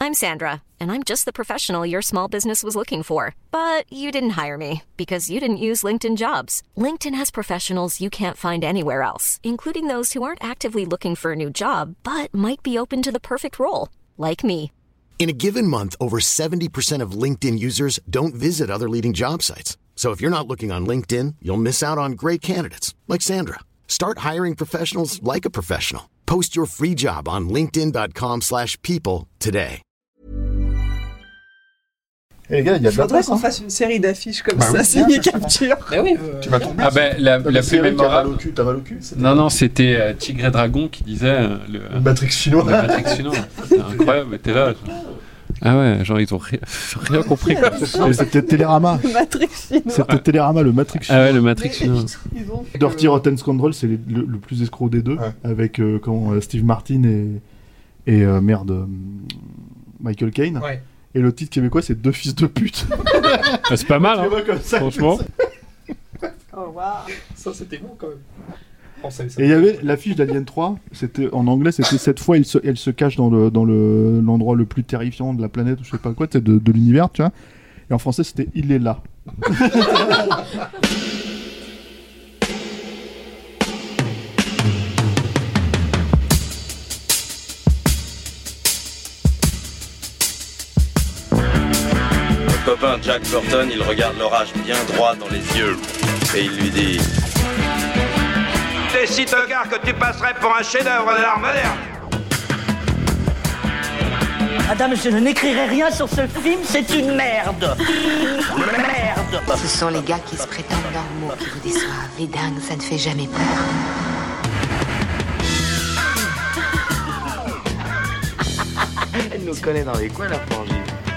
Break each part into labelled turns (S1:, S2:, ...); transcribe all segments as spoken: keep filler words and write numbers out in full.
S1: I'm Sandra, and I'm just the professional your small business was looking for. But you didn't hire me because you didn't use LinkedIn Jobs. LinkedIn has professionals you can't find anywhere else, including those who aren't actively looking for a new job, but might be open to the perfect role, like me.
S2: In a given month, over seventy percent of LinkedIn users don't visit other leading job sites. So if you're not looking on LinkedIn, you'll miss out on great candidates like Sandra. Start hiring professionals like a professional. Post your free job on linkedin.com slash people today.
S3: Et les gars, il y a de la
S4: Faudrait
S3: place,
S4: qu'on
S3: hein.
S4: fasse une série d'affiches comme
S3: Bah
S4: ça,
S3: oui,
S4: signées capture.
S5: Bah oui, euh...
S3: Tu vas tomber.
S6: Ah ben la,
S3: Non,
S6: la
S3: c'est
S6: plus
S3: Eric, t'as mal au
S6: mémorable.
S3: cul, t'as mal au cul. c'était-
S6: Non non, c'était euh, Tigre et Dragon qui disait euh, le,
S3: Le Matrix chinois.
S6: le Matrix chinois. C'était incroyable, t'es là. Genre... Ah ouais, genre ils ont ri- rien compris quoi.
S3: Et C'était Télérama.
S4: Matrix chinois.
S3: C'était Télérama, le Matrix
S6: Ah
S3: chinois.
S6: ouais, le Matrix
S4: Mais
S6: chinois.
S4: ils- ils ont fait
S3: Dirty
S4: le-
S3: Rotten Scoundrel, c'est les- le, le plus escroc des deux,
S7: Ouais.
S3: avec euh, comment, euh, Steve Martin et, et euh, merde, euh, Michael Caine.
S5: Ouais.
S3: Et le titre québécois, c'est Deux fils de pute.
S6: Ah, c'est pas mal,
S3: Tu
S6: hein,
S3: vois comme ça.
S6: franchement.
S4: Oh waouh.
S5: Ça, c'était bon quand même. On savait ça.
S3: Et il y avait l'affiche d'Alien trois, c'était, en anglais, c'était cette fois, il se, elle se cache dans, le, dans le, l'endroit le plus terrifiant de la planète, ou je sais pas quoi, de, de l'univers, tu vois. Et en français, c'était Il est là.
S8: Mon copain Jack Burton, il regarde l'orage bien droit dans les yeux et il lui dit:
S9: T'es si tocard que tu passerais pour un chef-d'œuvre de l'art moderne.
S10: Madame, je n'écrirai rien sur ce film, c'est une merde. Merde.
S11: Ce sont les gars qui se prétendent normaux qui vous déçoivent. Les dingues, ça ne fait jamais peur.
S10: Elle nous connaît dans les coins, la frangine.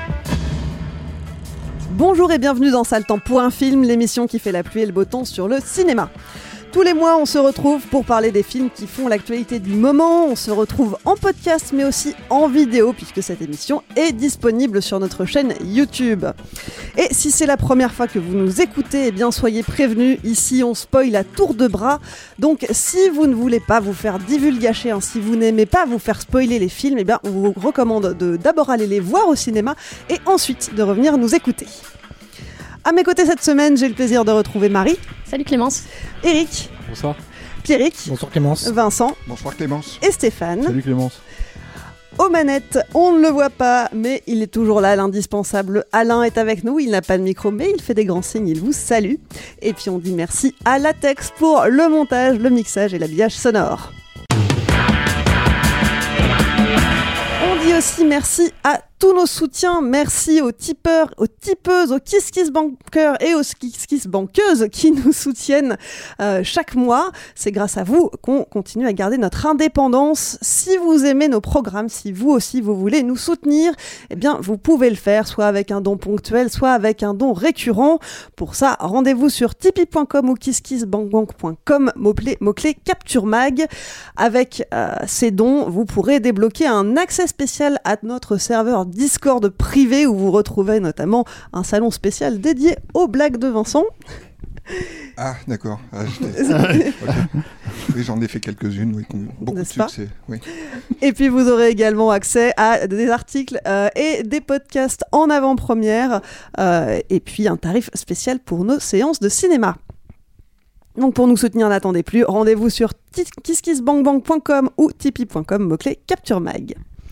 S4: Bonjour et bienvenue dans Sale Temps pour un film, l'émission qui fait la pluie et le beau temps sur le cinéma. Tous les mois, on se retrouve pour parler des films qui font l'actualité du moment. On se retrouve en podcast, mais aussi en vidéo, puisque cette émission est disponible sur notre chaîne YouTube. Et si c'est la première fois que vous nous écoutez, eh bien soyez prévenus, ici on spoil à tour de bras. Donc si vous ne voulez pas vous faire divulgacher, hein, si vous n'aimez pas vous faire spoiler les films, eh bien on vous recommande de d'abord aller les voir au cinéma et ensuite de revenir nous écouter. À mes côtés cette semaine, j'ai le plaisir de retrouver Marie.
S12: Salut Clémence.
S4: Eric.
S6: Bonsoir.
S4: Pierrick.
S7: Bonsoir Clémence.
S4: Vincent.
S7: Bonsoir Clémence.
S4: Et Stéphane.
S3: Salut Clémence.
S4: Aux manettes, on ne le voit pas, mais il est toujours là, l'indispensable. Alain est avec nous, il n'a pas de micro, mais il fait des grands signes, il vous salue. Et puis on dit merci à Latex pour le montage, le mixage et l'habillage sonore. On dit aussi merci à tous nos soutiens, merci aux tipeurs, aux tipeuses, aux Kiss Kiss Bankers et aux Kiss Kiss Bankeuses qui nous soutiennent euh, chaque mois. C'est grâce à vous qu'on continue à garder notre indépendance. Si vous aimez nos programmes, si vous aussi vous voulez nous soutenir, eh bien vous pouvez le faire, soit avec un don ponctuel, soit avec un don récurrent. Pour ça, rendez-vous sur tipeee point com ou kiss kiss bank bank point com, mot-clé, mot-clé Capture Mag. Avec euh, ces dons, vous pourrez débloquer un accès spécial à notre serveur Discord privé où vous retrouvez notamment un salon spécial dédié aux blagues de Vincent.
S7: Ah, d'accord. Ah, okay. Oui, j'en ai fait quelques-unes, oui, beaucoup
S4: N'est-ce
S7: de succès. Oui.
S4: Et puis vous aurez également accès à des articles euh, et des podcasts en avant-première, euh, et puis un tarif spécial pour nos séances de cinéma. Donc pour nous soutenir, n'attendez plus, rendez-vous sur kiss kiss bank bank point com ou tipeee point com, mot-clé Capture Mag.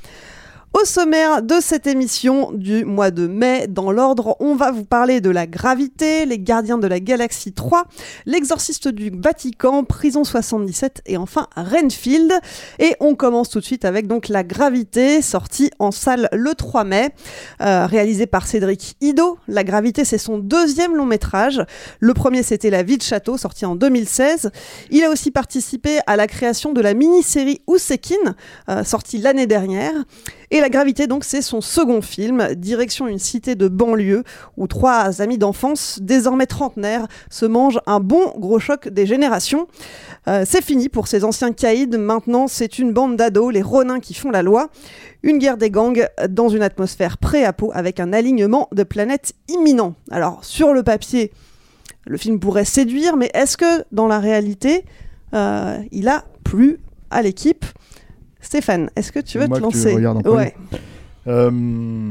S4: Au sommaire de cette émission du mois de mai, dans l'ordre, on va vous parler de La Gravité, Les Gardiens de la Galaxie trois, L'Exorciste du Vatican, Prison soixante-dix-sept et enfin Renfield. Et on commence tout de suite avec donc La Gravité, sortie en salle le trois mai, euh, réalisé par Cédric Ido. La Gravité, c'est son deuxième long métrage. Le premier, c'était La Vie de Château, sorti en deux mille seize. Il a aussi participé à la création de la mini-série Ousekine, euh, sortie l'année dernière. Et La Gravité, donc, c'est son second film, direction une cité de banlieue où trois amis d'enfance, désormais trentenaires, se mangent un bon gros choc des générations. Euh, c'est fini pour ces anciens caïds, maintenant c'est une bande d'ados, les Ronins qui font la loi. Une guerre des gangs dans une atmosphère pré-apo avec un alignement de planètes imminent. Alors, sur le papier, le film pourrait séduire, mais est-ce que, dans la réalité, euh, il a plu à l'équipe ? Stéphane, est-ce que tu veux
S3: Moi
S4: te
S3: que tu
S4: lancer ?
S3: regardes un peu.
S4: Ouais.
S3: Euh,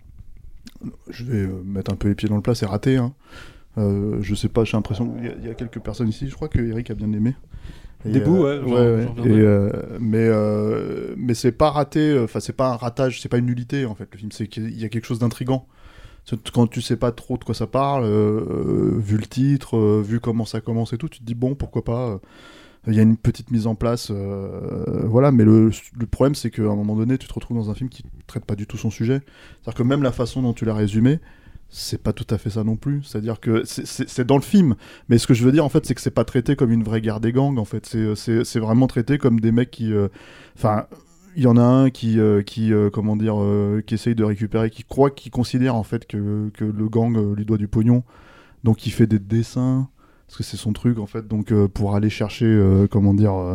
S3: je vais euh, mettre un peu les pieds dans le plat, c'est raté. Hein. Euh, je sais pas, j'ai l'impression qu'il y, a, il y a quelques personnes ici, je crois que Eric a bien aimé.
S6: Et, Des bouts, euh, ouais.
S3: ouais,
S6: j'en,
S3: ouais. Et, euh, mais, euh, mais c'est pas raté, enfin, c'est pas un ratage, c'est pas une nullité en fait. Le film, c'est qu'il y a quelque chose d'intriguant. Quand tu sais pas trop de quoi ça parle, euh, vu le titre, euh, vu comment ça commence et tout, tu te dis bon, pourquoi pas. Il y a une petite mise en place, euh, voilà. Mais le, le problème, c'est qu'à un moment donné, tu te retrouves dans un film qui traite pas du tout son sujet. C'est-à-dire que même la façon dont tu l'as résumé, c'est pas tout à fait ça non plus. C'est-à-dire que c'est, c'est, c'est dans le film, mais ce que je veux dire en fait, c'est que c'est pas traité comme une vraie guerre des gangs. En fait, c'est, c'est, c'est vraiment traité comme des mecs qui, enfin. Euh, il y en a un qui, euh, qui euh, comment dire, euh, qui essaye de récupérer, qui croit, qui considère en fait que, que le gang euh, lui doit du pognon, donc il fait des dessins, parce que c'est son truc en fait, donc euh, pour aller chercher, euh, comment dire, euh,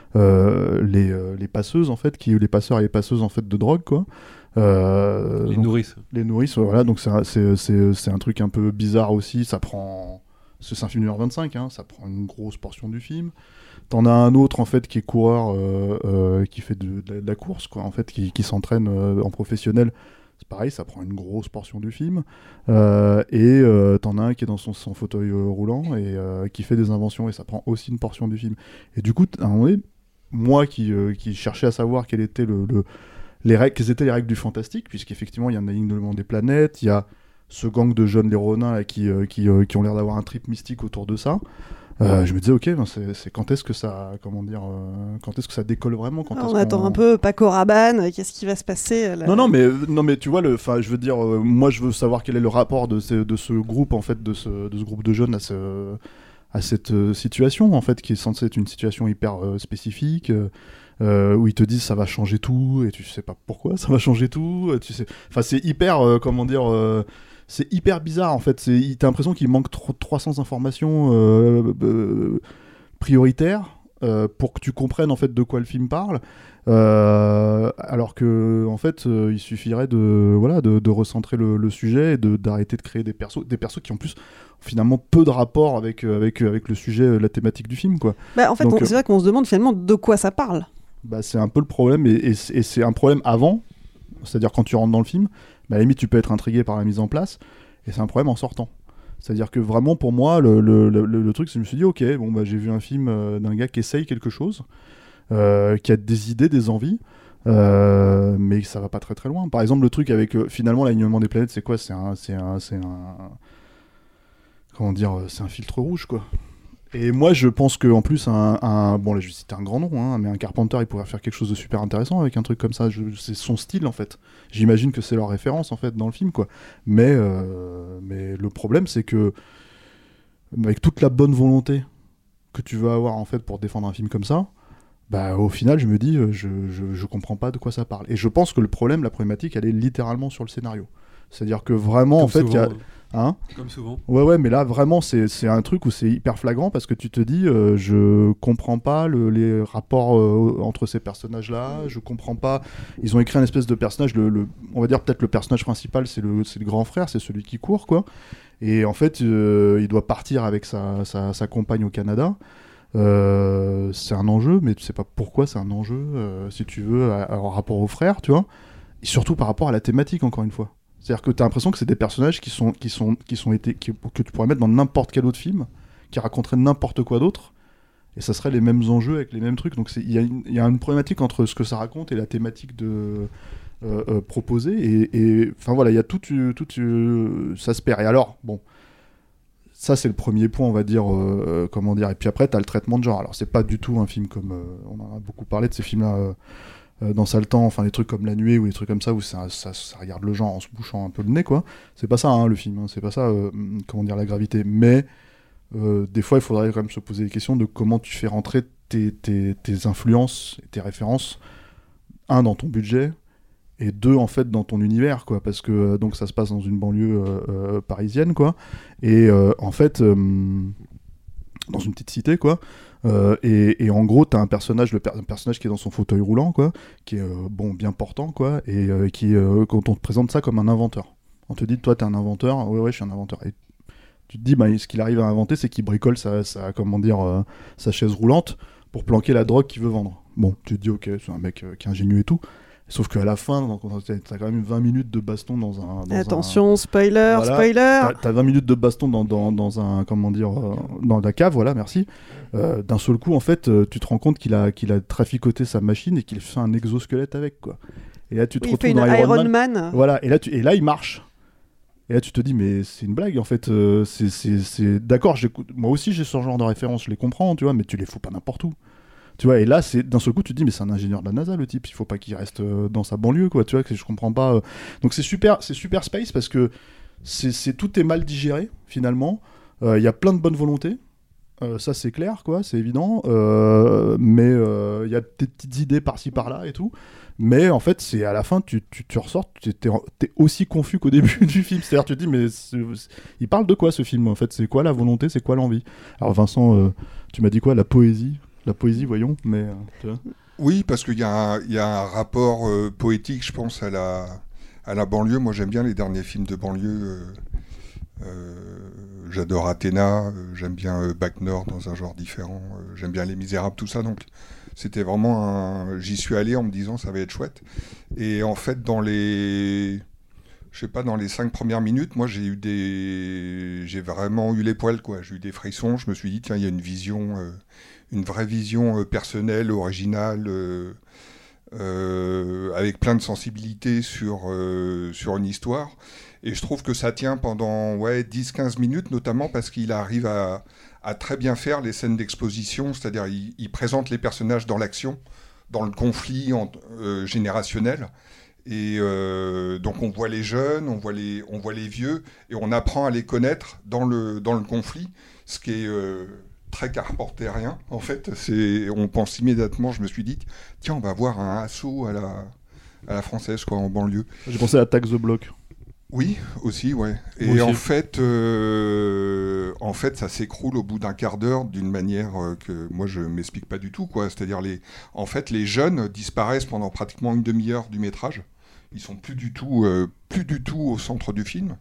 S3: euh, les, euh, les passeuses en fait, qui les passeurs et les passeuses en fait de drogue quoi. Euh,
S6: les
S3: donc,
S6: nourrices.
S3: Les nourrices, voilà, donc c'est, c'est, c'est, c'est un truc un peu bizarre aussi, ça prend, c'est un film d'une heure vingt-cinq, hein, ça prend une grosse portion du film. T'en as un autre en fait qui est coureur, euh, euh, qui fait de, de, de la course, quoi, en fait, qui, qui s'entraîne euh, en professionnel. C'est pareil, ça prend une grosse portion du film. Euh, et euh, t'en as un qui est dans son, son fauteuil euh, roulant et euh, qui fait des inventions, et ça prend aussi une portion du film. Et du coup, à un moment donné, moi qui, euh, qui cherchais à savoir quelles étaient, le, le, les règles, quelles étaient les règles du fantastique, puisqu'effectivement, il y a un alignement des planètes, il y a ce gang de jeunes les Ronins là, qui, euh, qui, euh, qui ont l'air d'avoir un trip mystique autour de ça. Euh, je me disais ok, ben c'est, c'est quand est-ce que ça, comment dire, euh, quand est-ce que ça décolle vraiment, quand
S4: ah,
S3: est-ce
S4: on
S3: qu'on...
S4: attend un peu Paco Rabanne, qu'est-ce qui va se passer là...
S3: Non non mais non mais tu vois le, enfin je veux dire, euh, moi je veux savoir quel est le rapport de ce, de ce groupe en fait, de ce, de ce groupe de jeunes à ce, à cette euh, situation en fait qui est censée être une situation hyper euh, spécifique. Euh, Euh, où ils te disent ça va changer tout et tu sais pas pourquoi ça va changer tout, tu sais, enfin c'est hyper euh, comment dire, euh, c'est hyper bizarre en fait, c'est, t'as l'impression qu'il manque trois cents informations euh, euh, prioritaires euh, pour que tu comprennes en fait de quoi le film parle, euh, alors que en fait euh, il suffirait de voilà de, de recentrer le, le sujet et de, d'arrêter de créer des persos, des persos qui en plus finalement peu de rapport avec avec avec le sujet, la thématique du film quoi.
S4: Bah, en fait,
S3: Donc,
S4: on, c'est vrai qu'on se demande finalement de quoi ça parle.
S3: Bah, c'est un peu le problème, et, et, et c'est un problème avant, c'est-à-dire quand tu rentres dans le film, bah, à la limite tu peux être intrigué par la mise en place, et c'est un problème en sortant. C'est-à-dire que vraiment pour moi, le, le, le, le truc, c'est que je me suis dit, ok, bon, bah, j'ai vu un film euh, d'un gars qui essaye quelque chose, euh, qui a des idées, des envies, euh, mais ça va pas très très loin. Par exemple, le truc avec, euh, finalement, l'alignement des planètes, c'est quoi ? C'est un, c'est un, c'est un... Comment dire ? C'est un filtre rouge, quoi. Et moi, je pense qu'en plus, un, un... Bon, là, je vais citer un grand nom, hein, mais un Carpenter, il pourrait faire quelque chose de super intéressant avec un truc comme ça. Je... C'est son style, en fait. J'imagine que c'est leur référence, en fait, dans le film, quoi. Mais, euh... mais le problème, c'est que, avec toute la bonne volonté que tu veux avoir, en fait, pour défendre un film comme ça, bah, au final, je me dis, je, je, je comprends pas de quoi ça parle. Et je pense que le problème, la problématique, elle est littéralement sur le scénario. C'est-à-dire que vraiment,
S6: Comme
S3: en fait, il y a...
S6: Hein Comme souvent.
S3: Ouais, ouais, mais là, vraiment, c'est, c'est un truc où c'est hyper flagrant parce que tu te dis, euh, je comprends pas le, les rapports euh, entre ces personnages-là, je comprends pas. Ils ont écrit un espèce de personnage, le, le, on va dire peut-être le personnage principal, c'est le, c'est le grand frère, c'est celui qui court, quoi. Et en fait, euh, il doit partir avec sa, sa, sa compagne au Canada. Euh, c'est un enjeu, mais tu sais pas pourquoi c'est un enjeu, euh, si tu veux, à, à, en rapport au frère, tu vois. Et surtout par rapport à la thématique, encore une fois. C'est-à-dire que tu as l'impression que c'est des personnages qui sont, qui sont, qui sont été, qui, que tu pourrais mettre dans n'importe quel autre film, qui raconteraient n'importe quoi d'autre, et ça serait les mêmes enjeux avec les mêmes trucs. Donc il y, y a une problématique entre ce que ça raconte et la thématique de, euh, euh, proposée. Et enfin voilà, il y a tout, tout euh, ça se perd. Et alors, bon, ça c'est le premier point, on va dire, euh, comment dire. Et puis après, tu as le traitement de genre. Alors c'est pas du tout un film comme, euh, on en a beaucoup parlé de ces films-là. Euh, Euh, dans Sale Temps, enfin des trucs comme La Nuée ou des trucs comme ça où ça, ça, ça regarde le genre en se bouchant un peu le nez, quoi. C'est pas ça, hein, le film, hein, c'est pas ça, euh, comment dire, la gravité. Mais euh, des fois, il faudrait quand même se poser des questions de comment tu fais rentrer tes, tes, tes influences et tes références, un, dans ton budget, et deux, en fait, dans ton univers, quoi. Parce que euh, donc ça se passe dans une banlieue euh, euh, parisienne, quoi. Et euh, en fait, euh, dans une petite cité, quoi. Euh, et, et en gros, t'as un personnage, le per- un personnage qui est dans son fauteuil roulant, quoi, qui est euh, bon, bien portant, quoi, et euh, qui, euh, quand on te présente ça comme un inventeur, on te dit, toi, t'es un inventeur, ouais, ouais, je suis un inventeur. Et tu te dis, bah, ce qu'il arrive à inventer, c'est qu'il bricole sa, sa comment dire, euh, sa chaise roulante pour planquer la drogue qu'il veut vendre. Bon, tu te dis, ok, c'est un mec euh, qui est ingénieux et tout, Sauf qu'à la fin, t'as quand même vingt minutes de baston dans un. Dans
S4: Attention,
S3: un...
S4: spoiler,
S3: voilà,
S4: spoiler.
S3: T'as, t'as vingt minutes de baston dans, dans, dans un. Comment dire euh, dans la cave, voilà, merci. Euh, d'un seul coup, en fait, euh, tu te rends compte qu'il a, qu'il a traficoté sa machine et qu'il fait un exosquelette avec, quoi. Et là, tu te
S4: oui,
S3: retrouves
S4: il fait
S3: dans
S4: une
S3: Iron,
S4: Iron
S3: Man.
S4: Man.
S3: Voilà, et là, tu... et là, il marche. Et là, tu te dis, mais c'est une blague, en fait. Euh, c'est, c'est, c'est... D'accord, j'écoute... moi aussi, j'ai ce genre de références, je les comprends, tu vois, mais tu les fous pas n'importe où. Tu vois, et là, c'est d'un seul coup, tu te dis, mais c'est un ingénieur de la NASA, le type. Il faut pas qu'il reste euh, dans sa banlieue, quoi. Tu vois, que je comprends pas. Euh... Donc, c'est super, c'est super space parce que c'est, c'est... tout est mal digéré, finalement. Il euh, y a plein de bonne volonté. Euh, ça, c'est clair, quoi, c'est évident. Euh, mais il euh, y a des petites idées par-ci, par-là et tout. Mais en fait, c'est à la fin, tu, tu, tu ressors, tu es aussi confus qu'au début du film. C'est-à-dire, tu te dis, mais c'est, c'est... il parle de quoi ce film, en fait? C'est quoi la volonté? C'est quoi l'envie? Alors, Vincent, euh, tu m'as dit quoi? La poésie? La poésie, voyons, mais euh, tu vois.
S7: Oui, parce qu'il y a un, il y a un rapport euh, poétique, je pense, à la, à la banlieue. Moi, j'aime bien les derniers films de banlieue. Euh, euh, j'adore Athéna, euh, j'aime bien euh, Bac Nord dans un genre différent, euh, j'aime bien Les Misérables, tout ça. Donc, c'était vraiment un... J'y suis allé en me disant, ça va être chouette. Et en fait, dans les... Je sais pas, dans les cinq premières minutes, moi, j'ai eu des... J'ai vraiment eu les poils, quoi. J'ai eu des frissons. Je me suis dit, tiens, il y a une vision... Euh... une vraie vision euh, personnelle, originale, euh, euh, avec plein de sensibilité sur, euh, sur une histoire. Et je trouve que ça tient pendant ouais, dix à quinze minutes, notamment parce qu'il arrive à, à très bien faire les scènes d'exposition, c'est-à-dire il, il présente les personnages dans l'action, dans le conflit en, euh, générationnel. Et euh, donc on voit les jeunes, on voit les, on voit les vieux, et on apprend à les connaître dans le, dans le conflit, ce qui est... Euh, très carpentérien, en fait. C'est, on pense immédiatement, je me suis dit, tiens, on va voir un assaut à la, à la française, quoi, en banlieue.
S3: J'ai pensé à Attack the Block.
S7: Oui, aussi, ouais. Et
S3: aussi.
S7: en fait, euh, en fait, ça s'écroule au bout d'un quart d'heure d'une manière euh, que moi, je m'explique pas du tout, quoi. C'est-à-dire, les, en fait, les jeunes disparaissent pendant pratiquement une demi-heure du métrage. Ils sont plus du tout, euh, plus du tout au centre du film.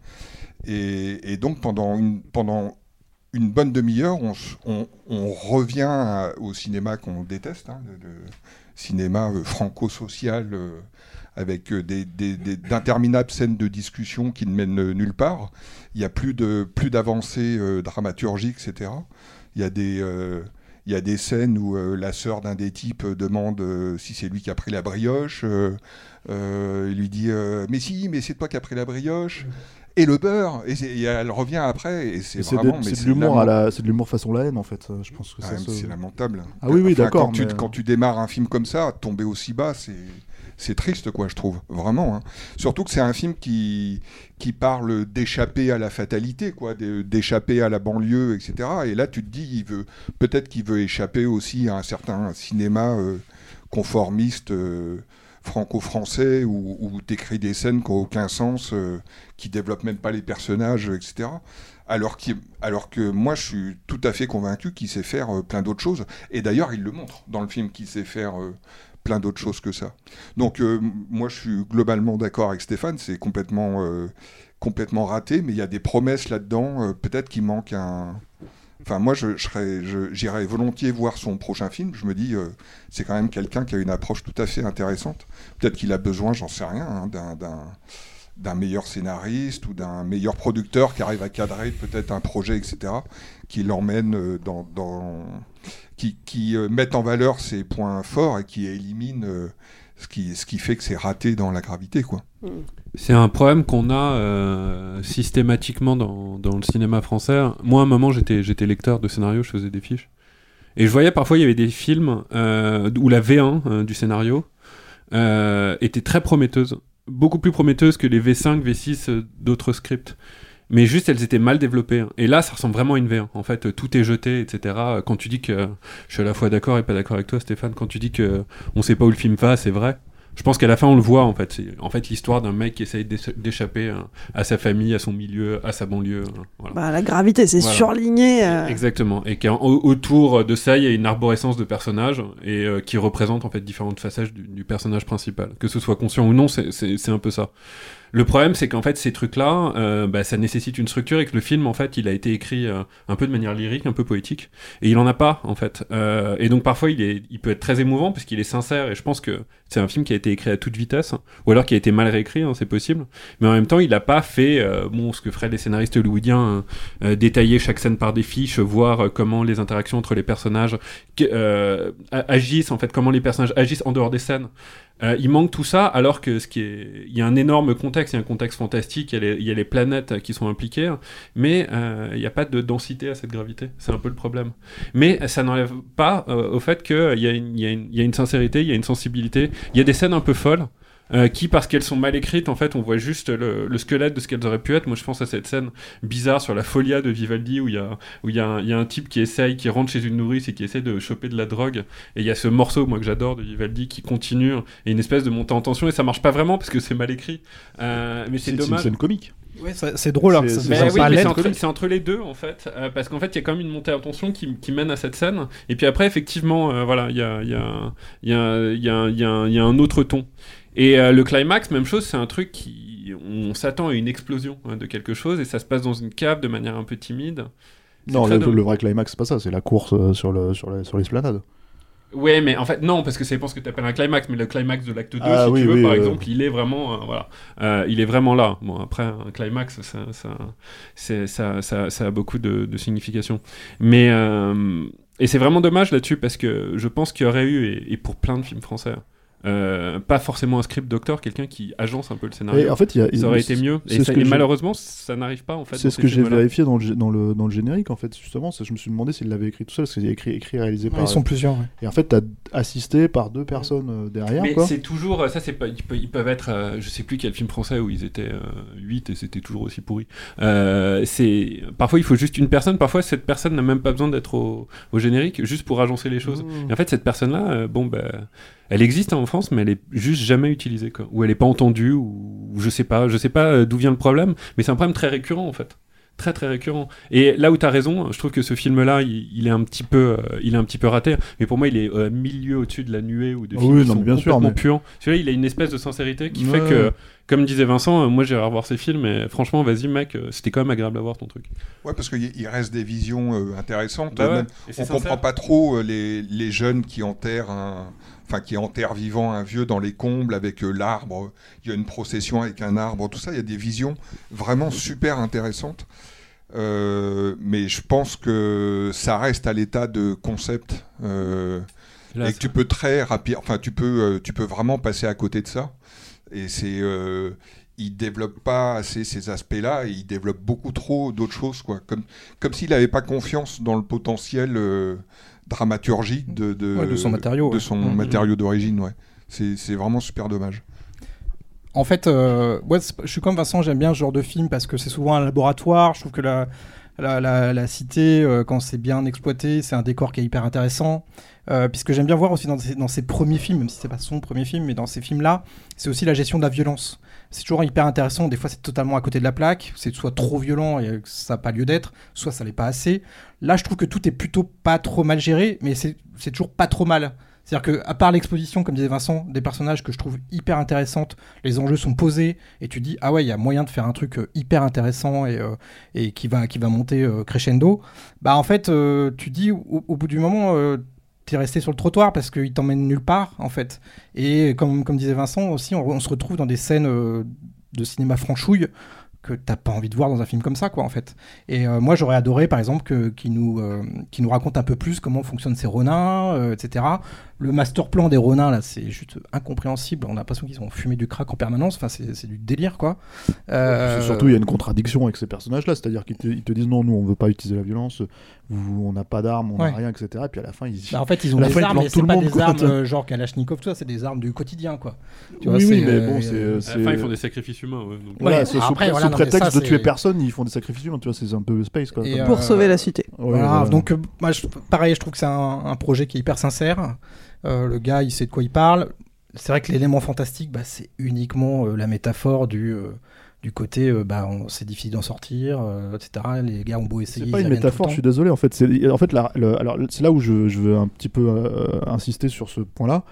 S7: Et, et donc, pendant une... Pendant une bonne demi-heure, on, on, on revient à, au cinéma qu'on déteste, hein, le, le cinéma euh, franco-social, euh, avec euh, des, des, des, d'interminables scènes de discussion qui ne mènent euh, nulle part. Il n'y a plus, de, plus d'avancées euh, dramaturgiques, et cetera. Il y a des, euh, il y a des scènes où euh, la sœur d'un des types demande euh, si c'est lui qui a pris la brioche. Euh, euh, il lui dit euh, « Mais si, mais c'est toi qui as pris la brioche !» Et le beurre, et, et elle revient après, et c'est, et c'est vraiment...
S3: De,
S7: mais
S3: c'est,
S7: c'est,
S3: de l'humour
S7: lament...
S3: à la, c'est de l'humour façon la haine, en fait. Je pense que
S7: ah,
S3: ça se...
S7: C'est lamentable.
S3: Ah oui, oui,
S7: enfin,
S3: d'accord.
S7: Quand,
S3: mais...
S7: tu, quand tu démarres un film comme ça, tomber aussi bas, c'est, c'est triste, quoi, je trouve. Vraiment. Hein. Surtout que c'est un film qui, qui parle d'échapper à la fatalité, quoi, d'échapper à la banlieue, et cetera. Et là, tu te dis, il veut, peut-être qu'il veut échapper aussi à un certain cinéma euh, conformiste... Euh, franco-français où, où t'écris des scènes qui n'ont aucun sens, euh, qui développent même pas les personnages, et cetera. Alors, alors que moi, je suis tout à fait convaincu qu'il sait faire euh, plein d'autres choses. Et d'ailleurs, il le montre dans le film qu'il sait faire euh, plein d'autres choses que ça. Donc, euh, moi, je suis globalement d'accord avec Stéphane. C'est complètement, euh, complètement raté, mais il y a des promesses là-dedans. Euh, peut-être qu'il manque un... Enfin, moi, je, je serais, je, j'irais volontiers voir son prochain film. Je me dis, euh, c'est quand même quelqu'un qui a une approche tout à fait intéressante. Peut-être qu'il a besoin, j'en sais rien, hein, d'un, d'un, d'un meilleur scénariste ou d'un meilleur producteur qui arrive à cadrer peut-être un projet, et cetera, qui l'emmène dans... dans qui, qui euh, mette en valeur ses points forts et qui élimine euh, ce, qui, ce qui fait que c'est raté dans la gravité, quoi.
S6: C'est un problème qu'on a euh, systématiquement dans, dans le cinéma français. Moi, à un moment, j'étais, j'étais lecteur de scénario, je faisais des fiches. Et je voyais parfois, il y avait des films euh, où la V un euh, du scénario euh, était très prometteuse. Beaucoup plus prometteuse que les V cinq, V six euh, d'autres scripts. Mais juste, elles étaient mal développées. Et là, ça ressemble vraiment à une V un. En fait, tout est jeté, et cetera. Quand tu dis que... Je suis à la fois d'accord et pas d'accord avec toi, Stéphane. Quand tu dis qu'on sait pas où le film va, c'est vrai. Je pense qu'à la fin, on le voit, en fait. C'est en fait l'histoire d'un mec qui essaye d'échapper à sa famille, à son milieu, à sa banlieue. Voilà.
S4: Bah, la gravité, c'est voilà. surligné. Euh...
S6: Exactement. Et qu'autour de ça, il y a une arborescence de personnages et euh, qui représente, en fait, différentes façades du, du personnage principal. Que ce soit conscient ou non, c'est, c'est, c'est un peu ça. Le problème, c'est qu'en fait, ces trucs-là, euh, bah, ça nécessite une structure et que le film, en fait, il a été écrit euh, un peu de manière lyrique, un peu poétique, et il en a pas, en fait. Euh, et donc, parfois, il, est, il peut être très émouvant parce qu'il est sincère, et je pense que c'est un film qui a été écrit à toute vitesse, ou alors qui a été mal réécrit, hein, c'est possible. Mais en même temps, il a pas fait, euh, bon, ce que feraient les scénaristes hollywoodiens, euh, euh, détailler chaque scène par des fiches, voir euh, comment les interactions entre les personnages euh, agissent, en fait, comment les personnages agissent en dehors des scènes. Euh, il manque tout ça, alors que ce qui est, il y a un énorme contexte, il y a un contexte fantastique, il y a les, il y a les planètes qui sont impliquées, mais euh, il n'y a pas de densité à cette gravité. C'est un peu le problème. Mais ça n'enlève pas euh, au fait qu'il y a une, il y a une, il y a une sincérité, il y a une sensibilité. Il y a des scènes un peu folles. Euh, qui, parce qu'elles sont mal écrites, en fait, on voit juste le, le squelette de ce qu'elles auraient pu être. Moi, je pense à cette scène bizarre sur la Folia de Vivaldi où il y a, où il y a, un, il y a un type qui essaye, qui rentre chez une nourrice et qui essaie de choper de la drogue. Et il y a ce morceau, moi, que j'adore, de Vivaldi, qui continue, et une espèce de montée en tension, et ça marche pas vraiment parce que c'est mal écrit. Euh, mais c'est,
S3: c'est
S6: dommage.
S3: C'est une scène comique.
S12: Ouais, c'est, c'est drôle.
S6: C'est,
S12: ça,
S6: c'est,
S12: ça,
S6: oui,
S12: ça
S6: mais c'est,
S12: entre,
S6: c'est entre les deux, en fait. Euh, parce qu'en fait, il y a quand même une montée en tension qui, qui mène à cette scène. Et puis après, effectivement, euh, voilà, il y a, y, a, y, a, y, a, y, a, y a un autre ton. Et euh, le climax, même chose, c'est un truc qui... On s'attend à une explosion hein, de quelque chose, et ça se passe dans une cave de manière un peu timide. C'est
S3: non, le, le vrai climax, c'est pas ça, c'est la course euh, sur, le, sur, la, sur l'esplanade.
S6: Ouais, mais en fait, non, parce que c'est pas ce que tu appelles un climax, mais le climax de l'acte deux,
S3: ah,
S6: si
S3: oui,
S6: tu veux,
S3: oui,
S6: par
S3: euh...
S6: exemple, il est vraiment... Euh, voilà, euh, il est vraiment là. Bon, après, un climax, ça, ça, c'est, ça, ça, ça a beaucoup de, de signification. Mais... Euh, et c'est vraiment dommage là-dessus, parce que je pense qu'il y aurait eu, et, et pour plein de films français... Euh, pas forcément un script doctor, quelqu'un qui agence un peu le scénario.
S3: Et en fait, y a,
S6: ça aurait été mieux. Et, ça, et malheureusement, ça n'arrive pas en fait.
S3: C'est ce que j'ai vérifié dans le, dans, le, dans le générique en fait, justement. Ça, je me suis demandé s'il l'avait écrit tout seul, parce qu'il est écrit, écrit réalisé
S12: ouais,
S3: par.
S12: Ils sont plusieurs. Ouais.
S3: Et en fait, t'as assisté par deux personnes euh, derrière.
S6: Mais
S3: quoi.
S6: c'est toujours. Ça, c'est pas. Ils peuvent, ils peuvent être. Euh, je sais plus quel film français où ils étaient euh, huit et c'était toujours aussi pourri. Euh, c'est. Parfois, il faut juste une personne. Parfois, cette personne n'a même pas besoin d'être au, au générique, juste pour agencer les choses. Mmh. Et en fait, cette personne-là, euh, bon, bah. Elle existe en France, mais elle est juste jamais utilisée, quoi. Ou elle est pas entendue, ou, ou je sais pas, je sais pas d'où vient le problème, mais c'est un problème très récurrent en fait, très très récurrent. Et là où t'as raison, je trouve que ce film-là, il, il est un petit peu, euh, il est un petit peu raté. Mais pour moi, il est euh, mille lieues au-dessus de La Nuée ou de films
S3: oui,
S6: qui
S3: non,
S6: sont
S3: bien
S6: complètement
S3: sûr, mais...
S6: puants. Celui-là, il a une espèce de sincérité qui
S3: ouais.
S6: fait que, comme disait Vincent, euh, moi j'irai revoir ces films, et franchement, vas-y mec, euh, c'était quand même agréable à voir ton truc.
S7: Ouais, parce qu'il reste des visions euh, intéressantes.
S6: Bah ouais,
S7: même, on sincère. comprend pas trop euh, les, les jeunes qui enterrent un. Enfin, qui enterre vivant un vieux dans les combles avec euh, l'arbre, il y a une procession avec un arbre, tout ça, il y a des visions vraiment super intéressantes. Euh, mais je pense que ça reste à l'état de concept euh, Là, et que tu peux très rapide, enfin tu peux, euh, tu peux vraiment passer à côté de ça. Et c'est, euh, il développe pas assez ces aspects-là, et il développe beaucoup trop d'autres choses, quoi. Comme, comme s'il n'avait pas confiance dans le potentiel. Euh, dramaturgie de, de,
S12: ouais, de son matériau,
S7: de
S12: ouais.
S7: son
S12: mmh.
S7: matériau d'origine, ouais. C'est, c'est vraiment super dommage.
S12: En fait, euh, ouais, je suis comme Vincent, j'aime bien ce genre de film parce que c'est souvent un laboratoire. Je trouve que la, la, la, la cité, euh, quand c'est bien exploité, c'est un décor qui est hyper intéressant. Euh, puisque j'aime bien voir aussi dans ses, dans ses premiers films, même si c'est pas son premier film, mais dans ces films-là, c'est aussi la gestion de la violence. C'est toujours hyper intéressant. Des fois, c'est totalement à côté de la plaque. C'est soit trop violent et ça n'a pas lieu d'être, soit ça l'est pas assez. Là, je trouve que tout est plutôt pas trop mal géré, mais c'est, c'est toujours pas trop mal. C'est-à-dire qu'à part l'exposition, comme disait Vincent, des personnages que je trouve hyper intéressantes, les enjeux sont posés, et tu dis, ah ouais, il y a moyen de faire un truc euh, hyper intéressant et, euh, et qui, va, qui va monter euh, crescendo. Bah en fait, euh, tu dis, au, au bout du moment... Euh, t'es resté sur le trottoir parce qu'il t'emmène nulle part en fait. Et comme, comme disait Vincent aussi, on, on se retrouve dans des scènes euh, de cinéma franchouille que t'as pas envie de voir dans un film comme ça, quoi, en fait. Et euh, moi, j'aurais adoré, par exemple, que, qu'il nous, euh, qu'il nous raconte un peu plus comment fonctionnent ces Ronins, euh, et cetera. Le master plan des Ronins, là, c'est juste incompréhensible. On a l'impression qu'ils ont fumé du crack en permanence. Enfin, c'est, c'est du délire, quoi.
S3: Euh... Surtout, il y a une contradiction avec ces personnages-là. C'est-à-dire qu'ils te, ils te disent non, nous, on veut pas utiliser la violence. Vous, on n'a pas d'armes, on n'a ouais. rien, et cetera. Et puis à la fin, ils...
S12: Bah, en fait, ils ont des fin, armes, mais c'est pas monde, des quoi, armes euh, genre Kalachnikov, tout ça, c'est des armes du quotidien, quoi. Tu
S3: oui,
S12: vois,
S3: oui,
S12: c'est,
S3: mais
S12: euh,
S3: bon, c'est...
S12: euh,
S3: c'est...
S6: À la fin, ils font des sacrifices humains, ouais. Donc...
S3: Voilà,
S12: ouais,
S3: sous,
S12: après,
S3: sous,
S12: voilà,
S3: sous prétexte
S12: ça,
S3: de tuer personne, ils font des sacrifices humains, tu vois, c'est un peu space, quoi.
S12: Et,
S4: pour
S12: euh,
S4: sauver la cité.
S12: Ouais, voilà, voilà. Donc, euh, moi, je, pareil, je trouve que c'est un, un projet qui est hyper sincère. Euh, le gars, il sait de quoi il parle. C'est vrai que l'élément fantastique, bah, c'est uniquement euh, la métaphore du, euh, du côté, euh, bah, on, c'est difficile d'en sortir, euh, et cetera. Les gars ont beau essayer.
S3: C'est pas une métaphore, je suis désolé. En fait, c'est, en fait, la, le, alors, c'est là où je, je veux un petit peu euh, insister sur ce point-là.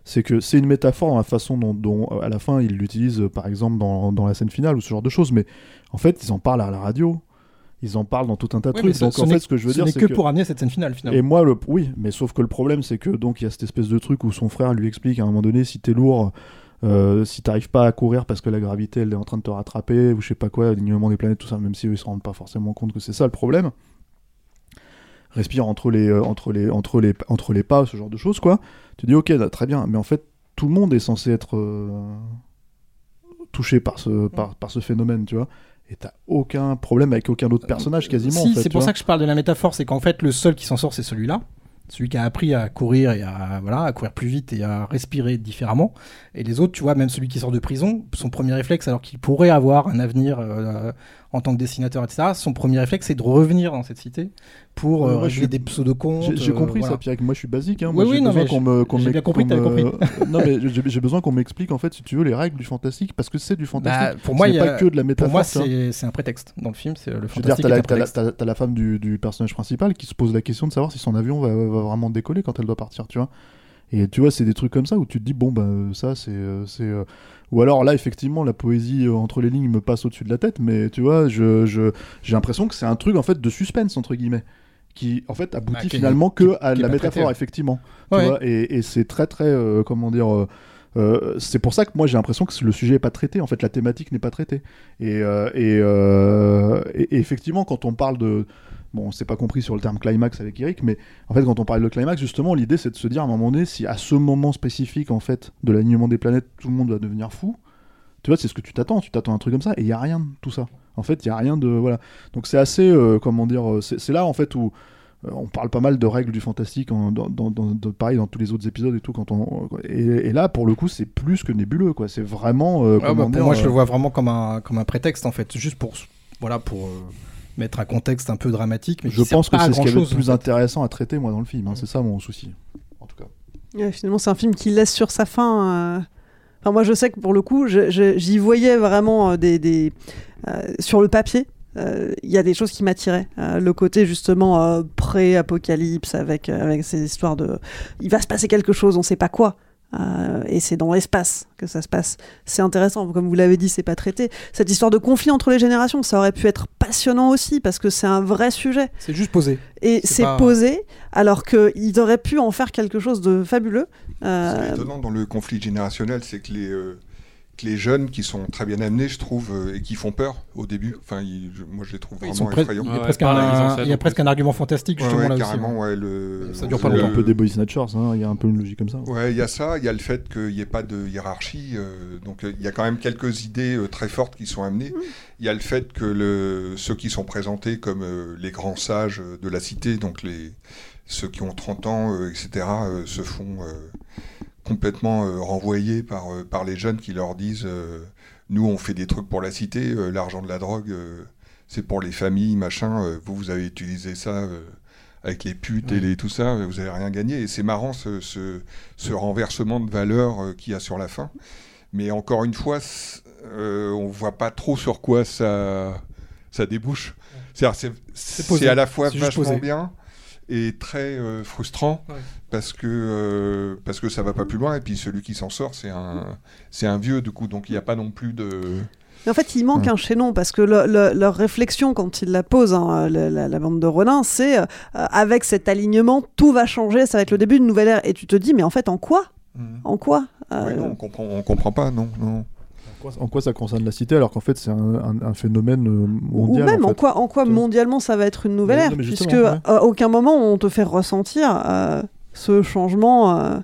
S3: c'est que c'est une métaphore dans la façon dont, dont à la fin ils l'utilisent, euh, par exemple dans, dans la scène finale ou ce genre de choses, mais en fait ils en parlent à la radio, ils en parlent dans tout un tas de
S12: Ouais,
S3: trucs.
S12: mais ce-
S3: Donc
S12: ce
S3: en
S12: n'est-
S3: fait ce que je veux
S12: ce
S3: dire
S12: n'est
S3: c'est
S12: que
S3: que
S12: pour amener cette scène finale, finalement.
S3: Et moi le oui, mais sauf que le problème c'est que donc il y a cette espèce de truc où son frère lui explique à un moment donné, si t'es lourd, euh, si t'arrives pas à courir parce que la gravité elle est en train de te rattraper ou je sais pas quoi, l'alignement des planètes, tout ça, même si eux ils se rendent pas forcément compte que c'est ça le problème. Respire entre les, euh, entre, les, entre, les, entre les pas, ce genre de choses, quoi. Tu dis, ok, là, très bien, mais en fait, tout le monde est censé être euh, touché par ce, par, par ce phénomène, tu vois. Et t'as aucun problème avec aucun autre personnage, quasiment.
S12: Si,
S3: en fait,
S12: c'est
S3: tu
S12: pour
S3: vois.
S12: ça que je parle de la métaphore, c'est qu'en fait, le seul qui s'en sort, c'est celui-là. Celui qui a appris à courir et à, voilà, à courir plus vite et à respirer différemment. Et les autres, tu vois, même celui qui sort de prison, son premier réflexe, alors qu'il pourrait avoir un avenir euh, en tant que dessinateur, et cetera, son premier réflexe, c'est de revenir dans cette cité pour euh,
S3: Ouais, moi,
S12: régler
S3: je suis-
S12: des pseudo-comptes.
S3: J'ai j'ai
S12: euh,
S3: compris
S12: voilà.
S3: ça, Pierre. Moi, je suis basique. Hein.
S12: Oui,
S3: Moi,
S12: oui,
S3: j'ai
S12: non,
S3: besoin
S12: mais
S3: qu'on me, qu'on
S12: j'ai
S3: m'ex-
S12: bien compris
S3: qu'on
S12: que t'avais
S3: me-
S12: compris.
S3: non, mais j'ai j'ai besoin qu'on m'explique en fait, si tu veux, les règles du fantastique, parce que c'est du fantastique.
S12: Bah, pour moi,
S3: ce
S12: il
S3: n'est
S12: y
S3: pas
S12: a-
S3: que de la métaphore.
S12: pour moi,
S3: tu vois.
S12: c'est c'est un prétexte. Dans le film, c'est le
S3: Je veux dire,
S12: fantastique
S3: t'as
S12: est
S3: la,
S12: un
S3: t'as la-
S12: prétexte.
S3: t'as- t'as la femme du, du personnage principal qui se pose la question de savoir si son avion va, va vraiment décoller quand elle doit partir, tu vois. Et tu vois, c'est des trucs comme ça où tu te dis, bon, bah, ça, c'est. euh, c'est euh, Ou alors là, effectivement, la poésie euh, entre les lignes me passe au-dessus de la tête, mais tu vois, je, je, j'ai l'impression que c'est un truc, en fait, de suspense, entre guillemets, qui, en fait, aboutit
S12: Bah, qui est-
S3: finalement
S12: qui-
S3: que à
S12: qui est
S3: la
S12: pas
S3: métaphore,
S12: traité, ouais.
S3: effectivement. Tu
S12: Ouais.
S3: vois, et, et c'est très, très. euh, comment dire. euh, euh, c'est pour ça que moi j'ai l'impression que le sujet est pas traité, en fait la thématique n'est pas traitée. Et, euh, et, euh, et- et effectivement, quand on parle de. Bon, c'est pas compris sur le terme climax avec Eric, mais en fait, quand on parle de climax, justement, l'idée c'est de se dire à un moment donné, si à ce moment spécifique, en fait, de l'alignement des planètes, tout le monde va devenir fou, tu vois, c'est ce que tu t'attends, tu t'attends à un truc comme ça, et il y a rien de tout ça. En fait, il y a rien de. Voilà. Donc c'est assez. euh, comment dire. C'est c'est là, en fait, où. euh, On parle pas mal de règles du fantastique, en- dans, dans- dans- dans- pareil dans tous les autres épisodes et tout. Quand on, et, et là, pour le coup, c'est plus que nébuleux, quoi. C'est vraiment. euh,
S12: Ah,
S3: comment
S12: bah, pour
S3: dire,
S12: moi, je
S3: euh,
S12: le vois vraiment comme un, comme un prétexte, en fait, juste pour, voilà, pour euh, mettre un contexte un peu dramatique. Mais
S3: Je
S12: qui sert
S3: pense que
S12: pas à
S3: c'est ce qu'il y avait de
S12: grand-chose,
S3: plus
S12: en fait.
S3: intéressant à traiter, moi, dans le film. hein. C'est ça mon souci, en tout cas.
S4: Ouais, finalement, c'est un film qui laisse sur sa fin. euh, Enfin, moi, je sais que pour le coup, je- je- j'y voyais vraiment euh, des, des... euh, sur le papier. euh, Il y a des choses qui m'attiraient. Euh, le côté justement euh, pré-apocalypse avec, euh, avec ces histoires de. Il va se passer quelque chose, on sait pas quoi. Euh, et c'est dans l'espace que ça se passe. C'est intéressant, comme vous l'avez dit, c'est pas traité. Cette histoire de conflit entre les générations, ça aurait pu être passionnant aussi parce que c'est un vrai sujet.
S12: C'est juste posé.
S4: Et
S12: C'est
S4: c'est
S12: pas-
S4: posé, alors qu'ils auraient pu en faire quelque chose de fabuleux.
S7: Ce
S4: Euh,
S7: qui est étonnant dans le conflit générationnel, c'est que les, euh, que les jeunes qui sont très bien amenés, je trouve, euh, et qui font peur au début, enfin, ils- je- moi je les trouve
S12: Ils
S7: vraiment
S12: sont pres-
S7: effrayants.
S12: Il y a
S6: Ouais,
S12: presque,
S6: par la mise en
S12: un,
S6: scène,
S12: il y a
S6: en
S12: presque
S6: plus.
S12: un argument fantastique
S7: Ouais,
S12: justement
S7: ouais,
S12: là aussi.
S7: carrément,
S12: ouais.
S7: ouais, le,
S12: Ça dure pas
S7: le-
S3: Il y a
S12: longtemps.
S3: un peu des Boy Snatchers, hein, il y a un peu une logique comme ça.
S7: Ouais, il y a ça, il y a le fait qu'il n'y ait pas de hiérarchie, euh, donc euh, il y a quand même quelques idées euh, très fortes qui sont amenées. Il y a le fait que le, ceux qui sont présentés comme euh, les grands sages euh, de la cité, donc les, ceux qui ont trente ans, euh, et cetera, euh, se font euh, complètement euh, renvoyer par, euh, par les jeunes qui leur disent euh, nous on fait des trucs pour la cité, euh, l'argent de la drogue euh, c'est pour les familles, machin, euh, vous vous avez utilisé ça euh, avec les putes et les, tout ça, vous avez rien gagné. Et c'est marrant ce, ce, ce renversement de valeur euh, qu'il y a sur la fin. Mais encore une fois, euh, on voit pas trop sur quoi ça, ça débouche. C'est-à-dire, c'est,
S12: C'est
S7: c'est,
S12: posé.
S7: à la fois
S12: C'est juste
S7: vachement
S12: posé.
S7: bien et très euh, frustrant
S12: Ouais.
S7: parce que euh, parce que ça va pas plus loin. Et puis celui qui s'en sort, c'est un c'est un vieux du coup, donc il n'y a pas non plus de.
S4: Mais en fait, il manque un chaînon parce que le- le- leur réflexion, quand ils la posent, hein, la, la- la bande de Ronin, c'est euh, avec cet alignement, tout va changer, ça va être le début d'une nouvelle ère. Et tu te dis, mais en fait, en quoi En quoi Euh,
S7: Ouais, non, on comprend on comprend pas, non, non.
S3: En quoi, en quoi ça concerne la cité alors qu'en fait c'est un, un- un phénomène euh,
S4: Ou
S3: mondial
S4: même
S3: en
S4: en,
S3: fait.
S4: quoi, en quoi mondialement ça va être une nouvelle
S3: Mais-
S4: ère,
S3: non, mais
S4: puisque
S3: justement, ouais.
S4: à aucun moment on te fait ressentir euh, ce changement. euh,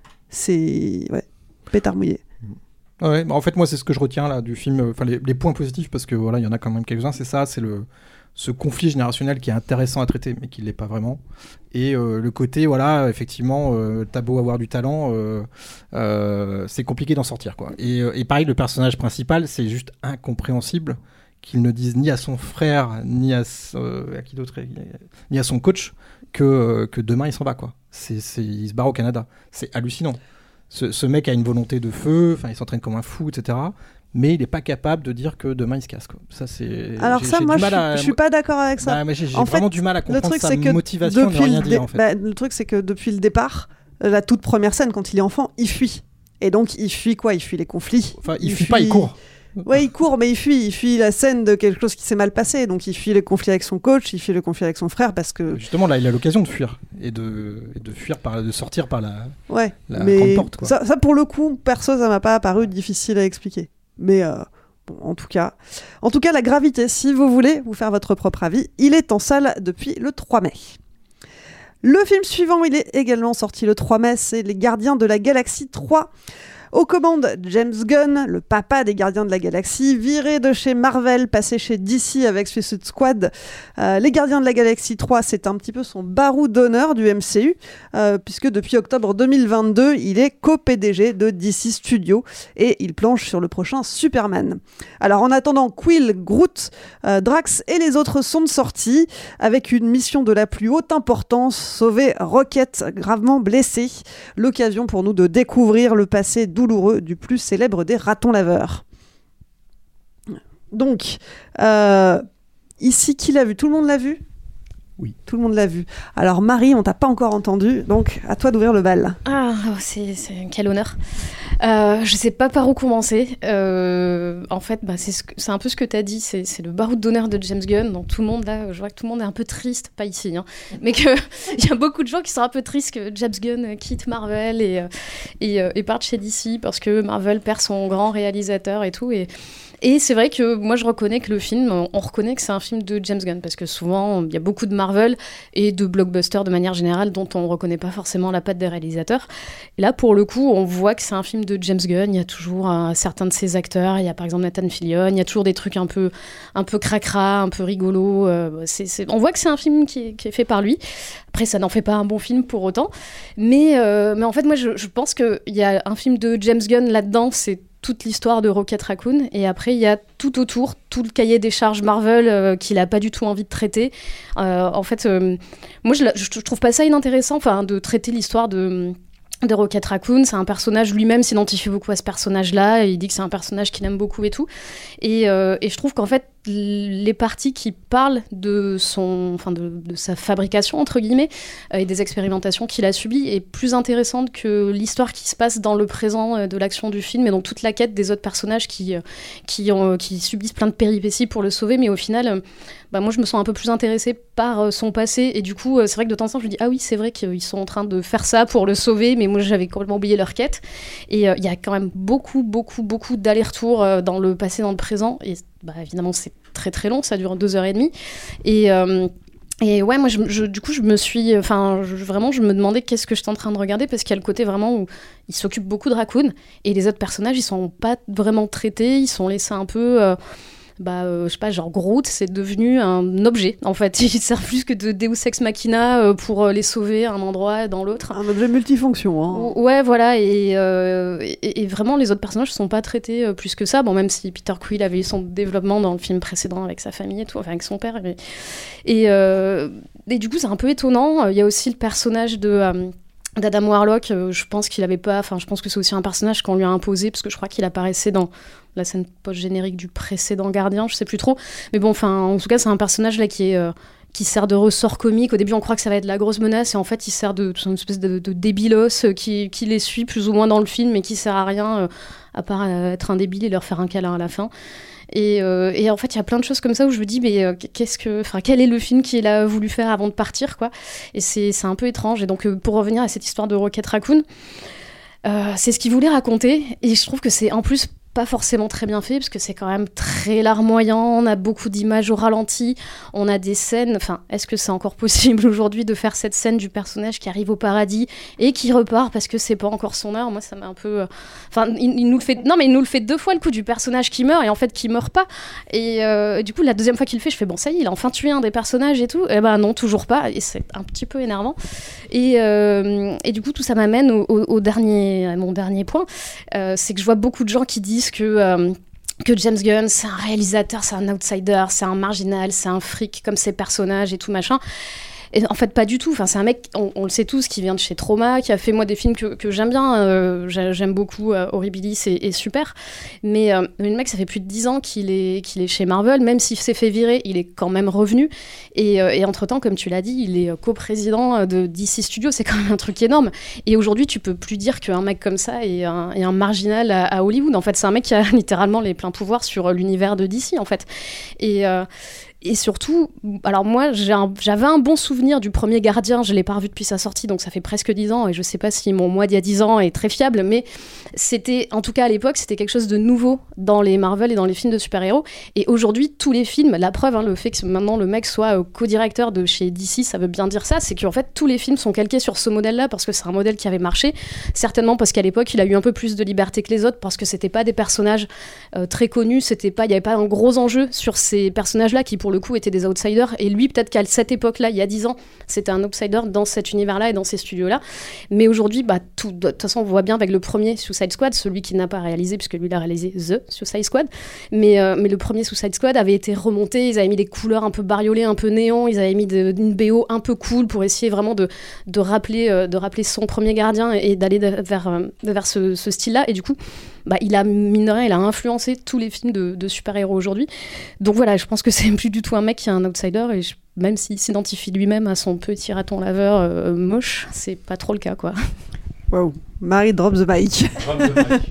S4: c'est ouais, pétard mouillé.
S12: Ouais, bah en fait, moi, c'est ce que je retiens là du film. Enfin, les, les points positifs, parce que voilà, il y en a quand même quelques-uns. C'est ça, c'est le ce conflit générationnel qui est intéressant à traiter, mais qui l'est pas vraiment. Et euh, le côté, voilà, effectivement, euh, t'as beau avoir du talent, euh, euh, c'est compliqué d'en sortir, quoi. Et, euh, et pareil, le personnage principal, c'est juste incompréhensible qu'il ne dise ni à son frère, ni à, ce- euh, à qui d'autre, ni à son coach que euh, que demain il s'en va, quoi. C'est, c'est, il se barre au Canada. C'est hallucinant. Ce, ce mec a une volonté de feu, enfin il s'entraîne comme un fou, et cetera. Mais il n'est pas capable de dire que demain il se casse, quoi. Ça c'est.
S4: Alors
S12: j'ai-
S4: ça,
S12: j'ai
S4: moi,
S12: du
S4: je
S12: mal
S4: suis,
S12: à-
S4: je suis pas d'accord avec ça.
S12: Bah, mais j'ai, j'ai
S4: En
S12: vraiment
S4: fait,
S12: du mal à
S4: le
S12: comprendre
S4: truc,
S12: sa
S4: c'est que
S12: motivation de
S4: depuis
S12: rien
S4: le dé-
S12: dire, en fait.
S4: bah, le truc, c'est que depuis le départ, la toute première scène, quand il est enfant, il fuit. Et donc, il fuit quoi ? Il fuit les conflits.
S12: Enfin, il, il fuit, fuit pas, il court.
S4: Ouais, il court, mais il fuit. Il fuit la scène de quelque chose qui s'est mal passé. Donc, il fuit le conflit avec son coach, il fuit le conflit avec son frère parce que.
S12: Justement, là, il a l'occasion de fuir et de, et de fuir par, de sortir par la,
S4: ouais,
S12: la
S4: mais
S12: grande porte. Quoi.
S4: Ça, ça, pour le coup, perso, ça m'a pas apparu difficile à expliquer. Mais euh, bon, en tout cas, en tout cas, la gravité. Si vous voulez vous faire votre propre avis, il est en salle depuis le trois mai. Le film suivant, il est également sorti le trois mai, c'est Les Gardiens de la Galaxie trois. Aux commandes, James Gunn, le papa des Gardiens de la Galaxie, viré de chez Marvel, passé chez D C avec Suicide Squad. Euh, Les Gardiens de la Galaxie trois, c'est un petit peu son barreau d'honneur du M C U, euh, puisque depuis octobre deux mille vingt-deux, il est co-P D G de D C Studios et il planche sur le prochain Superman. Alors en attendant, Quill, Groot, euh, Drax et les autres sont de sortie, avec une mission de la plus haute importance, sauver Rocket, gravement blessé. L'occasion pour nous de découvrir le passé douloureux du plus célèbre des ratons laveurs. Donc, euh, ici, qui l'a vu ? Tout le monde l'a vu ?
S12: Oui.
S4: Tout le monde l'a vu. Alors, Marie, on t'a pas encore entendu, donc à toi d'ouvrir le bal.
S13: Ah, oh, c'est, c'est quel honneur. Euh, je sais pas par où commencer. Euh, en fait, bah, c'est, ce que, c'est un peu ce que t'as dit, c'est, c'est le baroud d'honneur de James Gunn. Donc tout le monde là, je vois que tout le monde est un peu triste, pas ici, hein, mais qu'il y a beaucoup de gens qui sont un peu tristes que James Gunn quitte Marvel et, et, et parte chez D C parce que Marvel perd son grand réalisateur et tout. Et, Et c'est vrai que moi je reconnais que le film, on reconnaît que c'est un film de James Gunn parce que souvent il y a beaucoup de Marvel et de blockbusters de manière générale dont on reconnaît pas forcément la patte des réalisateurs. Et là pour le coup on voit que c'est un film de James Gunn, il y a toujours euh, certains de ses acteurs, il y a par exemple Nathan Fillion, il y a toujours des trucs un peu, un peu cracra, un peu rigolo. Euh, c'est, c'est... On voit que c'est un film qui est, qui est fait par lui. Après ça n'en fait pas un bon film pour autant. Mais, euh, mais en fait moi je, je pense qu'il y a un film de James Gunn là-dedans, c'est toute l'histoire de Rocket Raccoon, et après il y a tout autour, tout le cahier des charges Marvel euh, qu'il a pas du tout envie de traiter. Euh, en fait, euh, moi je, je, je trouve pas ça inintéressant, enfin, de traiter l'histoire de... de Rocket Raccoon. C'est un personnage, lui-même s'identifie beaucoup à ce personnage-là, et il dit que c'est un personnage qu'il aime beaucoup et tout. Et, euh, et je trouve qu'en fait, les parties qui parlent de, son, enfin de, de sa fabrication, entre guillemets, euh, et des expérimentations qu'il a subies, est plus intéressante que l'histoire qui se passe dans le présent euh, de l'action du film, et donc toute la quête des autres personnages qui, euh, qui, ont, qui subissent plein de péripéties pour le sauver, mais au final... Euh, Bah moi je me sens un peu plus intéressée par euh, son passé, et du coup euh, c'est vrai que de temps en temps je me dis ah oui c'est vrai qu'ils sont en train de faire ça pour le sauver, mais moi j'avais complètement oublié leur quête. Et il euh, y a quand même beaucoup beaucoup beaucoup d'allers-retours euh, dans le passé, dans le présent, et bah évidemment c'est très très long, ça dure deux heures et demie, et euh, Et ouais, moi, je, je, du coup, je me suis... Enfin, je, vraiment, je me demandais qu'est-ce que j'étais en train de regarder, parce qu'il y a le côté vraiment où il s'occupe beaucoup de Raccoon, et les autres personnages, ils sont pas vraiment traités, ils sont laissés un peu... Euh, bah, euh, je sais pas, genre Groot, c'est devenu un objet, en fait. Il sert plus que de Deus Ex Machina euh, pour euh, les sauver à un endroit, dans l'autre.
S4: Un objet multifonction, hein.
S13: Ouais, voilà, et, euh, et, et vraiment, les autres personnages sont pas traités euh, plus que ça. Bon, même si Peter Quill avait eu son développement dans le film précédent avec sa famille et tout, enfin avec son père. Et, et, euh, et du coup, c'est un peu étonnant. Il y a aussi le personnage de... Euh, d'Adam Warlock, euh, je pense qu'il avait pas... Enfin, je pense que c'est aussi un personnage qu'on lui a imposé, parce que je crois qu'il apparaissait dans la scène post-générique du précédent Gardien, je sais plus trop. Mais bon, enfin, en tout cas, c'est un personnage là qui est... Euh, qui sert de ressort comique. Au début, on croit que ça va être la grosse menace, et en fait, il sert de, de une espèce de, de débilos qui, qui les suit plus ou moins dans le film, mais qui sert à rien, euh, à part euh, être un débile et leur faire un câlin à la fin. Et, euh, et en fait, il y a plein de choses comme ça où je me dis, mais euh, qu'est-ce que, enfin, quel est le film qu'il a voulu faire avant de partir, quoi. Et c'est, c'est un peu étrange. Et donc, euh, pour revenir à cette histoire de Rocket Raccoon, euh, c'est ce qu'il voulait raconter. Et je trouve que c'est en plus pas forcément très bien fait, parce que c'est quand même très larmoyant, on a beaucoup d'images au ralenti, on a des scènes, enfin, est-ce que c'est encore possible aujourd'hui de faire cette scène du personnage qui arrive au paradis et qui repart parce que c'est pas encore son heure? Moi, ça m'a un peu... Enfin, il, il nous le fait... Non, mais il nous le fait deux fois, le coup du personnage qui meurt, et en fait, qui meurt pas. Et euh, du coup, la deuxième fois qu'il le fait, je fais, bon, ça y est, il a enfin tué un des personnages et tout. Et ben non, toujours pas, et c'est un petit peu énervant. Et, euh, et du coup, tout ça m'amène au, au, au dernier, à mon dernier point, euh, c'est que je vois beaucoup de gens qui disent que, euh, que James Gunn, c'est un réalisateur, c'est un outsider, c'est un marginal, c'est un fric comme ses personnages et tout machin. Et en fait, pas du tout. Enfin, c'est un mec, on, on le sait tous, qui vient de chez Trauma, qui a fait moi des films que, que j'aime bien. Euh, j'aime beaucoup euh, Horribilis et, et Super. Mais euh, le mec, ça fait plus de dix ans qu'il est, qu'il est chez Marvel. Même s'il s'est fait virer, il est quand même revenu. Et, euh, et entre-temps, comme tu l'as dit, il est coprésident de D C Studios. C'est quand même un truc énorme. Et aujourd'hui, tu peux plus dire qu'un mec comme ça est un, est un marginal à, à Hollywood. En fait, c'est un mec qui a littéralement les pleins pouvoirs sur l'univers de D C, en fait. Et... Euh, Et surtout, alors moi, j'ai un, j'avais un bon souvenir du premier Gardien, je ne l'ai pas revu depuis sa sortie, donc ça fait presque dix ans, et je ne sais pas si mon moi d'il y a dix ans est très fiable, mais c'était, en tout cas à l'époque, c'était quelque chose de nouveau dans les Marvel et dans les films de super-héros. Et aujourd'hui, tous les films, la preuve, hein, le fait que maintenant le mec soit euh, co-directeur de chez D C, ça veut bien dire ça, c'est qu'en fait, tous les films sont calqués sur ce modèle-là, parce que c'est un modèle qui avait marché, certainement parce qu'à l'époque, il a eu un peu plus de liberté que les autres, parce que c'était pas des personnages euh, très connus, c'était pas, il n'y avait pas un gros enjeu sur ces personnages-là qui, pour le coup, étaient des outsiders, et lui peut-être qu'à cette époque-là, il y a dix ans, c'était un outsider dans cet univers-là et dans ces studios-là, mais aujourd'hui, bah, tout, de toute façon, on voit bien avec le premier Suicide Squad, celui qui n'a pas réalisé, puisque lui il a réalisé The Suicide Squad, mais, euh, mais le premier Suicide Squad avait été remonté, ils avaient mis des couleurs un peu bariolées, un peu néon, ils avaient mis de, une B O un peu cool pour essayer vraiment de, de, rappeler, euh, de rappeler son premier Gardien et, et d'aller de, vers, euh, vers ce, ce style-là, et du coup bah, il a, mine de rien, il a influencé tous les films de, de super-héros aujourd'hui. Donc voilà, je pense que c'est plus du tout un mec qui est un outsider, et je, même s'il s'identifie lui-même à son petit raton laveur euh, moche, c'est pas trop le cas, quoi.
S4: Waouh, Marie drop the mic.
S6: Drop the mic.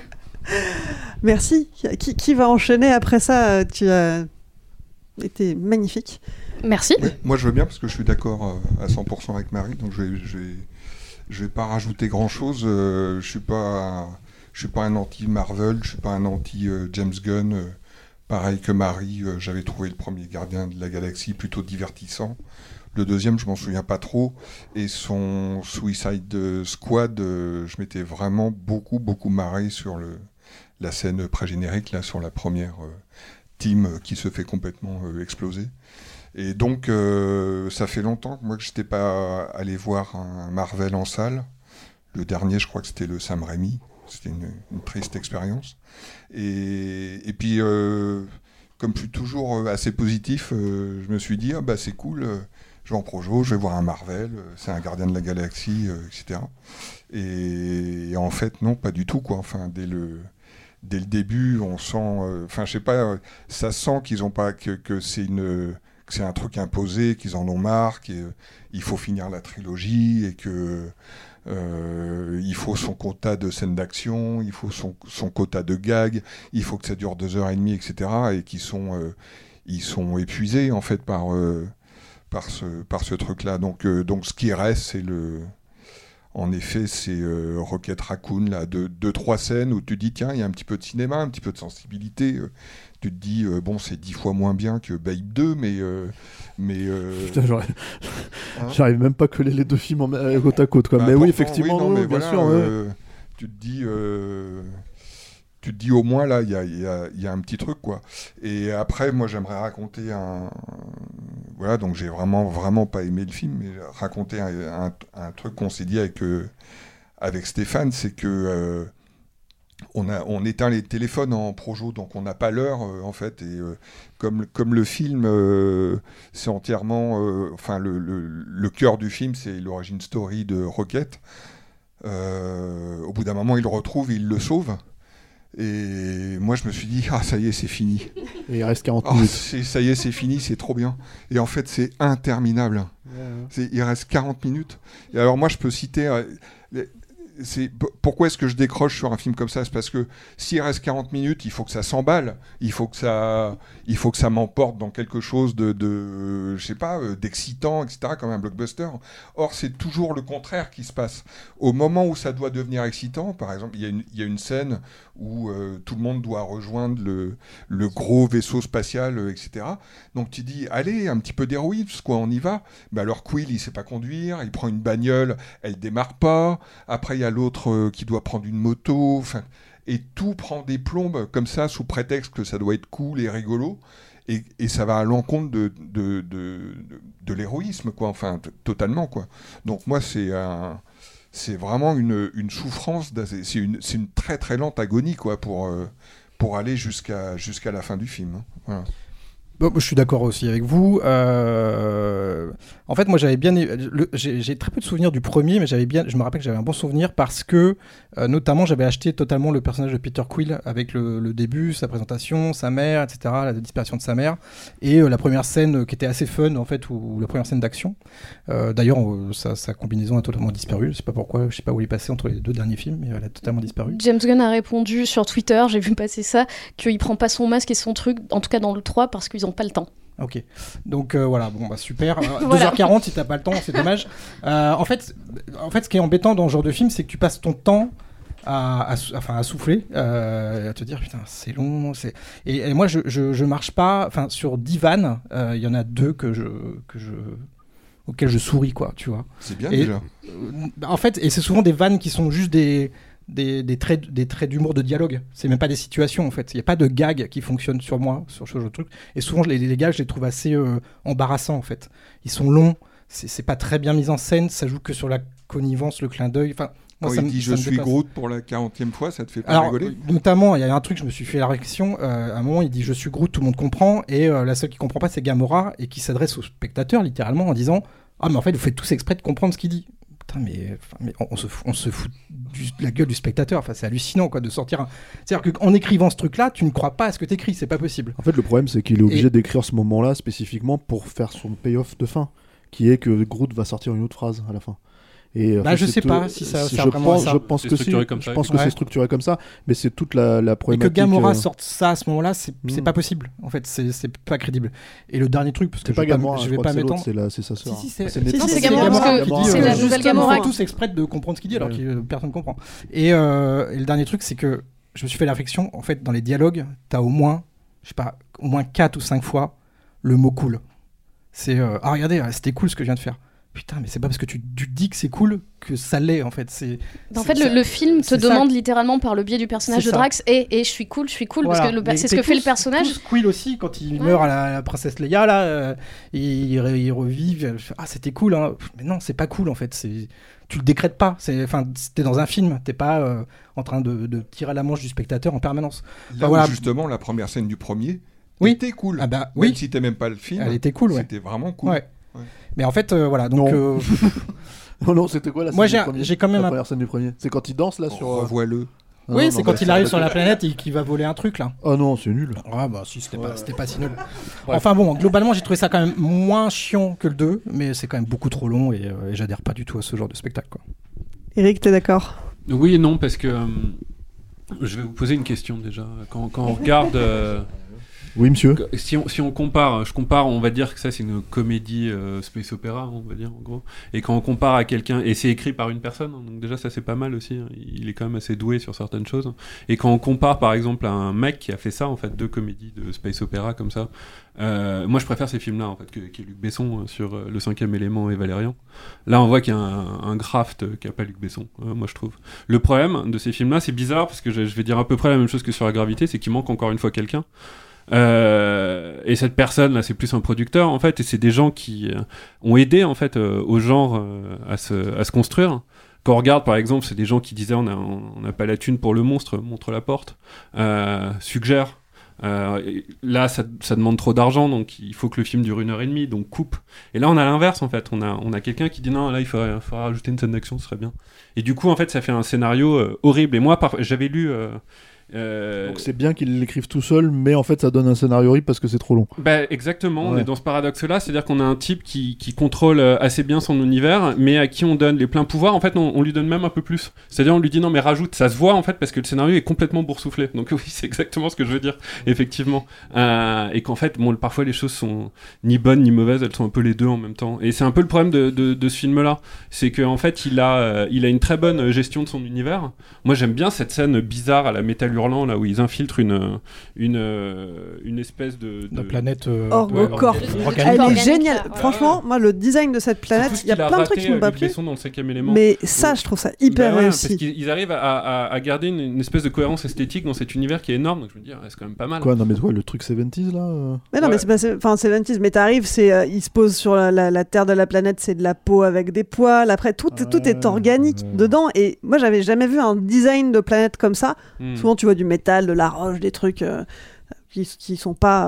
S4: Merci. Qui, qui va enchaîner après ça? Tu as été magnifique.
S13: Merci.
S7: Oui, moi je veux bien, parce que je suis d'accord à cent pour cent avec Marie, donc je vais, je vais, je vais pas rajouter grand-chose. Euh, je suis pas... Je suis pas un anti-Marvel, je suis pas un anti-James Gunn. Euh, pareil que Marie, euh, j'avais trouvé le premier Gardien de la Galaxie plutôt divertissant. Le deuxième, je m'en souviens pas trop. Et son Suicide Squad, euh, je m'étais vraiment beaucoup, beaucoup marré sur le, la scène pré-générique, là, sur la première euh, team euh, qui se fait complètement euh, exploser. Et donc, euh, ça fait longtemps que moi que j'étais pas allé voir un Marvel en salle. Le dernier, je crois que c'était le Sam Raimi. C'était une, une triste expérience. Et, et puis, euh, comme je suis toujours assez positif, euh, je me suis dit, ah bah c'est cool, euh, je vais en projo, je vais voir un Marvel, euh, c'est un Gardien de la Galaxie, euh, et cetera. Et, et en fait, non, pas du tout, quoi. Enfin, dès le, dès le début, on sent... Enfin, euh, je sais pas, euh, ça sent qu'ils ont pas... que, que c'est une... que c'est un truc imposé, qu'ils en ont marre, qu'il euh, faut finir la trilogie, et que... Euh, il faut son quota de scènes d'action, il faut son, son quota de gags, il faut que ça dure deux heures et demie, et cetera. Et qu'ils sont, euh, ils sont épuisés en fait par, euh, par ce, par ce truc-là. Donc, euh, donc ce qui reste, c'est le, en effet, c'est euh, Rocket Raccoon, là, deux, deux, trois scènes où tu te dis tiens, il y a un petit peu de cinéma, un petit peu de sensibilité. Euh, tu te dis euh, bon, c'est dix fois moins bien que Babe deux, mais euh, mais euh...
S3: Putain, j'arrive... Hein j'arrive même pas à coller les deux films en... côte à côte, quoi. Bah, mais oui, effectivement, oui, non, mais bien voilà, sûr. Euh, ouais.
S7: Tu te dis, euh... tu te dis au moins là, il y a, y, a, y a un petit truc, quoi. Et après, moi, j'aimerais raconter un, voilà, donc j'ai vraiment vraiment pas aimé le film, mais raconter un, un, un truc qu'on s'est dit avec euh, avec Stéphane, c'est que euh, On, a, on éteint les téléphones en projo, donc on n'a pas l'heure, euh, en fait. Et euh, comme, comme le film, euh, c'est entièrement... Euh, enfin, le, le, le cœur du film, c'est l'origin story de Rocket. Euh, au bout d'un moment, il le retrouve, il le sauve. Et moi, je me suis dit, ah, ça y est, c'est fini.
S3: Et il reste quarante
S7: oh,
S3: minutes.
S7: C'est, ça y est, c'est fini, c'est trop bien. Et en fait, c'est interminable. Yeah. C'est, il reste quarante minutes. Et alors, moi, je peux citer... Euh, les, C'est, pourquoi est-ce que je décroche sur un film comme ça? C'est parce que s'il reste quarante minutes, il faut que ça s'emballe, il faut que ça, il faut que ça m'emporte dans quelque chose de, de je sais pas, d'excitant, et cetera, comme un blockbuster. Or, c'est toujours le contraire qui se passe. Au moment où ça doit devenir excitant, par exemple, il y a une, il y a une scène où euh, tout le monde doit rejoindre le, le gros vaisseau spatial, euh, et cetera. Donc tu dis, allez, un petit peu d'héroïsme, quoi, on y va. Mais alors Quill, il sait pas conduire, il prend une bagnole, elle démarre pas. Après, il y a l'autre euh, qui doit prendre une moto. Enfin, et tout prend des plombes comme ça, sous prétexte que ça doit être cool et rigolo. Et, et ça va à l'encontre de, de, de, de, de l'héroïsme, quoi. Enfin, t- totalement, quoi. Donc moi, c'est un... C'est vraiment une, une souffrance, c'est une, c'est une très très lente agonie, quoi, pour, euh, pour aller jusqu'à, jusqu'à la fin du film. Hein. Voilà.
S12: Bon, je suis d'accord aussi avec vous. Euh... En fait, moi, j'avais bien, le... j'ai, j'ai très peu de souvenirs du premier, mais j'avais bien, je me rappelle que j'avais un bon souvenir parce que, euh, notamment, j'avais acheté totalement le personnage de Peter Quill avec le, le début, sa présentation, sa mère, et cetera, la disparition de sa mère, et euh, la première scène euh, qui était assez fun en fait, ou, ou la première scène d'action. Euh, d'ailleurs, euh, sa, sa combinaison a totalement disparu. Je sais pas pourquoi, je sais pas où il est passé entre les deux derniers films, mais elle a totalement disparu.
S13: James Gunn a répondu sur Twitter, j'ai vu passer ça, qu'il prend pas son masque et son truc, en tout cas dans le trois, parce qu'ils ont pas le temps.
S12: Ok, donc euh, voilà, bon bah super.
S13: Voilà.
S12: deux heures quarante si t'as pas le temps, c'est dommage. Euh, en fait, en fait, ce qui est embêtant dans ce genre de film, c'est que tu passes ton temps à, à, enfin, à souffler, euh, à te dire putain c'est long, c'est. Et, et moi je, je je marche pas, enfin sur dix vannes, il euh, y en a deux que je que je auxquelles je souris quoi, tu vois.
S7: C'est bien
S12: et,
S7: déjà.
S12: Euh, en fait, et c'est souvent des vannes qui sont juste des Des, des, traits, des traits d'humour de dialogue. C'est même pas des situations en fait. Il n'y a pas de gag qui fonctionne sur moi, sur ce genre de truc. Et souvent, les, les gags, je les trouve assez euh, embarrassants en fait. Ils sont longs, c'est, c'est pas très bien mis en scène, ça joue que sur la connivence, le clin d'œil. Enfin, moi,
S7: Quand
S12: ça
S7: il
S12: me,
S7: dit
S12: ça
S7: je
S12: me
S7: suis
S12: dépasse.
S7: Groot pour la quarantième fois, ça te fait pas
S12: Alors,
S7: rigoler?
S12: Notamment, il y a un truc, je me suis fait la réaction. Euh, à un moment, il dit je suis Groot, tout le monde comprend. Et euh, la seule qui comprend pas, c'est Gamora, et qui s'adresse aux spectateurs littéralement en disant ah, mais en fait, vous faites tous exprès de comprendre ce qu'il dit. Putain, mais, mais on, on, se, on se fout du, de la gueule du spectateur. Enfin, c'est hallucinant quoi, de sortir un... C'est-à-dire qu'en écrivant ce truc-là, tu ne crois pas à ce que tu écris, c'est pas possible.
S3: En fait, le problème, c'est qu'il est obligé
S12: Et...
S3: d'écrire ce moment-là spécifiquement pour faire son payoff de fin, qui est que Groot va sortir une autre phrase à la fin. Et,
S12: bah,
S3: enfin,
S12: je sais
S3: tout...
S12: pas si ça sert
S3: je
S12: vraiment
S3: pense,
S12: à ça.
S3: Je pense
S6: c'est
S3: que si.
S6: structuré comme
S3: je
S6: ça,
S3: pense que
S12: ouais.
S3: c'est structuré comme ça, mais c'est toute la, la
S12: Et
S3: problématique.
S12: que Gamora
S3: euh...
S12: sorte ça à ce moment-là, c'est, c'est
S3: mm.
S12: pas possible. En fait, c'est, c'est pas crédible. Et le dernier truc, parce que
S3: c'est
S12: je
S3: pas
S12: vais
S3: Gamora,
S12: pas, je
S3: je
S12: vais
S3: crois
S12: pas
S3: que c'est
S12: m'étendre.
S3: l'autre, c'est, la, c'est sa sœur.
S12: Si, si, c'est,
S3: c'est,
S12: si,
S13: Non,
S12: si,
S13: c'est
S12: c'est
S13: Gamora,
S12: Gamora
S13: parce que
S12: qui dit,
S13: c'est
S12: euh,
S13: la
S12: justement,
S13: nouvelle Gamora.
S12: Ils font tous exprès de comprendre ce qu'il dit alors
S3: Ouais.
S12: que personne ne comprend. Et, euh, et le dernier truc, c'est que je me suis fait la réflexion. En fait, dans les dialogues, t'as au moins, je sais pas, au moins quatre ou cinq fois le mot cool. C'est euh, ah regardez, c'était cool ce que je viens de faire. Putain, mais c'est pas parce que tu, tu dis que c'est cool que ça l'est en fait. C'est,
S13: en
S12: c'est,
S13: fait,
S12: ça,
S13: le, le film te
S12: c'est
S13: demande
S12: ça.
S13: littéralement par le biais du personnage
S12: C'est
S13: de
S12: ça.
S13: Drax et, et je suis cool, je suis cool
S12: Voilà.
S13: parce que le,
S12: Mais
S13: c'est ce
S12: t'es
S13: que fait
S12: tous-
S13: le personnage.
S12: tous Quill aussi quand il
S13: Ouais.
S12: meurt à la, la princesse Leia là, euh, il, il revive. Ah c'était cool hein. Mais non, c'est pas cool en fait. C'est tu le décrètes pas. C'est enfin t'es dans un film, t'es pas euh, en train de, de tirer la manche du spectateur en permanence.
S7: Là
S12: Enfin,
S7: où
S12: voilà.
S7: justement la première scène du premier
S12: Oui.
S7: était cool.
S12: Ah bah
S7: Même
S12: oui.
S7: si t'aimais pas le film,
S12: Elle était cool, ouais.
S7: c'était vraiment cool.
S12: Ouais. Mais en fait euh, voilà donc.
S3: Non.
S12: euh,
S3: Non, non, c'était quoi la scène
S12: Moi,
S3: du
S12: j'ai-
S3: premier
S12: j'ai quand même
S3: la
S12: un-
S3: première scène du premier. C'est quand il danse là sur. euh,
S7: Revois-le.
S3: Non,
S12: oui,
S3: non,
S12: c'est
S3: non,
S12: quand
S3: bah,
S12: il
S3: ça
S12: arrive
S3: va
S12: sur
S3: être-
S12: la planète et qu'il va voler un truc là.
S3: Oh non, c'est nul.
S12: Ah bah si, c'était,
S3: Ouais.
S12: pas, c'était pas si nul. Enfin bon, globalement, j'ai trouvé ça quand même moins chiant que le deux, mais c'est quand même beaucoup trop long et, euh, et j'adhère pas du tout à ce genre de spectacle quoi.
S4: Eric, t'es d'accord?
S6: Oui et non, parce que euh, je vais vous poser une question déjà. Quand, quand on regarde. euh,
S3: Oui, monsieur.
S6: Si on, si on compare, je compare, on va dire que ça c'est une comédie euh, space opéra, on va dire en gros. Et quand on compare à quelqu'un, et c'est écrit par une personne, hein, donc déjà ça c'est pas mal aussi. Hein, il est quand même assez doué sur certaines choses. Et quand on compare par exemple à un mec qui a fait ça, en fait, deux comédies de space opéra comme ça, euh, moi je préfère ces films-là en fait que, que Luc Besson euh, sur euh, Le Cinquième Élément et Valérian. Là on voit qu'il y a un, un graft qu'a pas Luc Besson, euh, moi je trouve. Le problème de ces films-là, c'est bizarre parce que je, je vais dire à peu près la même chose que sur La Gravité, c'est qu'il manque encore une fois quelqu'un. Euh, et cette personne là c'est plus un producteur en fait et c'est des gens qui euh, ont aidé en fait euh, au genre euh, à, se, à se construire. Quand on regarde par exemple, c'est des gens qui disaient on n'a on a pas la thune pour le monstre, montre la porte, euh, suggère euh, là ça, ça demande trop d'argent donc il faut que le film dure une heure et demie donc coupe. Et là on a l'inverse en fait, on a, on a quelqu'un qui dit non là il faudrait, faudrait rajouter une scène d'action, ce serait bien. Et du coup en fait ça fait un scénario euh, horrible. Et moi par... j'avais lu euh, Euh...
S3: Donc c'est bien qu'ils l'écrivent tout seul, mais en fait ça donne un scénario horrible parce que c'est trop long.
S6: Bah exactement,
S3: Ouais.
S6: on est dans ce paradoxe-là, c'est-à-dire qu'on a un type qui, qui contrôle euh, assez bien son univers, mais à qui on donne les pleins pouvoirs. En fait, on, on lui donne même un peu plus. C'est-à-dire on lui dit non mais rajoute, ça se voit en fait parce que le scénario est complètement boursouflé. Donc oui, c'est exactement ce que je veux dire, effectivement. Euh, et qu'en fait, bon, parfois les choses sont ni bonnes ni mauvaises, elles sont un peu les deux en même temps. Et c'est un peu le problème de, de, de ce film-là, c'est qu'en fait il a, euh, il a une très bonne gestion de son univers. Moi j'aime bien cette scène bizarre à la Métal Hurlant là où ils infiltrent une, une, une espèce de... de...
S12: La planète euh,
S4: Orgocorp.
S12: de-
S4: Elle est
S13: Organique,
S4: géniale.
S13: ouais.
S4: Franchement, moi, le design de cette
S6: C'est tout
S4: planète,
S6: ce
S4: il y a
S6: qu'il
S4: plein de
S6: raté,
S4: trucs qui m'ont
S6: euh,
S4: pas
S6: Luc
S4: plu.
S6: Besson dans le cinquième élément.
S4: Mais ça, je trouve ça hyper
S6: Bah ouais,
S4: réussi.
S6: parce qu'ils ils arrivent à, à, à garder une, une espèce de cohérence esthétique dans cet univers qui est énorme, donc je me dis, ah, c'est quand même pas mal.
S3: Quoi, non mais ouais, le truc soixante-dix là euh...
S4: Mais non,
S6: Ouais.
S4: mais c'est pas, c'est- enfin, c'est vingt-six, mais t'arrives, c'est, euh, il se pose sur la, la, la terre de la planète, c'est de la peau avec des poils. Après, tout, tout est
S3: Ouais,
S4: organique
S3: ouais.
S4: dedans. Et moi, j'avais jamais vu un design de planète comme ça.
S6: Hmm.
S4: Souvent, tu vois du métal, de la roche, des trucs euh, qui, qui sont pas euh,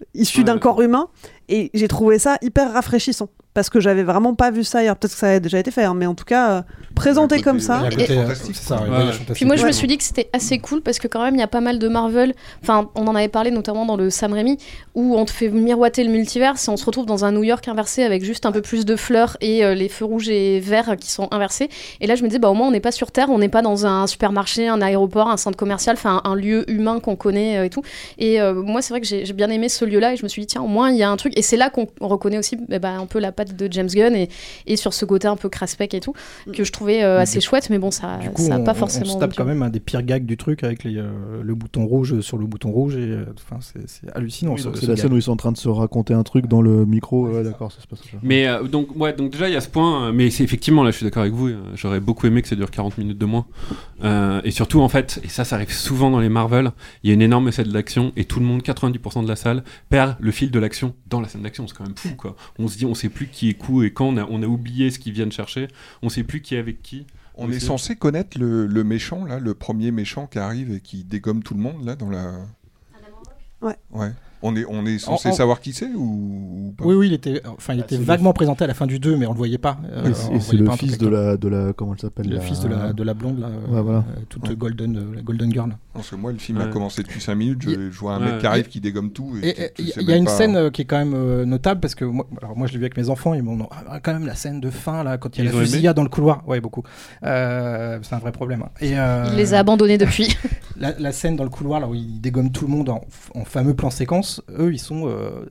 S4: issu
S6: Ouais,
S4: d'un
S6: ouais.
S4: corps humain. Et j'ai trouvé ça hyper rafraîchissant. Parce que j'avais vraiment pas vu ça ailleurs. Peut-être que ça a déjà été fait, hein, mais en tout cas, euh, présenté
S7: côté-
S4: comme ça.
S7: il y a un côté fantastique,
S12: c'est ça,
S7: quoi.
S12: ouais,
S6: Ouais.
S12: voyage fantastique.
S13: Puis moi, je me
S4: Ouais.
S13: suis dit que c'était assez cool parce que quand même, il y a pas mal de Marvel. Enfin, on en avait parlé notamment dans le Sam Raimi où on te fait miroiter le multiverse et on se retrouve dans un New York inversé avec juste un peu plus de fleurs et euh, les feux rouges et verts qui sont inversés. Et là, je me disais, bah au moins, on n'est pas sur Terre, on n'est pas dans un supermarché, un aéroport, un centre commercial, enfin un, un lieu humain qu'on connaît euh, et tout. Et euh, moi, c'est vrai que j'ai j'ai bien aimé ce lieu-là et je me suis dit, tiens, au moins, il y a un truc. Et c'est là qu'on reconnaît aussi eh ben, un peu la patte de James Gunn et, et sur ce côté un peu craspec et tout que je trouvais euh, assez
S12: Du-
S13: chouette, mais bon, ça
S12: Du coup,
S13: ça a
S12: on,
S13: pas
S12: on-
S13: forcément.
S12: on se tape
S13: vendu.
S12: quand même un des pires gags du truc avec les, euh, le bouton rouge sur le bouton rouge. Et, euh, enfin, c'est, c'est hallucinant.
S3: Oui,
S12: ce-
S3: donc
S12: ce
S3: c'est la
S12: gag.
S3: scène où ils sont en train de se raconter un truc dans le micro. Ouais, d'accord, ça se passe.
S6: Mais euh, donc, ouais, donc déjà il y a ce point, euh, mais c'est effectivement là je suis d'accord avec vous, euh, j'aurais beaucoup aimé que ça dure quarante minutes de moins. Euh, et surtout en fait, et ça ça arrive souvent dans les Marvel, il y a une énorme scène d'action et tout le monde, quatre-vingt-dix pour cent de la salle, perd le fil de l'action dans la scène d'action, c'est quand même fou quoi. On se dit on sait plus qui est coup et quand, on a, on a oublié ce qu'ils viennent chercher, on sait plus qui est avec qui.
S7: On
S6: aussi.
S7: est censé connaître le, le méchant, là, le premier méchant qui arrive et qui dégomme tout le monde, là, dans la...
S4: Ouais.
S7: Ouais. On est, on est censé
S12: En- en-
S7: savoir qui c'est ou, ou pas?
S12: Oui, oui, il était, enfin, il
S3: Ah,
S12: était
S3: c'est
S12: vaguement présenté à la fin du deux, mais on le voyait pas. Euh,
S3: Et c'est-
S12: on
S3: et
S12: le
S3: c'est
S12: voyait
S3: le
S12: pas en
S3: fils
S12: tant
S3: de
S12: qu'acteur.
S3: la, de la. Comment elle s'appelle
S12: Le
S3: la-
S12: fils de la, de la blonde, là, euh,
S3: Ouais, voilà.
S12: euh, toute
S6: Ouais.
S12: golden, euh, la golden girl.
S7: Parce que moi, le film
S6: Ouais.
S7: a commencé depuis cinq minutes, je,
S12: Il-
S7: je vois un
S6: Ouais.
S7: mec qui arrive, qui dégomme tout. Et
S12: Et
S7: tu-
S12: et
S7: tu
S12: il
S7: sais
S12: y a
S7: même
S12: une
S7: pas-
S12: scène euh, qui est quand même euh, notable parce que moi, alors moi je l'ai vu avec mes enfants, ils m'ont dit, ah, quand même la scène de fin là quand il y a
S6: Ils
S12: la
S6: ont aimé
S12: fusillade dans le couloir, ouais beaucoup. Euh, c'est un vrai problème. hein. Et euh,
S13: Il les a abandonnés depuis.
S12: la, la scène dans le couloir là où il dégomme tout le monde en, en fameux plan séquence, eux ils sont euh,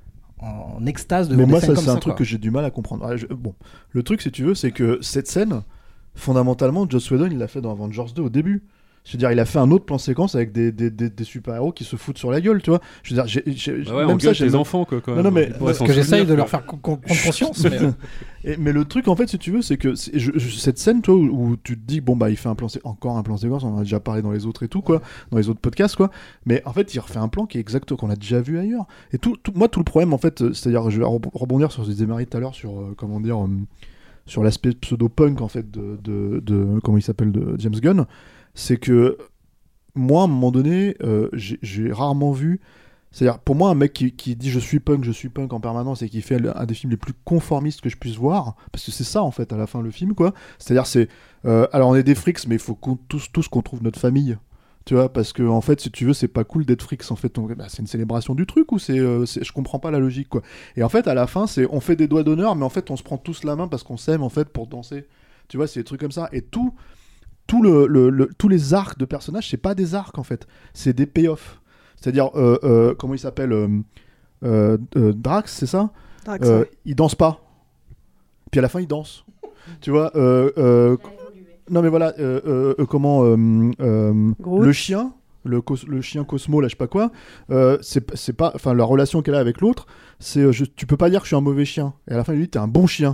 S12: en extase de
S3: Mais
S12: voir
S3: moi,
S12: des
S3: ça,
S12: scènes
S3: c'est
S12: comme
S3: un
S12: ça,
S3: truc
S12: quoi.
S3: que j'ai du mal à comprendre. Ah, je- Bon, le truc, si tu veux, c'est que cette scène, fondamentalement, Joss Whedon, il l'a fait dans Avengers deux au début. Je veux dire, il a fait un autre plan séquence avec des, des, des, des super-héros qui se foutent sur la gueule, tu vois. Je veux dire, j'ai, j'ai,
S6: Bah ouais,
S3: même
S6: on
S3: ça,
S6: gueule
S3: j'ai
S6: tes
S3: même-
S6: enfants quoi. Quand
S3: Non,
S6: même.
S3: non, mais-
S6: Ils pourraient
S3: parce
S6: s'en
S12: que j'essaye
S6: souvenir,
S12: de leur
S6: quoi.
S12: faire co- co- prendre conscience. mais, euh,
S3: Et- mais le truc, en fait, si tu veux, c'est que c'est- je- je- cette scène, toi, où, où tu te dis, bon, bah, il fait un plan, sé- encore un plan séquence, on en a déjà parlé dans les autres et tout, quoi, dans les autres podcasts, quoi. Mais en fait, il refait un plan qui est exact, qu'on a déjà vu ailleurs. Et tout, tout- moi, tout le problème, en fait, euh, c'est-à-dire, je vais reb- rebondir sur ce que disait Marie tout à l'heure, sur, euh, comment dire, euh, sur l'aspect pseudo-punk, en fait, de, de, de- comment il s'appelle, de James Gunn, c'est que moi, à un moment donné, euh, j'ai, j'ai rarement vu. C'est-à-dire, pour moi, un mec qui, qui dit je suis punk, je suis punk en permanence et qui fait le- un des films les plus conformistes que je puisse voir, parce que c'est ça en fait à la fin le film, quoi. C'est-à-dire, c'est. euh, alors, on est des frics, mais il faut qu'on, tous, tous qu'on trouve notre famille. Tu vois, parce que en fait, si tu veux, c'est pas cool d'être frics. En fait, on- bah, c'est une célébration du truc ou c'est, euh, c'est- je comprends pas la logique, quoi. Et en fait, à la fin, c'est, on fait des doigts d'honneur, mais en fait, on se prend tous la main parce qu'on s'aime en fait pour danser. Tu vois, c'est des trucs comme ça. Et tout, tout le, le- le- tous les arcs de personnages, c'est pas des arcs en fait, c'est des payoffs. C'est-à-dire, euh, euh, comment il s'appelle euh, euh, euh, Drax, c'est ça
S4: Drax,
S3: Euh,
S4: ouais.
S3: Il danse pas. Puis à la fin, il danse. Tu vois euh, euh, Non, mais voilà, euh, euh, euh, comment. euh, euh,
S4: Groot.
S3: le chien. Le, cos- le chien Cosmo, là, je sais pas quoi, euh, c'est c'est pas. Enfin, la relation qu'elle a avec l'autre, c'est. euh, je- tu peux pas dire que je suis un mauvais chien. Et à la fin, il lui dit, t'es un bon chien.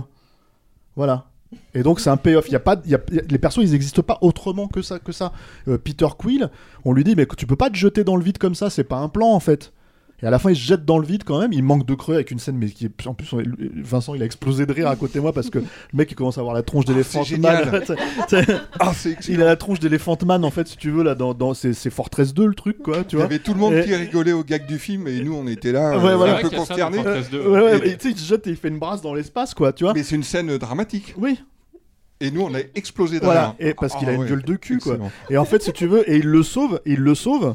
S3: Voilà. Et donc, c'est un payoff. Il y a pas, il y a, il y a- les persos, ils n'existent pas autrement que ça. Que ça. Euh, Peter Quill, on lui dit, mais tu peux pas te jeter dans le vide comme ça, c'est pas un plan, en fait. Et à la fin, il se jette dans le vide quand même. Il manque de creux avec une scène, mais qui est... en plus, on est- Vincent, il a explosé de rire à côté de moi parce que le mec, il commence à avoir la tronche d'éléphant
S7: c'est
S3: man.
S7: génial.
S3: C'est-
S7: Ah, c'est
S3: il
S7: excellent.
S3: a la tronche d'éléphant man, en fait, si tu veux, là, dans, dans c'est, c'est Fortress deux, le truc, quoi, tu
S7: Il y
S3: vois.
S7: avait tout le monde
S3: Et-
S7: qui rigolait au gag du film et nous, on était là,
S3: Ouais,
S7: euh,
S3: voilà.
S7: un peu
S6: C'est vrai qu'il y a ça dans
S7: consternés.
S6: Fortress deux.
S3: Ouais, ouais,
S7: Et-
S3: et tu sais, il se jette et il fait une brasse dans l'espace, quoi, tu vois.
S7: Mais c'est une scène dramatique.
S3: Oui.
S7: Et nous, on a explosé de
S3: Voilà,
S7: rire.
S3: et parce qu'il
S7: Ah
S3: a une
S7: ouais,
S3: gueule de cul, quoi.
S7: excellent.
S3: Et en fait, si tu veux, et il le sauve, et il le sauve.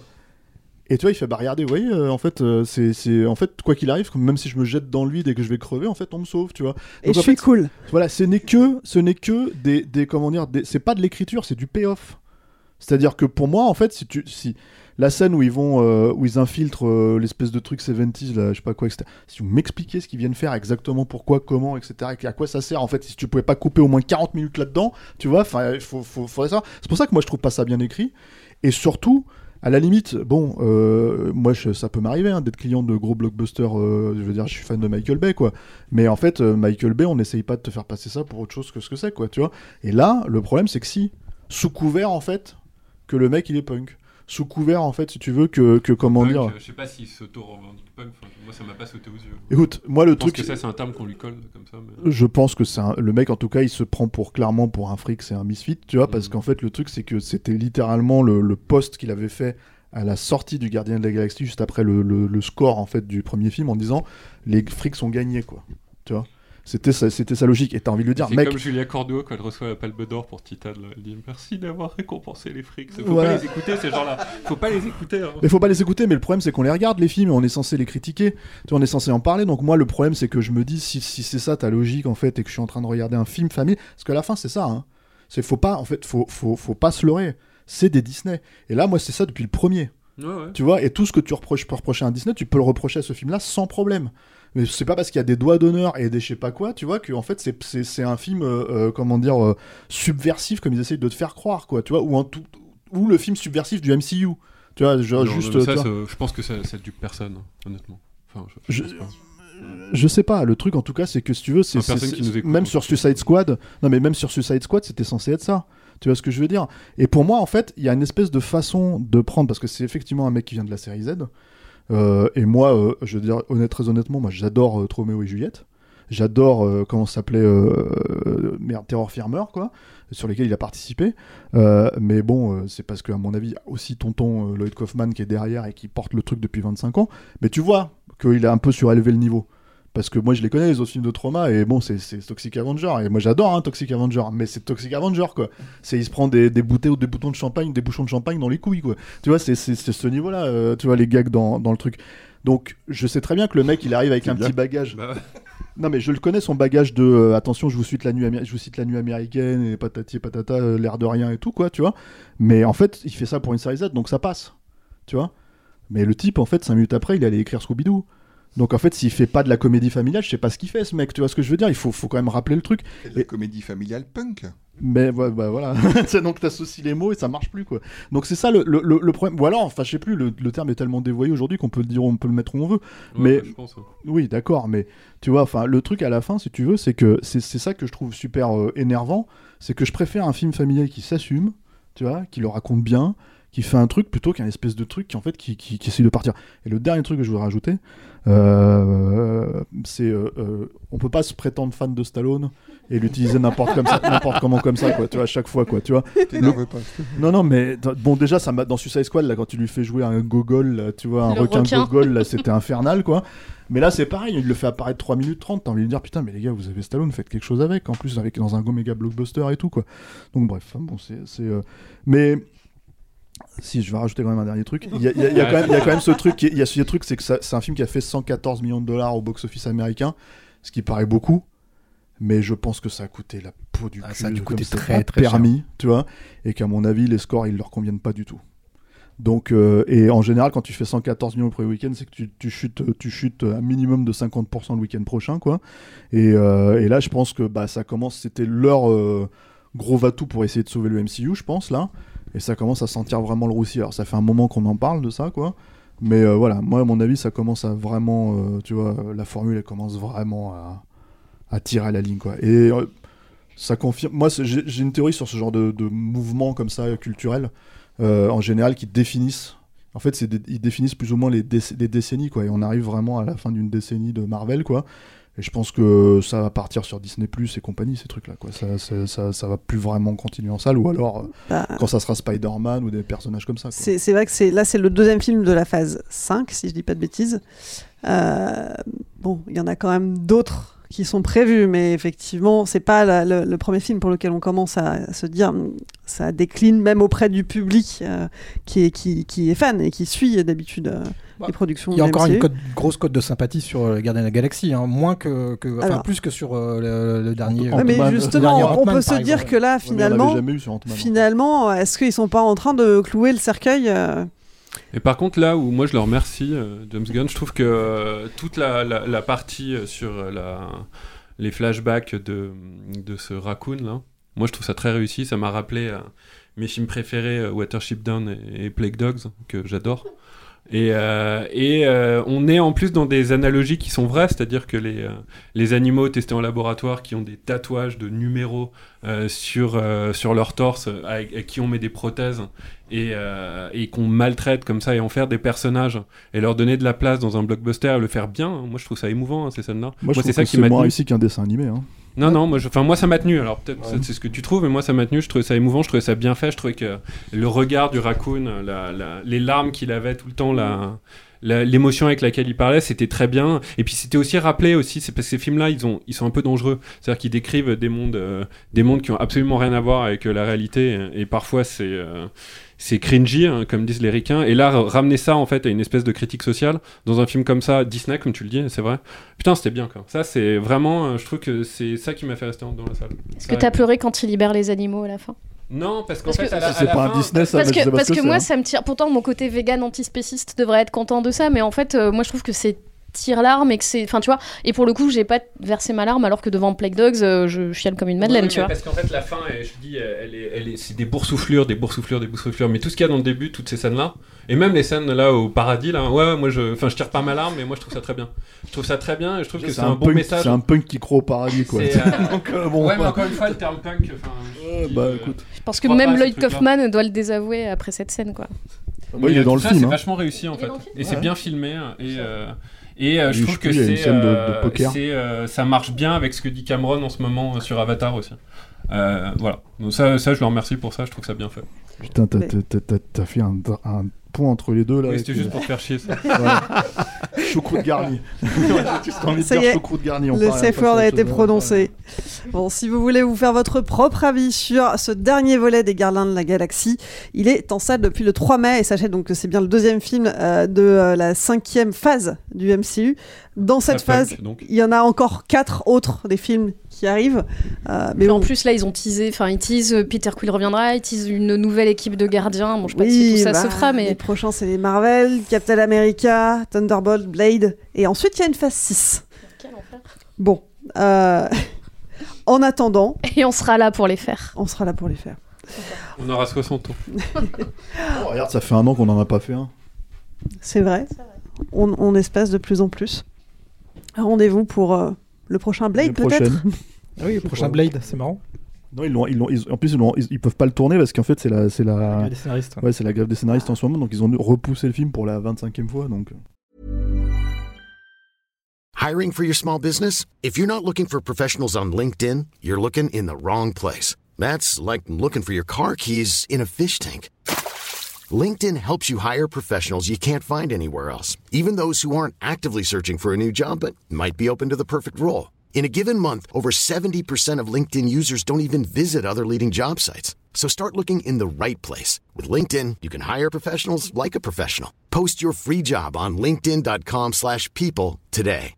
S3: Et tu vois, il fait bah regardez, vous voyez, euh, en fait, euh, c'est, c'est, en fait, quoi qu'il arrive, même si je me jette dans le vide et que je vais crever, en fait, on me sauve, tu vois.
S4: Et
S3: Donc,
S4: je
S3: en
S4: suis
S3: fait,
S4: cool.
S3: voilà, ce n'est que, ce n'est que des, des comment dire, des- c'est pas de l'écriture, c'est du payoff. C'est-à-dire que pour moi, en fait, si tu, si la scène où ils vont, euh, où ils infiltrent euh, l'espèce de truc soixante-dix, là, je sais pas quoi, et cetera. Si vous m'expliquez ce qu'ils viennent faire exactement, pourquoi, comment, et cetera. Et à quoi ça sert, en fait, si tu pouvais pas couper au moins quarante minutes là-dedans, tu vois, enfin, il faut, faut, faudrait savoir. C'est pour ça que moi je trouve pas ça bien écrit. Et surtout, à la limite, bon, euh, moi je- ça peut m'arriver hein, d'être client de gros blockbusters. Euh, je veux dire, je suis fan de Michael Bay, quoi. Mais en fait, euh, Michael Bay, on n'essaye pas de te faire passer ça pour autre chose que ce que c'est, quoi, tu vois. Et là, le problème, c'est que si, sous couvert, en fait, que le mec il est punk. Sous couvert, en fait, si tu veux, que, que comment
S6: Punk,
S3: dire.
S6: euh, Je sais pas s'il s'auto-revendique punk. Enfin, moi, ça m'a pas sauté aux yeux.
S3: Écoute, moi le
S6: Je pense
S3: truc.
S6: que ça, c'est un terme qu'on lui colle comme ça. Mais...
S3: Je pense que c'est un- le mec, en tout cas, il se prend pour clairement pour un fric, c'est un misfit, tu vois, parce
S6: Mhm.
S3: qu'en fait, le truc, c'est que c'était littéralement le, le poste qu'il avait fait à la sortie du Gardien de la Galaxie, juste après le, le, le score en fait du premier film, en disant les frics sont gagnés, quoi. Tu vois. C'était sa, c'était sa logique, et t'as envie de lui dire,
S6: c'est
S3: mec.
S6: Comme Julia Cordeau quand elle reçoit la Palme d'Or pour Titan, là. Elle dit merci d'avoir récompensé les frics. Faut
S3: ouais.
S6: pas les écouter, ces gens-là. Faut pas les écouter. Hein.
S3: Mais faut pas les écouter, mais le problème c'est qu'on les regarde les films et on est censé les critiquer. Tu vois, on est censé en parler. Donc moi le problème c'est que je me dis si, si c'est ça ta logique en fait et que je suis en train de regarder un film famille, parce qu'à la fin c'est ça. Hein. C'est faut pas en fait faut faut faut pas se leurrer. C'est des Disney. Et là moi c'est ça depuis le premier.
S6: Ouais, ouais.
S3: Tu vois, et tout ce que tu reproches, peux reprocher à un Disney, tu peux le reprocher à ce film-là sans problème. Mais c'est pas parce qu'il y a des doigts d'honneur et des je sais pas quoi, tu vois, que en fait c'est, c'est, c'est un film, euh, euh, comment dire, euh, subversif, comme ils essayent de te faire croire, quoi, tu vois, ou, en tout, ou le film subversif du M C U. Tu vois, genre,
S6: non,
S3: juste.
S6: Non, ça,
S3: vois...
S6: je pense que ça, ça dupe personne, honnêtement. Enfin, je, je,
S3: je... je sais pas, le truc en tout cas, c'est que si tu veux, c'est, c'est, c'est, c'est même sur Suicide Squad, non mais même sur Suicide Squad, c'était censé être ça. Tu vois ce que je veux dire ? Et pour moi, en fait, il y a une espèce de façon de prendre, parce que c'est effectivement un mec qui vient de la série Z. Euh, et moi, euh, je veux dire, honnête, très honnêtement, moi, j'adore euh, Roméo et Juliette. J'adore, euh, comment ça s'appelait, euh, merde, Terror Firmer, quoi, sur lesquels il a participé. Euh, mais bon, euh, c'est parce qu'à mon avis, il y a aussi tonton euh, Lloyd Kaufman qui est derrière et qui porte le truc depuis vingt-cinq ans. Mais tu vois qu'il a un peu surélevé le niveau. Parce que moi je les connais les autres films de trauma et bon c'est, c'est Toxic Avenger et moi j'adore hein, Toxic Avenger mais c'est Toxic Avenger quoi, c'est il se prend des, des bouteilles ou des boutons de champagne, des bouchons de champagne dans les couilles quoi, tu vois c'est, c'est, c'est ce niveau là euh, tu vois les gags dans, dans le truc. Donc je sais très bien que le mec il arrive avec c'est un bien. Petit bagage bah ouais. Non mais je le connais son bagage de euh, attention je vous cite la nuit Améri- je vous cite la nuit américaine et patati et patata euh, l'air de rien et tout quoi tu vois, mais en fait il fait ça pour une série Z donc ça passe tu vois, mais le type en fait cinq minutes après il allait écrire Scooby-Doo. Donc en fait, s'il fait pas de la comédie familiale, je sais pas ce qu'il fait ce mec, tu vois ce que je veux dire ? Il faut, faut quand même rappeler le truc.
S7: C'est de la et... comédie familiale punk.
S3: Mais bah, bah voilà, donc t'associes les mots et ça marche plus quoi. Donc c'est ça le, le, le, le problème. Ou alors, enfin je sais plus, le, le terme est tellement dévoyé aujourd'hui qu'on peut le dire, on peut le mettre où on veut.
S6: Ouais,
S3: mais
S6: je pense, ouais.
S3: Oui, d'accord, mais tu vois, enfin le truc à la fin, si tu veux, c'est que c'est, c'est ça que je trouve super euh, énervant, c'est que je préfère un film familial qui s'assume, tu vois, qui le raconte bien, qui fait un truc plutôt qu'un espèce de truc qui en fait qui, qui, qui essaie de partir. Et le dernier truc que je voudrais rajouter, euh, c'est euh, euh, on peut pas se prétendre fan de Stallone et l'utiliser n'importe comme ça, n'importe comment comme ça quoi, tu vois à chaque fois quoi, tu vois.
S7: T'énerve pas.
S3: Non non mais bon déjà ça m'a dans Suicide Squad là quand tu lui fais jouer un gogol là, tu vois un
S13: le
S3: requin,
S13: requin.
S3: gogol là c'était infernal quoi. Mais là c'est pareil, il le fait apparaître trois minutes trente, t'as envie de dire putain mais les gars vous avez Stallone, faites quelque chose avec en plus avec dans un go méga blockbuster et tout quoi. Donc bref, bon c'est c'est euh... mais si, je vais rajouter quand même un dernier truc. Il y a, il y a, il y a, quand, même, il y a quand même ce truc, qui est, il y a ce truc, c'est que ça, c'est un film qui a fait cent quatorze millions de dollars au box-office américain, ce qui paraît beaucoup, mais je pense que ça a coûté la peau du cul,
S12: ah, ça a dû coûter
S3: comme
S12: très,
S3: c'est pas
S12: très
S3: permis,
S12: cher.
S3: Tu vois, et qu'à mon avis, les scores, ils leur conviennent pas du tout. Donc, euh, et en général, quand tu fais cent quatorze millions le premier week-end, c'est que tu, tu, chutes, tu chutes un minimum de cinquante pour cent le week-end prochain, quoi. Et, euh, et là, je pense que bah, ça commence, c'était leur euh, gros va-tout pour essayer de sauver le M C U, je pense, là. Et ça commence à sentir vraiment le roussi. Alors ça fait un moment qu'on en parle de ça, quoi. Mais euh, voilà, moi à mon avis, ça commence à vraiment, euh, tu vois, la formule elle commence vraiment à, à tirer à la ligne, quoi. Et euh, ça confirme. Moi, j'ai, j'ai une théorie sur ce genre de, de mouvements comme ça culturels, euh, en général, qui définissent. En fait, c'est des, ils définissent plus ou moins les, déc- les décennies, quoi. Et on arrive vraiment à la fin d'une décennie de Marvel, quoi. Et je pense que ça va partir sur Disney plus et compagnie, ces trucs-là, quoi. Ça, ça, ça, ça va plus vraiment continuer en salle, ou alors bah, quand ça sera Spider-Man ou des personnages comme ça, quoi.
S4: C'est, c'est vrai que c'est, là, c'est le deuxième film de la phase cinq, si je dis pas de bêtises. Euh, bon, il y en a quand même d'autres qui sont prévus, mais effectivement, c'est pas la, le, le premier film pour lequel on commence à, à se dire ça décline même auprès du public euh, qui, est, qui, qui est fan et qui suit d'habitude euh, bah, les productions.
S12: Il y a
S4: de
S12: encore
S4: M C U.
S12: une cote, grosse cote de sympathie sur euh, Gardien de la Galaxie, hein, moins que, que enfin
S4: Alors,
S12: plus que sur euh, le, le dernier.
S4: Ouais, mais justement,
S12: dernier
S4: on peut se
S12: exemple.
S4: dire que là, finalement,
S3: ouais,
S4: finalement, est-ce qu'ils sont pas en train de clouer le cercueil euh...
S6: Et par contre, là où moi je le remercie, euh, James Gunn, je trouve que euh, toute la, la, la partie sur la, les flashbacks de, de ce raccoon, là, moi je trouve ça très réussi. Ça m'a rappelé euh, mes films préférés, euh, Watership Down et, et Plague Dogs, que j'adore. Et, euh, et euh, on est en plus dans des analogies qui sont vraies, c'est-à-dire que les, euh, les animaux testés en laboratoire qui ont des tatouages de numéros euh, sur, euh, sur leur torse, avec, avec qui on met des prothèses et, euh, et qu'on maltraite comme ça et en faire des personnages et leur donner de la place dans un blockbuster et le faire bien, moi je trouve ça émouvant, hein, ces scènes-là.
S3: Moi, moi je
S6: c'est
S3: trouve
S6: ça
S3: que
S6: qui
S3: c'est
S6: m'a
S3: moins
S6: tenu.
S3: réussi qu'un dessin animé. Hein.
S6: Non, non, moi, je, enfin, moi ça m'a tenu. Alors peut-être
S3: Ouais.
S6: c'est, c'est ce que tu trouves, mais moi ça m'a tenu. Je trouvais ça émouvant, je trouvais ça bien fait. Je trouvais que le regard du raccoon, la, la, les larmes qu'il avait tout le temps, la, la, l'émotion avec laquelle il parlait, c'était très bien. Et puis c'était aussi rappelé aussi, c'est parce que ces films-là, ils, ont, ils sont un peu dangereux. C'est-à-dire qu'ils décrivent des mondes, euh, des mondes qui ont absolument rien à voir avec euh, la réalité. Et parfois c'est euh, c'est cringy, hein, comme disent les ricains. Et là, r- ramener ça en fait à une espèce de critique sociale dans un film comme ça, Disney, comme tu le dis, c'est vrai. Putain, c'était bien quoi. Ça, c'est vraiment, euh, je trouve que c'est ça qui m'a fait rester dans la salle.
S13: Est-ce
S6: Ça,
S13: que t'as pleuré quand il libère les animaux à la fin?
S6: Non, parce qu'en
S13: Parce
S6: fait,
S13: que-
S6: à la, à
S3: C'est
S6: la
S3: pas
S6: fin,
S3: un Disney, ça.
S13: Parce
S3: mais je sais
S13: que,
S3: pas
S13: parce
S3: ce
S13: que
S3: c'est,
S13: moi,
S3: hein.
S13: ça me tire. Pourtant, mon côté vegan antispéciste devrait être content de ça, mais en fait, euh, moi, je trouve que c'est tire-larme et que c'est. Enfin, tu vois, et pour le coup, j'ai pas versé ma larme alors que devant Plague Dogs, euh, je chiale comme une madeleine,
S6: Oui,
S13: tu
S6: mais
S13: vois.
S6: parce qu'en fait, la fin, elle, je te dis, elle est, elle est, c'est des boursouflures, des boursouflures, des boursouflures. Mais tout ce qu'il y a dans le début, toutes ces scènes-là, et même les scènes là au paradis, là, ouais, ouais, moi, je, enfin, je tire pas ma larme, mais moi, je trouve ça très bien. Je trouve ça très bien, et je trouve que c'est,
S3: C'est
S6: un,
S3: un
S6: bon
S3: punk-
S6: message.
S3: C'est un punk qui croit au paradis, quoi.
S6: C'est, euh,
S3: Donc, euh, bon,
S6: ouais, mais
S3: bah,
S6: encore une fois, le terme punk, enfin.
S3: ouais,
S6: qui,
S3: bah
S6: euh,
S3: écoute.
S13: Je pense
S6: je
S13: que
S6: crois
S13: même
S6: pas à ce
S13: Lloyd
S6: truc-là.
S13: Kaufman doit le désavouer après cette scène, quoi.
S3: Bah, il est dans le
S6: ça,
S3: film.
S6: C'est
S3: hein.
S6: vachement réussi en
S13: Il est
S6: fait.
S13: dans le film
S6: Et c'est
S3: Ouais.
S6: bien filmé. Et, euh, et euh, je
S3: Oui,
S6: trouve
S3: je
S6: que
S3: sais, il y a une
S6: c'est,
S3: scène de- de
S6: euh,
S3: poker.
S6: c'est, euh, ça marche bien avec ce que dit Cameron en ce moment euh, sur Avatar aussi. Euh, voilà. Donc ça, ça, je le remercie pour ça. Je trouve ça bien fait.
S3: Putain, t'as,
S4: Mais-
S3: t'as- t'as- t'as- t'as fait un, un point entre les deux là.
S6: Oui,
S3: et
S6: c'était
S3: puis-
S6: juste pour te faire chier. Ça.
S3: Ouais. Choucroute garnie. J'ai envie de
S4: Ça y
S3: dire
S4: est,
S3: choucroute garnie. on
S4: Le
S3: parle- on
S4: safe
S3: passe
S4: word
S3: à
S4: a
S3: autre
S4: été
S3: chose.
S4: prononcé. Bon, si vous voulez vous faire votre propre avis sur ce dernier volet des Gardiens de la Galaxie, il est en salle depuis le trois mai et sachez donc que c'est bien le deuxième film euh, de euh, la cinquième phase du M C U. Dans cette
S6: Ça punk,
S4: phase,
S6: donc.
S4: il y en a encore quatre autres des films qui arrivent. Euh, mais
S13: Mais
S4: bon,
S13: en plus, là, ils ont teasé, enfin, ils teasent euh, Peter Quill reviendra, ils teasent une nouvelle équipe de gardiens. Bon, je sais pas si tout ça
S4: bah,
S13: se fera,
S4: les
S13: mais.
S4: prochains c'est les Marvel, Captain America, Thunderbolt, Blade, et ensuite il y a une phase six.
S13: Quel enfer.
S4: Bon, euh, en attendant,
S13: Et on sera là pour les faire.
S4: on sera là pour les faire.
S6: On aura soixante ans.
S3: Oh, regarde, ça fait un an qu'on en a pas fait un.
S4: C'est vrai. On, on espèce de plus en plus. Rendez-vous pour euh, le prochain Blade,
S3: L'année
S4: peut-être.
S3: prochaine.
S12: Ah oui, le prochain Blade, c'est marrant.
S3: Non, ils l'ont, ils l'ont, ils- en plus ils, l'ont- ils, ils peuvent pas le tourner parce qu'en fait c'est la, c'est la,
S12: Il y a des scénaristes.
S3: ouais, c'est la grève des scénaristes en ce moment, donc ils ont repoussé le film pour la vingt-cinquième fois. Donc.
S2: Hiring for your small business? If you're not looking for professionals on LinkedIn, you're looking in the wrong place. That's like looking for your car keys in a fish tank. LinkedIn helps you hire professionals you can't find anywhere else, even those who aren't actively searching for a new job but might be open to the perfect role. In a given month, over seventy percent of LinkedIn users don't even visit other leading job sites. So start looking in the right place. With LinkedIn, you can hire professionals like a professional. Post your free job on linkedin dot com slash people today.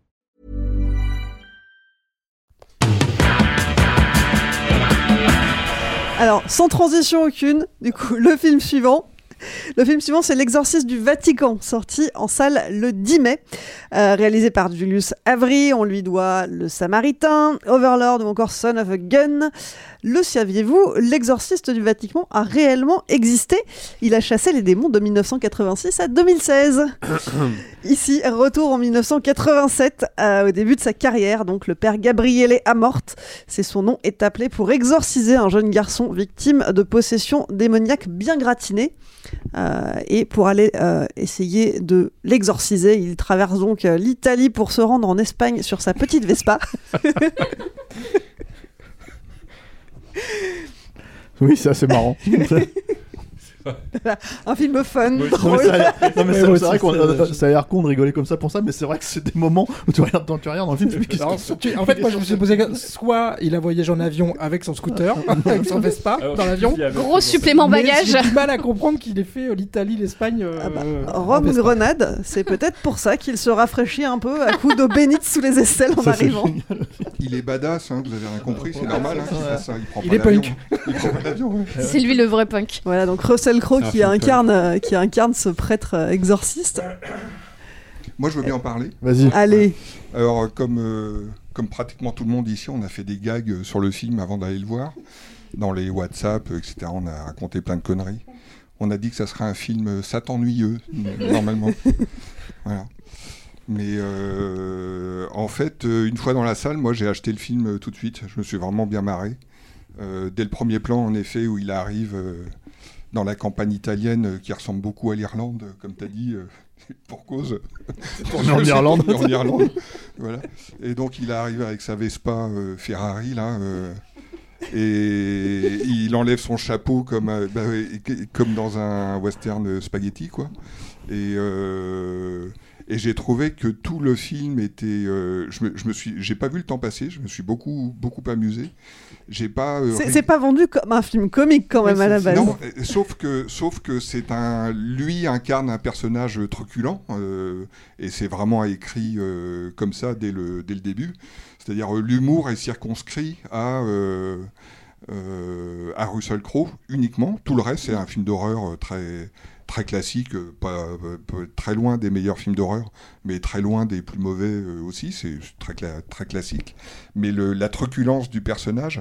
S4: Alors, sans transition aucune, du coup, le film suivant. Le film suivant, c'est L'Exorciste du Vatican, sorti en salle le dix mai, euh, réalisé par Julius Avery. On lui doit Le Samaritain, Overlord ou encore Son of a Gun. Le saviez-vous, L'Exorciste du Vatican a réellement existé. Il a chassé les démons de mille neuf cent quatre-vingt-six à deux mille seize. Ici, retour en mille neuf cent quatre-vingt-sept, euh, au début de sa carrière. Donc, le père Gabriele Amort, c'est son nom, est appelé pour exorciser un jeune garçon victime de possession démoniaque bien gratinée. Euh, et pour aller euh, essayer de l'exorciser, il traverse donc euh, l'Italie pour se rendre en Espagne sur sa petite Vespa.
S3: Oui, c'est assez marrant.
S4: Un film fun,
S6: Oui.
S3: Non,
S4: drôle.
S3: mais ça a l'air- non, mais
S12: Ouais,
S3: c'est,
S12: ouais,
S3: c'est vrai
S12: c'est-
S3: qu'on
S12: c'est-
S3: ça a l'air con de rigoler comme ça pour ça, mais c'est vrai que c'est des moments où tu regardes dans, tu regardes dans le film, tu fais, qu'est-ce
S12: Alors,
S3: que-
S12: tu- en fait, moi je me suis posé soit il a voyagé en avion avec son scooter, avec son Vespa
S6: Alors,
S12: dans l'avion.
S6: il y avait-
S13: Gros supplément
S12: Mais
S13: bagage.
S12: j'ai du mal à comprendre qu'il ait fait euh, l'Italie, l'Espagne. euh,
S4: Ah bah,
S12: en
S4: Rome
S12: Vespa.
S4: Grenade, c'est peut-être pour ça qu'il se rafraîchit un peu à coups d'eau bénite sous les aisselles en
S3: Ça, c'est
S4: arrivant.
S3: génial.
S7: Il est badass, hein, vous avez rien compris, c'est normal hein, qu'il fasse ça. Il, prend
S12: Il
S7: pas
S12: est
S7: l'avion.
S12: punk.
S7: Il prend pas l'avion, ouais.
S13: C'est lui le vrai punk.
S4: Voilà, donc Russell Crowe
S6: C'est un
S4: qui
S6: film
S4: incarne, euh, qui incarne ce prêtre euh, exorciste.
S7: Moi, je veux bien en parler.
S3: Vas-y.
S4: Allez,
S7: Alors, comme, euh, comme pratiquement tout le monde ici, on a fait des gags euh, sur le film avant d'aller le voir. Dans les WhatsApp, euh, et cetera, on a raconté plein de conneries. On a dit que ça serait un film euh, Satan-ennuyeux, normalement. Voilà. Mais euh, en fait, euh, une fois dans la salle, moi, j'ai acheté le film euh, tout de suite. Je me suis vraiment bien marré. Euh, dès le premier plan, en effet, où il arrive euh, dans la campagne italienne, euh, qui ressemble beaucoup à l'Irlande, euh, comme tu as dit, euh, pour cause.
S3: On est en Irlande.
S7: On est en Irlande. Voilà. Et donc il arrive avec sa Vespa euh, Ferrari là. Euh, et il enlève son chapeau comme, euh, bah, comme dans un western spaghetti quoi. Et, euh, et j'ai trouvé que tout le film était. Euh, je, me, je me suis, j'ai pas vu le temps passer. Je me suis beaucoup beaucoup amusé. J'ai pas. Euh,
S4: c'est,
S7: ri...
S4: c'est pas vendu comme un film comique quand même
S7: ouais,
S4: à la base.
S7: Non, sauf que sauf que c'est un. Lui incarne un personnage truculent euh, et c'est vraiment écrit euh, comme ça dès le dès le début. C'est-à-dire euh, l'humour est circonscrit à, euh, euh, à Russell Crowe uniquement. Tout le reste, c'est un film d'horreur euh, très, très classique, euh, pas, euh, très loin des meilleurs films d'horreur, mais très loin des plus mauvais euh, aussi. C'est très, cla- très classique. Mais le, la truculence du personnage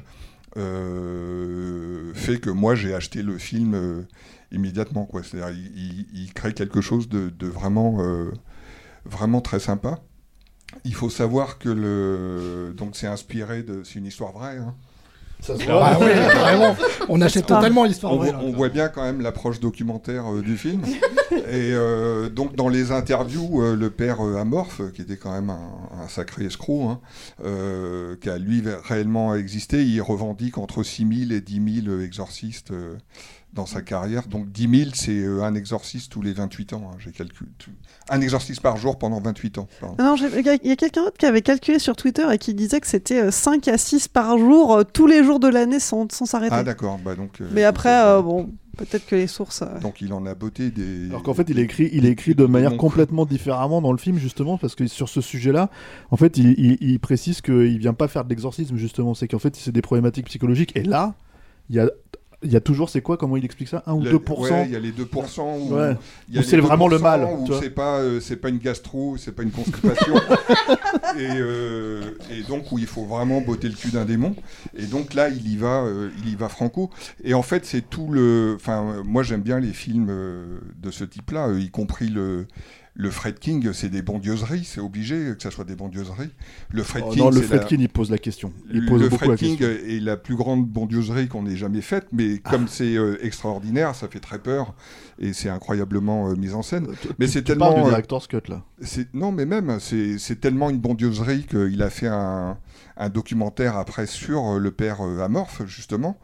S7: euh, fait que moi, j'ai acheté le film euh, immédiatement, quoi. C'est-à-dire il, il, il crée quelque chose de, de vraiment, euh, vraiment très sympa. Il faut savoir que le donc c'est inspiré de c'est une histoire vraie. Hein.
S12: Ça se voit. Ah oui, carrément. On achète totalement l'histoire
S7: on,
S12: vraie.
S7: On voit bien quand même l'approche documentaire euh, du film. Et euh, donc dans les interviews, euh, le père euh, Amorphe, qui était quand même un, un sacré escroc, hein, euh, qui a lui réellement existé, il revendique entre six mille et dix mille exorcistes. Euh, dans sa carrière. Donc dix mille, c'est euh, un exorciste tous les vingt-huit ans. Hein, j'ai calculé. Tout... Un exorciste par jour pendant vingt-huit ans.
S4: Non, il y a quelqu'un d'autre qui avait calculé sur Twitter et qui disait que c'était euh, cinq à six par jour, euh, tous les jours de l'année sans, sans s'arrêter.
S7: Ah d'accord. Bah, donc, euh,
S4: Mais après, euh, bon, peut-être que les sources... Euh...
S7: Donc il en a botté des...
S3: Alors qu'en fait, il est écrit, il est écrit de manière complètement différemment dans le film, justement, parce que sur ce sujet-là, en fait, il, il, il précise qu'il vient pas faire de l'exorcisme, justement. C'est qu'en fait, c'est des problématiques psychologiques. Et là, il y a... Il y a toujours, c'est quoi, comment il explique ça, un ou deux pour cent.
S7: Ouais, il y a les deux pour cent où,
S3: ouais.
S7: y a
S3: où c'est vraiment le mal.
S7: Où c'est pas, euh, c'est pas une gastro, c'est pas une constipation. et, euh, et donc où il faut vraiment botter le cul d'un démon. Et donc là, il y va, euh, il y va franco. Et en fait, c'est tout le. Enfin, moi j'aime bien les films euh, de ce type-là, euh, y compris le. Le Friedkin, c'est des bondieuseries, c'est obligé que ça soit des bondieuseries. Le Friedkin,
S3: oh non, le
S7: c'est
S3: Friedkin,
S7: la...
S3: il pose la question. Il pose
S7: le
S3: beaucoup
S7: Friedkin
S3: la question.
S7: est la plus grande bondieuserie qu'on ait jamais faite, mais
S3: ah.
S7: comme c'est euh, extraordinaire, ça fait très peur et c'est incroyablement euh, mis en scène.
S3: Tu,
S7: mais
S3: tu,
S7: c'est
S3: tu
S7: tellement
S3: parles du director's cut là.
S7: C'est... Non, mais même c'est, c'est tellement une bondieuserie qu'il a fait un, un documentaire après sur euh, le père euh, Amorphe justement,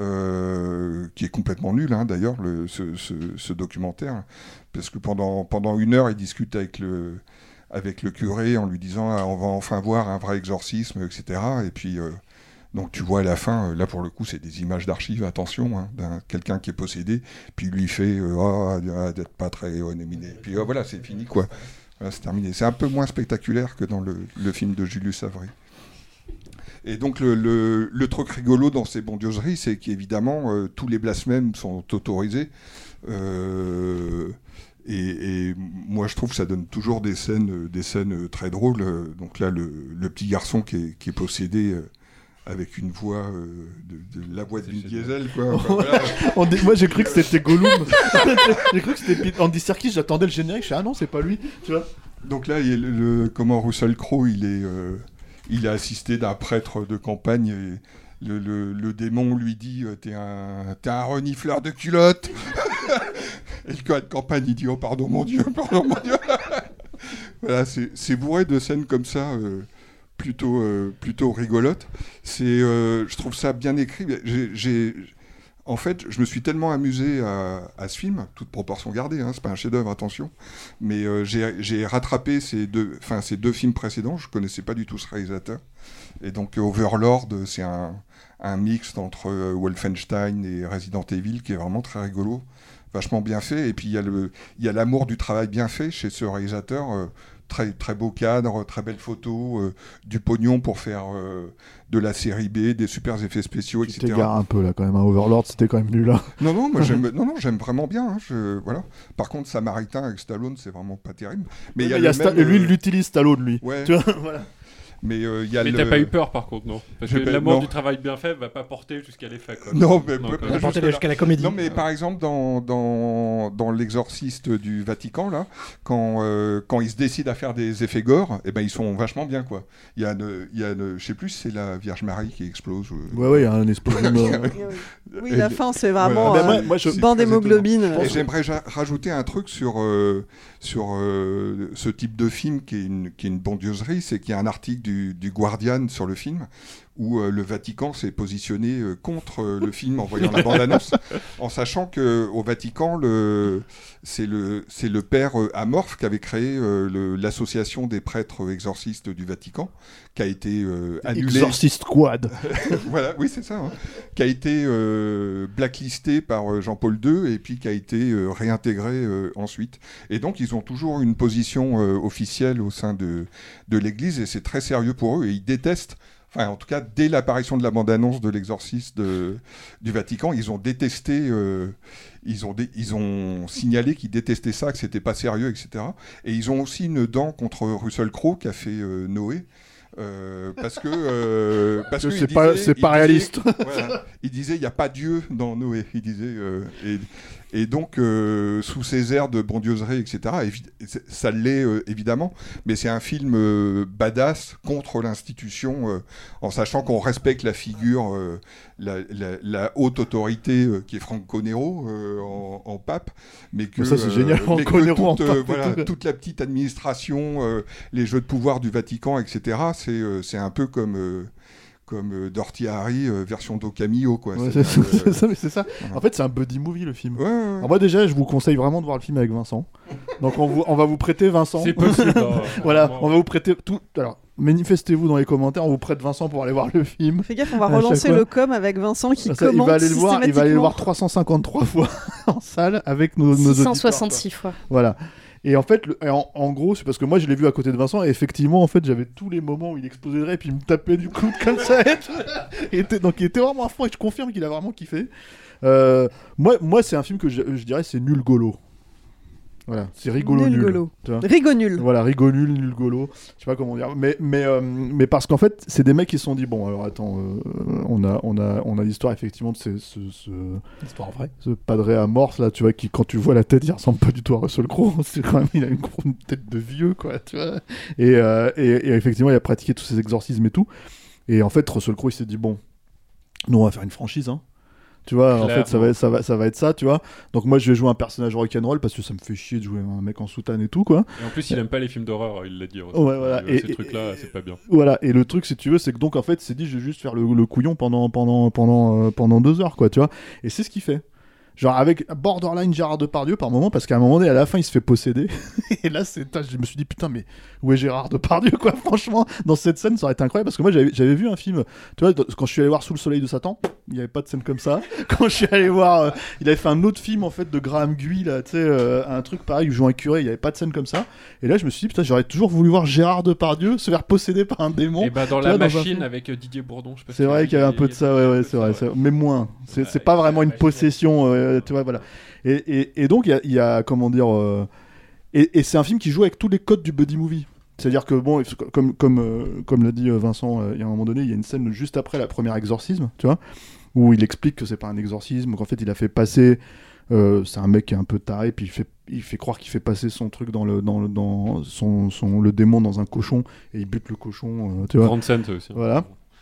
S7: euh, qui est complètement nul hein, d'ailleurs le, ce, ce, ce documentaire. Parce que pendant, pendant une heure, il discute avec le, avec le curé en lui disant ah, on va enfin voir un vrai exorcisme, et cetera. Et puis, euh, donc tu vois à la fin, euh, là pour le coup, c'est des images d'archives, attention, hein, d'un quelqu'un qui est possédé, puis il lui fait euh, oh, d'être pas très onéminé. Puis euh, voilà, c'est fini, quoi. Voilà, c'est terminé. C'est un peu moins spectaculaire que dans le, le film de Julius Avery. Et donc le, le, le truc rigolo dans ces bondieuseries, c'est qu'évidemment, euh, tous les blasphèmes sont autorisés. Euh, Et, et moi, je trouve que ça donne toujours des scènes, des scènes très drôles. Donc là, le, le petit garçon qui est, qui est possédé euh, avec une voix, euh, de, de la voix de Vin Diesel, quoi. Enfin, voilà.
S3: On dit, moi, j'ai cru que c'était Gollum. J'ai cru que c'était Andy Serkis. J'attendais le générique. Je suis ah non, c'est pas lui. Tu vois.
S7: Donc là, il y a le, le, comment Russell Crowe, il est, euh, il est assisté d'un prêtre de campagne. Et le, le, le démon lui dit euh, t'es un, t'es un renifleur de culottes. Et le gars de campagne, il dit oh pardon mon Dieu, pardon mon Dieu. Voilà, c'est, c'est bourré de scènes comme ça, euh, plutôt, euh, plutôt rigolotes. C'est, euh, je trouve ça bien écrit. J'ai, j'ai, en fait, je me suis tellement amusé à, à ce film, toute proportion gardée, hein, c'est pas un chef-d'œuvre, attention, mais euh, j'ai, j'ai rattrapé ces deux, enfin ces deux films précédents. Je connaissais pas du tout ce réalisateur. Et donc Overlord, c'est un, un mix entre euh, Wolfenstein et Resident Evil qui est vraiment très rigolo. Vachement bien fait, et puis il y a le, il y a l'amour du travail bien fait chez ce réalisateur, euh, très très beau cadre, très belle photo, euh, du pognon pour faire euh, de la série B, des super effets spéciaux,
S3: tu
S7: et cetera.
S3: Tu t'égares un peu là quand même, hein. Overlord c'était quand même nul là.
S7: Non non, moi j'aime, non non j'aime vraiment bien. Hein, je, voilà. Par contre Samaritain avec Stallone c'est vraiment pas terrible. Mais il
S3: ouais,
S7: y a,
S3: y a
S7: le
S3: Sta-
S7: même,
S3: lui il
S7: euh...
S3: l'utilise Stallone lui.
S7: Ouais.
S3: Tu vois, voilà.
S7: Mais, euh, y a
S6: mais
S7: le...
S6: t'as pas eu peur par contre, non? Parce que
S7: pas...
S6: l'amour
S7: non.
S6: du travail bien fait va pas porter jusqu'à l'effet. Quoi.
S7: Non, mais
S6: non,
S7: peut
S6: pas
S12: porter jusqu'à la comédie.
S7: Non, mais par exemple, dans, dans, dans l'exorciste du Vatican, là, quand, euh, quand ils se décident à faire des effets gore, eh ben, ils sont vachement bien, quoi. Il y a, une, il y a une, je sais plus si c'est la Vierge Marie qui explose. Euh...
S3: Ouais, ouais, il y a un explosion.
S4: Oui,
S7: et,
S4: la fin, c'est vraiment
S7: ouais,
S4: euh,
S3: moi, moi, je-
S4: bain d'hémoglobine.
S7: Et j'aimerais ja- rajouter un truc sur, euh, sur euh, ce type de film qui est une, qui est une bondieuserie, c'est qu'il y a un article du, du Guardian sur le film où euh, le Vatican s'est positionné euh, contre euh, le film en voyant la bande-annonce, en sachant qu'au Vatican, le, c'est, le, c'est le père euh, Amorphe qui avait créé euh, le, l'association des prêtres exorcistes du Vatican, qui a été euh, annulée.
S3: Exorcist Squad.
S7: Voilà, oui, c'est ça. Hein. Qui a été euh, blacklisté par euh, Jean-Paul deux et puis qui a été euh, réintégré euh, ensuite. Et donc, ils ont toujours une position euh, officielle au sein de, de l'Église et c'est très sérieux pour eux et ils détestent. Enfin, en tout cas, dès l'apparition de la bande-annonce de l'exorciste de, du Vatican, ils ont détesté, euh, ils, ont dé- ils ont signalé qu'ils détestaient ça, que c'était pas sérieux, et cetera. Et ils ont aussi une dent contre Russell Crowe qui a fait euh, Noé. Euh, parce que euh, parce que
S3: c'est
S7: il
S3: pas
S7: disait-
S3: c'est
S7: il
S3: pas
S7: disait-
S3: réaliste.
S7: voilà, il disait il y a pas Dieu dans Noé, il disait euh, et, et donc euh, sous ces airs de bondieuserie, et cetera. évi- ça l'est euh, évidemment, mais c'est un film euh, badass contre l'institution, euh, en sachant qu'on respecte la figure, euh, la, la- la haute autorité euh, qui est Franco Nero euh, en, en pape, mais que
S3: Mais ça, c'est génial,
S7: mais
S3: Franco
S7: que
S3: Nero en
S7: toute, euh,
S3: pape et
S7: voilà,
S3: tout.
S7: toute la petite administration, euh, les jeux de pouvoir du Vatican, et cetera. C'est euh, c'est un peu comme euh, comme euh, Dirty Harry euh, version Do Camillo, quoi.
S3: Ouais,
S7: C'est,
S3: c'est,
S7: euh,
S3: c'est ça, mais c'est ça.
S7: voilà.
S3: En fait, c'est un buddy movie le film.
S7: Ouais, ouais, ouais.
S3: Alors moi déjà, je vous conseille vraiment de voir le film avec Vincent. Donc on, vous, on va vous prêter Vincent.
S6: C'est possible. hein.
S3: Voilà, on va vous prêter tout. Alors manifestez-vous dans les commentaires, on vous prête Vincent pour aller voir le film.
S4: Fais gaffe, on va
S3: À chaque
S4: relancer
S3: fois.
S4: le com avec Vincent qui
S3: Ça, il
S4: commente
S3: va aller le voir, il va aller le voir
S4: systématiquement.
S3: trois cent cinquante-trois fois en salle avec nos, nos
S13: six cent
S3: auditeurs,
S13: soixante-six fois.
S3: quoi. Voilà. Et en fait, le- et en, en gros, c'est parce que moi je l'ai vu à côté de Vincent et effectivement, en fait, j'avais tous les moments où il explosait de rire et puis il me tapait du coude comme ça. Et tout. Il était- donc il était vraiment à fond et je confirme qu'il a vraiment kiffé. Euh, moi, moi c'est un film que je, je dirais c'est nul golo. Voilà, c'est rigolo
S4: Nul
S3: nul.
S4: golo.
S3: tu vois.
S4: Rigo nul.
S3: Voilà, rigolo nul, nul golo. Je sais pas comment dire. Mais, mais, euh, mais parce qu'en fait, c'est des mecs qui se sont dit bon, alors attends, euh, on a, on a, on a l'histoire effectivement de ces- ce, ce,
S12: Histoire vraie.
S3: ce padre amorphe là, tu vois, qui quand tu vois la tête, il ressemble pas du tout à Russell Crowe. C'est quand même, il a une, gros- une tête de vieux, quoi, tu vois. Et, euh, et, et effectivement, il a pratiqué tous ces exorcismes et tout. Et en fait, Russell Crowe, il s'est dit bon, nous on va faire une franchise, hein. Tu vois, en fait, ça va, ça, va, ça va être ça, tu vois. Donc moi, je vais jouer un personnage rock'n'roll parce que ça me fait chier de jouer un mec en soutane et tout, quoi.
S6: Et en plus, il aime pas les films d'horreur, il l'a dit.
S3: Ouais, voilà.
S6: Et,
S3: Et-
S6: ces
S3: et-
S6: trucs-là, c'est pas bien.
S3: Voilà, et le truc, si tu veux, c'est que donc en fait, il s'est dit, je vais juste faire le, le couillon pendant, pendant, pendant, euh, pendant deux heures, quoi, tu vois. Et c'est ce qu'il fait. Genre avec borderline Gérard Depardieu par moment, parce qu'à un moment donné, à la fin, il se fait posséder. Et là, c'est, je me suis dit, putain, mais où est Gérard Depardieu, quoi, franchement, dans cette scène, ça aurait été incroyable, parce que moi, j'avais, j'avais vu un film, tu vois, quand je suis allé voir Sous le soleil de Satan, il n'y avait pas de scène comme ça. Quand je suis allé voir, euh, il avait fait un autre film, en fait, de Graham Guy, là, tu sais, euh, un truc pareil, où il joue un curé, il n'y avait pas de scène comme ça. Et là, je me suis dit, putain, j'aurais toujours voulu voir Gérard Depardieu se faire posséder par un démon.
S6: Et bah, dans
S3: Tu
S6: la
S3: vois, un
S6: machine
S3: film.
S6: avec euh, Didier Bourdon, je sais pas
S3: C'est
S6: si
S3: vrai
S6: tu
S3: qu'il y avait un
S6: il
S3: peu de ça, ouais, ouais, c'est vrai, c'est vrai. Mais moins. C'est, c'est pas vraiment une possession, euh, tu vois, voilà. Et, et, et donc, il y a, il y a, comment dire... euh, Et, et c'est un film qui joue avec tous les codes du buddy movie. C'est-à-dire que, bon, comme, comme, euh, comme l'a dit euh, Vincent, euh, il y a un moment donné, il y a une scène juste après la première exorcisme, tu vois, où il explique que c'est pas un exorcisme, qu'en fait, il a fait passer... euh, c'est un mec qui est un peu taré, puis il fait, il fait croire qu'il fait passer son truc dans le, dans le, dans son, son, le démon dans un cochon, et il bute le cochon, euh, tu vois.
S6: Grande scène, ça aussi.
S3: Voilà.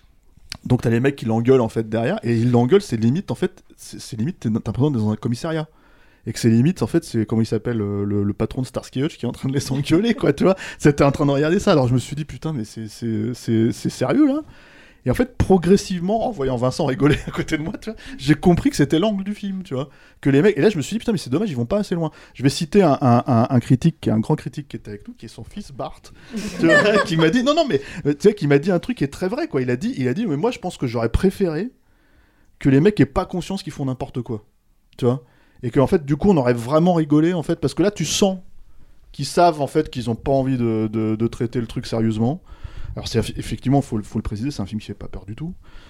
S3: Donc t'as les mecs qui l'engueulent en fait derrière, et ils l'engueulent, c'est limite en fait, c'est, c'est limite t'es- t'as l'impression d'être dans un commissariat. Et que c'est limite, en fait, c'est comment il s'appelle, euh, le, le patron de Starsky Hutch qui est en train de les engueuler, quoi, tu vois. C'était en train de regarder ça, alors je me suis dit, putain, mais c'est, c'est, c'est, c'est sérieux, là. Et en fait, progressivement, en voyant Vincent rigoler à côté de moi, tu vois, j'ai compris que c'était l'angle du film, tu vois. Que les mecs... Et là, je me suis dit, putain, mais c'est dommage, ils vont pas assez loin. Je vais citer un, un, un, un critique, qui est un grand critique qui était avec nous, qui est son fils Bart, tu vois, qui m'a dit, non, non, mais, euh, tu sais, qui m'a dit un truc qui est très vrai, quoi. Il a dit, il a dit, mais moi, je pense que j'aurais préféré que les mecs aient pas conscience qu'ils font n'importe quoi, tu vois. Et qu'en fait, du coup, on aurait vraiment rigolé, en fait, parce que là, tu sens qu'ils savent, en fait, qu'ils ont pas envie de, de, de traiter le truc sérieusement. Alors, c'est, effectivement, il faut, faut le préciser, c'est un film qui fait pas peur du tout.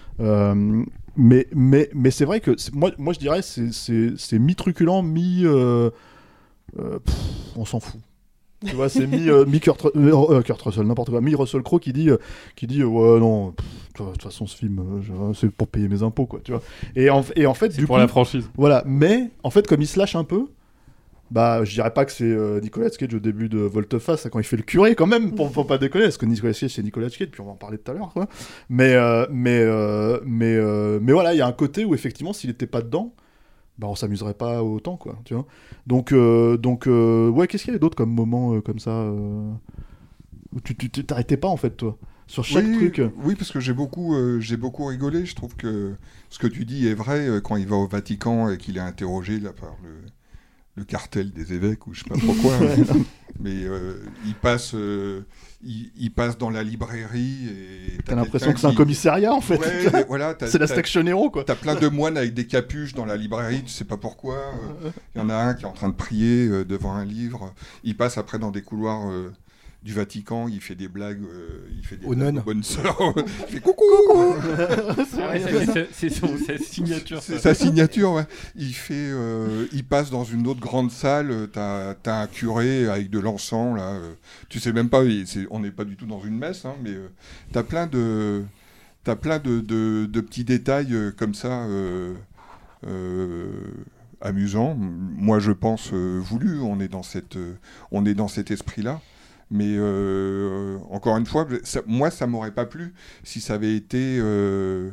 S3: Euh, mais, mais, mais c'est vrai que, c'est, moi, moi, je dirais, c'est, c'est, c'est mi-truculent, mi... Euh, euh, pff, on s'en fout. Tu vois, c'est mi, euh, mi Kurt, euh, euh, Kurt Russell, n'importe quoi, mi Russell Crowe qui dit, euh, qui dit, euh, ouais, non, pff, de toute façon, ce film, euh, je- c'est pour payer mes impôts, quoi, tu vois. Et en, et en fait,
S6: C'est
S3: du
S6: pour
S3: coup,
S6: la franchise.
S3: Voilà, mais en fait, comme il se lâche un peu, Bah, je dirais pas que c'est euh, Nicolas Cage au début de Volte-Face, quand il fait le curé, quand même, pour, pour pas déconner, parce que Nicolas Cage, c'est Nicolas Cage, puis on va en parler tout à l'heure, quoi. Mais, euh, mais, euh, mais, euh, mais voilà, il y a un côté où, effectivement, s'il était pas dedans, bah, on s'amuserait pas autant, quoi, tu vois. Donc, euh, donc euh, ouais, qu'est-ce qu'il y avait d'autre comme moment euh, comme ça euh, où tu tu- tu t'arrêtais pas, en fait, toi, sur chaque
S7: oui,
S3: truc.
S7: Oui, parce que j'ai beaucoup, euh, j'ai beaucoup rigolé. Je trouve que ce que tu dis est vrai euh, quand il va au Vatican et qu'il est interrogé là, par le, le cartel des évêques ou je sais pas pourquoi.
S3: Ouais, non.
S7: Mais euh, il, passe, euh, il, il passe dans la librairie et...
S3: T'as l'impression que c'est un commissariat, en fait.
S7: Ouais, mais voilà, t'as-
S3: C'est la
S7: t'as-
S3: Section Hero, quoi.
S7: T'as plein de moines avec des capuches dans la librairie, tu sais pas pourquoi. Il euh, y en a un qui est en train de prier euh, devant un livre. Il passe après dans des couloirs euh, du Vatican, il fait des blagues, euh, il fait des
S12: Aux
S7: blagues
S12: nonnes.
S7: aux bonnes sœurs. Il fait coucou.
S6: C'est vrai, c'est- c'est- c'est son- c'est sa signature,
S7: C'est
S6: ça.
S7: sa signature, ouais. Il fait, euh, il passe dans une autre grande salle. euh, T'as t'as un curé avec de l'encens là. euh, tu sais même pas, il- c'est- on n'est pas du tout dans une messe, hein, mais euh, t'as plein de, t'as plein de, de, de petits détails euh, comme ça. Euh, euh, amusants. Moi, je pense euh, voulu. On est dans cette, euh, on est dans cet esprit-là. Mais euh, encore une fois, ça, moi, ça m'aurait pas plu si ça avait été. Euh,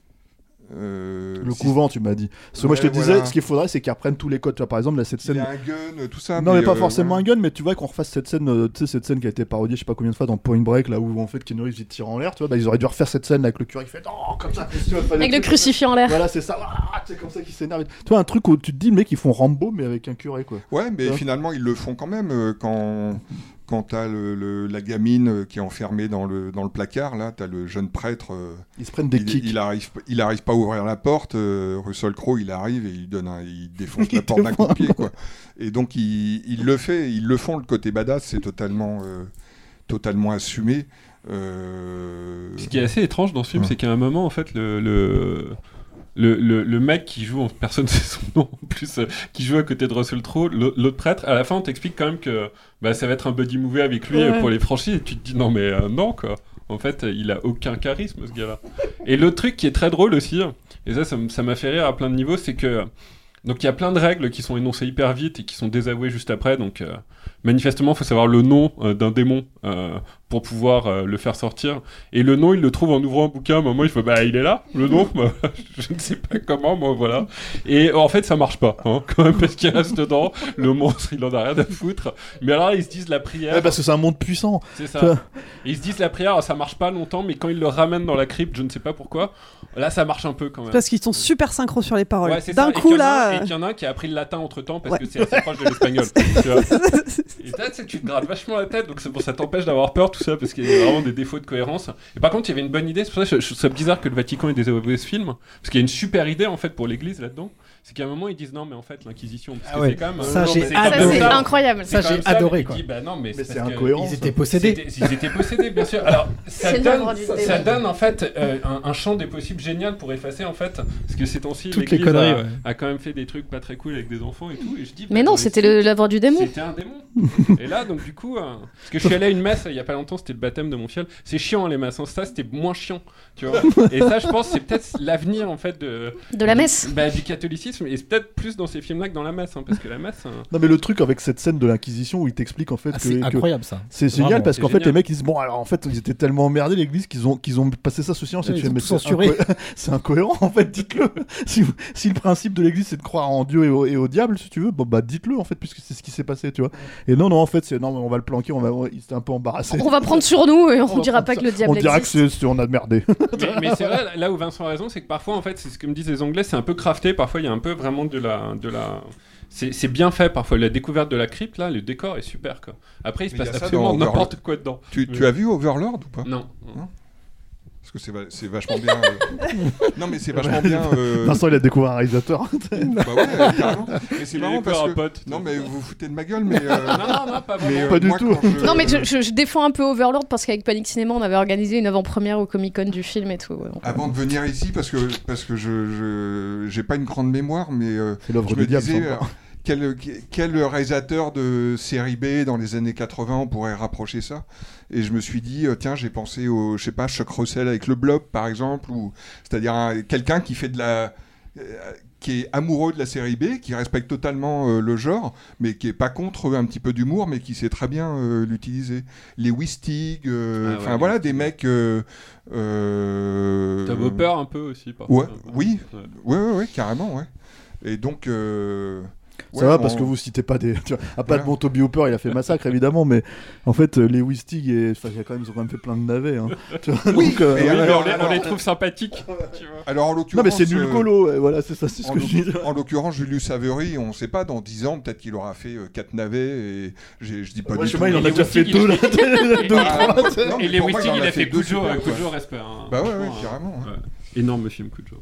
S7: euh,
S3: Le
S7: si-
S3: couvent, tu m'as dit. Parce que moi, je te
S7: Ouais,
S3: disais,
S7: voilà.
S3: ce qu'il faudrait, c'est qu'ils reprennent tous les codes. Tu vois, par exemple, là, cette
S7: Il
S3: scène.
S7: y a un gun, tout ça.
S3: Non, mais, pas
S7: euh,
S3: forcément
S7: voilà.
S3: un gun, mais tu vois qu'on refasse cette scène, euh, tu sais, cette scène qui a été parodiée, je sais pas combien de fois dans Point Break, là où en fait Keanu Reeves il tire en l'air, tu vois, bah ils auraient dû refaire cette scène avec le curé qui fait non, comme ça, tu vois, fallait-
S13: Avec le crucifix en l'air.
S3: Voilà, c'est ça, ah, c'est comme ça qu'il s'énerve. Tu vois, un truc où tu te dis, le mec, ils font Rambo, mais avec un curé, quoi.
S7: Ouais, mais
S3: Tu vois
S7: finalement, ils le font quand même euh, quand. Quand t'as le, le- la gamine euh, qui est enfermée dans le, dans le placard, là, t'as le jeune prêtre. euh,
S3: Ils se prennent des
S7: il,
S3: kicks.
S7: Il arrive, il arrive pas à ouvrir la porte. euh, Russell Crowe, il arrive et il donne, un- il défonce
S3: Il
S7: la porte d'un coup de
S3: défonce.
S7: pied, quoi. Et donc il, il le fait, ils le font. Le côté badass, c'est totalement, euh, totalement assumé. Euh...
S6: Ce qui est assez étrange dans ce film,
S7: Ouais.
S6: c'est qu'à un moment, en fait, le, le, le, le, le mec qui joue, en personne sait son nom en plus, euh, qui joue à côté de Russell Crowe, l'au- l'autre prêtre, à la fin, on t'explique quand même que bah, ça va être un buddy movie avec lui
S13: Ouais.
S6: euh, pour les franchises, et tu te dis non, mais euh, non, quoi. En fait, euh, il a aucun charisme, ce gars-là. Et l'autre truc qui est très drôle aussi, et ça, ça m- ça m'a fait rire à plein de niveaux, c'est que. Donc il y a plein de règles qui sont énoncées hyper vite et qui sont désavouées juste après. Donc euh, manifestement, il faut savoir le nom euh, d'un démon euh, pour pouvoir euh, le faire sortir. Et le nom, il le trouve en ouvrant un bouquin. À un moment, il fait bah il est là, le nom. Bah, je ne sais pas comment, moi voilà. Et en fait, ça marche pas hein, quand même parce qu'il reste dedans. Le monstre, il en a rien à foutre. Mais alors ils se disent la prière.
S3: Ouais, parce que c'est un monde puissant.
S6: C'est
S3: Tu vois.
S6: ça. Et ils se disent la prière, ça marche pas longtemps, mais quand ils le ramènent dans la crypte, je ne sais pas pourquoi, là ça marche un peu quand même.
S4: Parce qu'ils sont super synchro sur les paroles.
S6: Ouais, c'est
S4: D'un
S6: ça. Et
S4: coup
S6: qu'il y en a un-
S4: là.
S6: Et
S4: euh,
S6: qu'il y en a un qui a appris le latin entre temps parce
S4: Ouais.
S6: que c'est assez proche de l'espagnol. tu vois. Et là, tu sais, tu te grattes vachement la tête, donc c'est pour ça t'empêche d'avoir peur, tout ça, parce qu'il y a vraiment des défauts de cohérence. Et par contre, il y avait une bonne idée, c'est pour ça que je, je trouve ça bizarre que le Vatican ait désavoué ce film, parce qu'il y a une super idée en fait pour l'église là-dedans. C'est qu'à un moment ils disent non, mais en fait, l'Inquisition, parce
S12: Ah
S6: que
S12: ouais.
S6: c'est quand même.
S12: Ça,
S6: non,
S12: j'ai
S6: mais c'est
S12: adoré.
S6: quand même
S13: Ça, c'est incroyable.
S6: C'est
S12: Ça,
S6: quand
S12: j'ai
S6: même ça,
S12: adoré,
S6: mais
S12: quoi.
S6: il dit, bah non, mais,
S3: Mais
S6: c'est
S3: c'est
S6: parce que
S3: incohérent.
S12: Ils étaient possédés.
S6: C'était- Ils étaient possédés, bien sûr. Alors, ça
S13: C'est
S6: donne,
S13: l'œuvre du
S6: ça,
S13: démon.
S6: ça donne en fait euh, un, un champ des possibles génial pour effacer en fait, parce que ces temps-ci,
S12: Toutes les
S6: l'Église
S12: conneries,
S6: a,
S12: ouais.
S6: a quand même fait des trucs pas très cool avec des enfants et tout. Et je dis,
S13: Mais
S6: bah,
S13: non,
S6: dans
S13: c'était
S6: les
S13: le- l'œuvre du démon.
S6: C'était un démon. Et là, donc du coup, euh, parce que je suis allé à une messe il y a pas longtemps, c'était le baptême de mon fiole. C'est chiant les messes, hein. Ça c'était moins chiant, tu vois. Et ça, je pense, c'est peut-être l'avenir en fait de
S13: De la messe.
S6: bah, du catholicisme, et c'est peut-être plus dans ces films-là que dans la messe, hein, parce que la messe. euh,
S3: Non, mais le truc avec cette scène de l'Inquisition où il t'explique en fait
S12: Ah,
S3: que.
S12: c'est
S3: que-
S12: incroyable ça.
S3: C'est génial
S12: Vraiment.
S3: parce
S6: c'est
S3: qu'en fait
S6: génial.
S3: les mecs ils disent bon alors en fait ils étaient tellement emmerdés l'église qu'ils ont qu'ils ont passé ça sous silence et
S12: Ouais,
S3: tu
S12: ils
S3: fais,
S12: ont
S3: mais
S12: tout
S3: c'est
S12: censuré.
S3: inco- c'est incohérent en fait dites-le si, vous- si le principe de l'église c'est de croire en Dieu et au, et au diable si tu veux bon bah dites-le en fait puisque c'est ce qui s'est passé tu vois et non non en fait c'est non mais on va le planquer on va on- il était un peu embarrassé
S13: On va prendre sur nous et on,
S3: On va
S13: dira
S3: prendre
S13: pas
S3: ça.
S13: que le diable
S3: on dira que
S13: existe.
S3: c'est, c'est- on a merdé
S6: mais, mais c'est vrai, là où Vincent a raison, c'est que parfois, en fait, c'est ce que me disent les Anglais, c'est un peu crafté. Parfois, il y a un peu vraiment de la, de la. C'est, c'est bien fait. Parfois, la découverte de la crypte, là, le décor est super, quoi. Après, il se
S7: Mais il y
S6: passe
S7: a ça
S6: absolument
S7: dans
S6: n'importe quoi dedans.
S7: Tu, tu
S6: Oui.
S7: as vu Overlord ou pas?
S6: Non.
S7: Non. Parce que c'est, va- c'est vachement bien. euh, Non, mais c'est vachement bien. euh,
S3: Vincent il a découvert un réalisateur
S7: Bah ouais, euh, carrément. Mais c'est
S6: Il
S7: marrant
S6: avait peur
S7: parce
S6: un
S7: que.
S6: pote,
S7: Non, mais vous vous foutez de ma gueule, mais. euh,
S6: Non, non, non, pas
S7: mais,
S6: vraiment.
S7: euh,
S3: Pas du
S7: moi,
S3: tout.
S7: quand je-
S13: Non mais je, je- je défends un peu Overlord parce qu'avec Panic Cinéma on avait organisé une avant-première au Comic Con du film et tout. Donc,
S7: Avant de venir ici, parce que, parce que je, je j'ai pas une grande mémoire, mais euh,
S3: c'est l'œuvre
S7: je
S3: du
S7: me
S3: diable
S7: disais,
S3: ça,
S7: euh,
S3: encore.
S7: quel, quel réalisateur de série B dans les années quatre-vingts on pourrait rapprocher ça? Et je me suis dit, euh, tiens, j'ai pensé au, je sais pas, Chuck Russell avec le Blob, par exemple, ou c'est-à-dire un- quelqu'un qui fait de la qui est amoureux de la série B, qui respecte totalement euh, le genre, mais qui est pas contre un petit peu d'humour, mais qui sait très bien euh, l'utiliser. Les Wistig, enfin euh, ah ouais, voilà, des mecs. Euh, euh,
S6: T'as peur un peu aussi, parfois.
S7: Ouais, oui, ouais. Ouais, ouais, ouais, carrément, ouais. Et donc. Euh,
S3: Ça
S7: ouais,
S3: va
S7: on...
S3: parce que vous citez pas des. Tu vois, à pas de bon Toby Hooper, il a fait Massacre évidemment, mais en fait les Wistig et enfin il y a quand même ils ont quand même fait plein de navets. Hein, tu vois,
S7: oui.
S3: Donc, euh,
S6: et
S3: voilà.
S6: alors, on, les, on les trouve sympathiques. Tu vois.
S7: Alors en l'occurrence.
S3: Non mais c'est nul
S7: euh...
S3: colo, ouais, voilà c'est ça, c'est ce
S7: en
S3: que je dis.
S7: En l'occurrence Julius Avery, on sait pas dans dix ans peut-être qu'il aura fait euh, quatre navets et je dis pas
S3: ouais,
S7: du
S3: tout.
S7: tout.
S3: Il en a déjà fait deux là.
S6: Et les Wistig il a fait Cujo, Cujo respect.
S7: Bah ouais ouais carrément.
S6: Énorme film Cujo.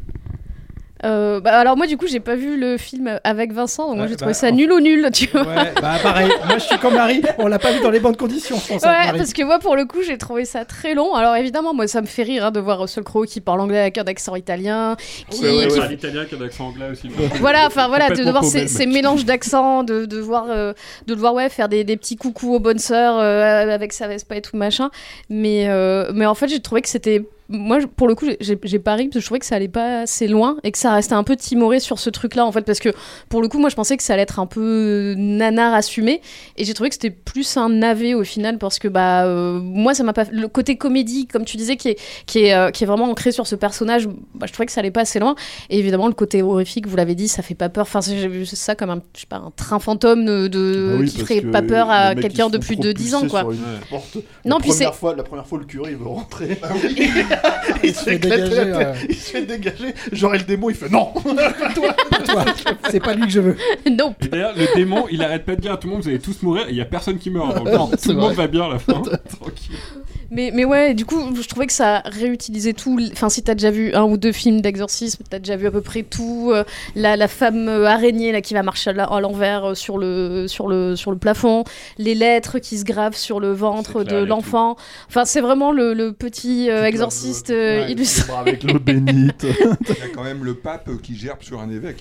S13: Euh, bah alors moi du coup j'ai pas vu le film avec Vincent donc moi
S12: Ouais,
S13: j'ai
S12: bah,
S13: trouvé ça
S12: en...
S13: nul ou nul tu vois.
S12: Ouais bah pareil moi je suis comme Marie on l'a pas vu dans les bonnes conditions je pense.
S13: Ouais
S12: Marie.
S13: parce que moi pour le coup j'ai trouvé ça très long alors évidemment moi ça me fait rire hein, de voir Russell Crowe qui parle anglais avec un accent italien qui,
S6: ouais, ouais,
S13: qui...
S6: ouais, l'italien qui a un accent anglais aussi.
S13: Voilà enfin voilà de, de voir ces, ces mélanges d'accents de, de voir euh, de le voir ouais faire des, des petits coucous aux bonnes sœurs euh, avec sa Vespa et tout machin mais euh, mais en fait j'ai trouvé que c'était moi pour le coup j'ai, j'ai pas ri parce que je trouvais que ça allait pas assez loin et que ça restait un peu timoré sur ce truc là en fait parce que pour le coup moi je pensais que ça allait être un peu nanar assumé et j'ai trouvé que c'était plus un navet au final parce que bah euh, moi ça m'a pas le côté comédie comme tu disais qui est qui est euh, qui est vraiment ancré sur ce personnage bah, je trouvais que ça allait pas assez loin et évidemment le côté horrifique vous l'avez dit ça fait pas peur enfin j'ai vu ça comme un je sais pas un train fantôme de, de...
S3: Ah oui,
S13: qui ferait pas peur à quelqu'un de plus de dix ans quoi.
S3: Non puis c'est fois, la première fois le curé il veut rentrer. Ah oui. il, se fait dégager, ouais. il se fait dégager, genre le démon il fait non, pas toi,
S12: pas toi. C'est pas lui que je veux.
S13: Non.
S6: Et d'ailleurs le démon il arrête pas de dire à tout le monde vous allez tous mourir et il y a personne qui meurt. Donc, non, tout le monde va bien à la fin. Tranquille.
S13: Mais, mais ouais, du coup, je trouvais que ça réutilisait tout. Enfin, si t'as déjà vu un ou deux films d'exorcisme, t'as déjà vu à peu près tout. Euh, la, la femme euh, araignée là, qui va marcher à, la, à l'envers euh, sur, le, sur, le, sur le plafond. Les lettres qui se gravent sur le ventre de l'enfant. Enfin, c'est vraiment le, le petit euh, exorciste euh,
S3: ouais,
S13: illustré.
S3: Avec l'eau bénite.
S7: Il y a quand même le pape qui gerbe sur un évêque.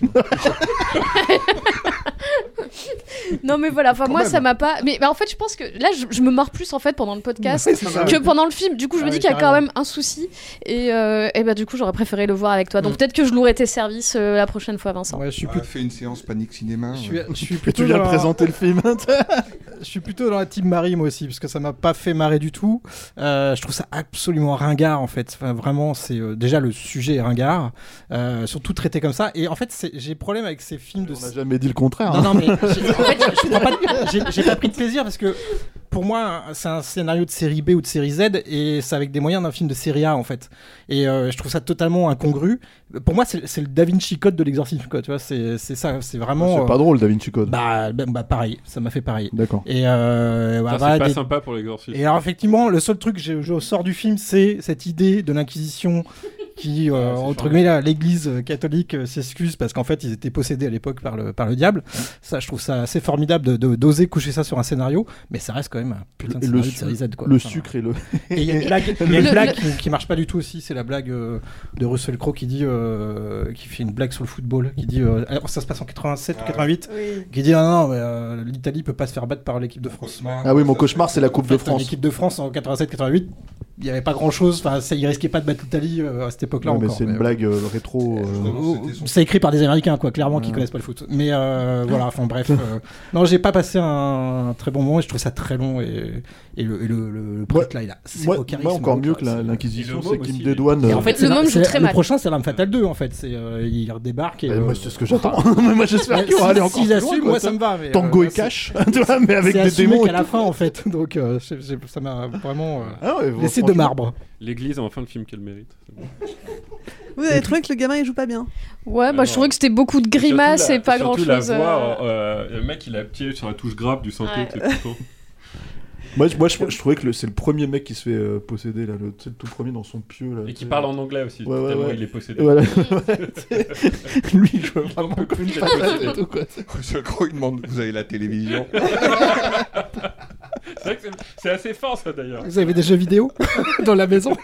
S13: Non mais voilà, enfin moi même. Ça m'a pas. Mais bah, en fait je pense que là je, je me mords plus en fait pendant le podcast ouais, que pendant le film. Du coup je ah me dis ouais, qu'il y a carrément. Quand même un souci et, euh, et bah du coup j'aurais préféré le voir avec toi. Donc mm. peut-être que je louerai tes services euh, la prochaine fois Vincent.
S7: Ouais, je suis plus... fait une séance Panique Cinéma.
S12: Je suis,
S7: ouais.
S12: je suis plutôt.
S3: Tu viens
S12: dans...
S3: de présenter le film.
S12: Je suis plutôt dans la team Marie moi aussi parce que ça m'a pas fait marrer du tout. Euh, je trouve ça absolument ringard en fait. Enfin, vraiment c'est euh, déjà le sujet est ringard, euh, surtout traité comme ça. Et en fait c'est... j'ai problème avec ces films de.
S3: On n'a jamais dit le contraire.
S12: Non
S3: hein.
S12: non mais j'ai... en fait je prends pas de... j'ai, j'ai pas pris de plaisir parce que pour moi c'est un scénario de série B ou de série Z et c'est avec des moyens d'un film de série A en fait. Et euh, je trouve ça totalement incongru. Pour moi c'est, c'est le Da Vinci Code de l'exorcisme quoi. Tu vois c'est c'est ça c'est vraiment.
S3: C'est pas euh... drôle Da Vinci Code.
S12: Bah, bah bah pareil ça m'a fait pareil.
S3: D'accord.
S12: Et euh,
S6: ça,
S12: bah,
S6: c'est pas
S12: des...
S6: sympa pour l'exorcisme.
S12: Et alors effectivement le seul truc que je, je sors du film c'est cette idée de l'inquisition. Qui, euh, ouais, entre guillemets, l'église catholique euh, s'excuse parce qu'en fait, ils étaient possédés à l'époque par le, par le diable. Ça, je trouve ça assez formidable de, de, d'oser coucher ça sur un scénario, mais ça reste quand même un putain de scénario de série Z. Quoi.
S3: Le
S12: enfin,
S3: sucre et le.
S12: Et il y a une blague, y a une blague qui, qui marche pas du tout aussi, c'est la blague euh, de Russell Crowe qui dit, euh, qui fait une blague sur le football, qui dit, euh, alors, ça se passe en quatre-vingt-sept ou quatre-vingt-huit, oui. Qui dit, ah non, mais, euh, l'Italie peut pas se faire battre par l'équipe de France.
S3: Ah oui, mon cauchemar, c'est la Coupe
S12: en fait,
S3: de France.
S12: L'équipe de France en quatre-vingt-sept quatre-vingt-huit. Il n'y avait pas grand chose, enfin, ils risquaient pas de battre l'Italie euh, à cette époque-là.
S3: Ouais,
S12: encore,
S3: mais c'est
S12: mais,
S3: une
S12: euh,
S3: blague euh, rétro. Euh...
S12: C'est écrit par des Américains, quoi, clairement, ouais. Qui connaissent pas le foot. Mais euh, voilà, enfin bref. Euh... Non, j'ai pas passé un... un très bon moment et je trouve ça très long et, et le, et le, le, le prêtre, là, il a. C'est
S3: moi,
S12: au charisme,
S3: moi, encore mieux
S12: quoi,
S3: que la, l'Inquisition, c'est qu'il me
S12: et...
S3: dédouane.
S12: Et en fait,
S13: le môme joue très
S12: le
S13: mal.
S12: prochain, c'est l'Arme Fatale deux, en fait. C'est, euh, il redébarque. Et,
S3: bah,
S12: euh...
S3: moi, c'est ce que j'attends. Moi, j'espère qu'il va aller encore plus loin.
S12: Moi, ça me va.
S3: Tango et Cash, mais avec des démons.
S12: À la fin, en fait. Donc, ça m'a vraiment laissé de marbre.
S6: L'église a enfin le film qu'elle mérite. Bon.
S4: Vous avez trouvé que le gamin il joue pas bien?
S13: Ouais, bah je trouvais que c'était beaucoup de grimaces et, et pas grand chose.
S6: Surtout la voix, euh, le mec il a appuyé sur la touche grave du synthé, ouais. C'est tout.
S3: Moi, je, moi je, je trouvais que le, c'est le premier mec qui se fait euh, posséder, là, le, le tout premier dans son pieu. Là,
S6: et qui parle en anglais aussi,
S3: ouais,
S6: tellement
S3: ouais, ouais.
S6: il est possédé.
S3: Voilà. Lui, il joue vraiment comme une patate et tout, quoi.
S7: Je crois qu'il demande, vous avez la télévision?
S6: C'est vrai que c'est, c'est assez fort ça d'ailleurs.
S12: Vous avez des jeux vidéo dans la maison?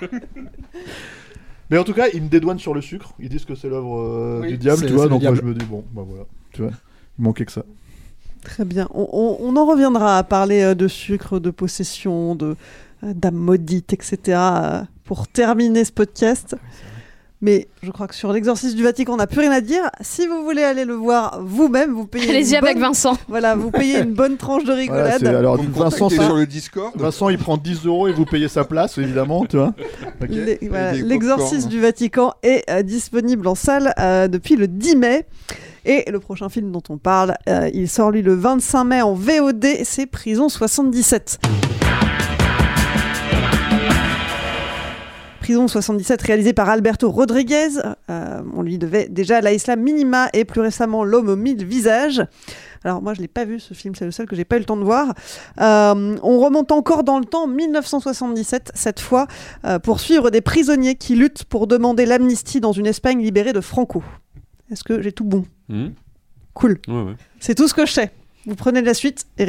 S3: Mais en tout cas, ils me dédouanent sur le sucre. Ils disent que c'est l'œuvre euh, oui, du diable, tu vois. Donc moi, je me dis, bon, bah voilà, tu vois, il manquait que ça.
S4: Très bien. On, on, on en reviendra à parler euh, de sucre, de possession, de euh, d'âme maudite, et cetera. Euh, pour terminer ce podcast. Mais je crois que sur l'exorcisme du Vatican, on n'a plus rien à dire. Si vous voulez aller le voir vous-même, vous payez.
S13: Allez-y
S4: une
S13: avec
S4: bonne...
S13: Vincent.
S4: Voilà, vous payez une bonne tranche de rigolade.
S3: Voilà, alors,
S7: Vous me
S3: Vincent,
S7: contactez
S3: ça...
S7: sur le Discord.
S3: Vincent, il prend dix euros et vous payez sa place, évidemment, tu vois. Okay.
S4: Les, voilà,
S7: des
S4: l'exorcisme
S7: popcorn.
S4: du Vatican est euh, disponible en salle euh, depuis le dix mai. Et le prochain film dont on parle, euh, il sort lui le vingt-cinq mai en V O D, c'est Prison soixante-dix-sept. Prison soixante-dix-sept, réalisé par Alberto Rodriguez. Euh, on lui devait déjà La Isla Minima et plus récemment L'Homme aux mille visages. Alors moi je l'ai pas vu ce film, c'est le seul que j'ai pas eu le temps de voir. Euh, on remonte encore dans le temps, dix-neuf cent soixante-dix-sept, cette fois, euh, pour suivre des prisonniers qui luttent pour demander l'amnistie dans une Espagne libérée de Franco. Est-ce que j'ai tout bon ?
S6: Mmh.
S4: Cool.
S6: Ouais, ouais.
S4: C'est tout ce que je sais. Vous prenez de la suite, Eric ?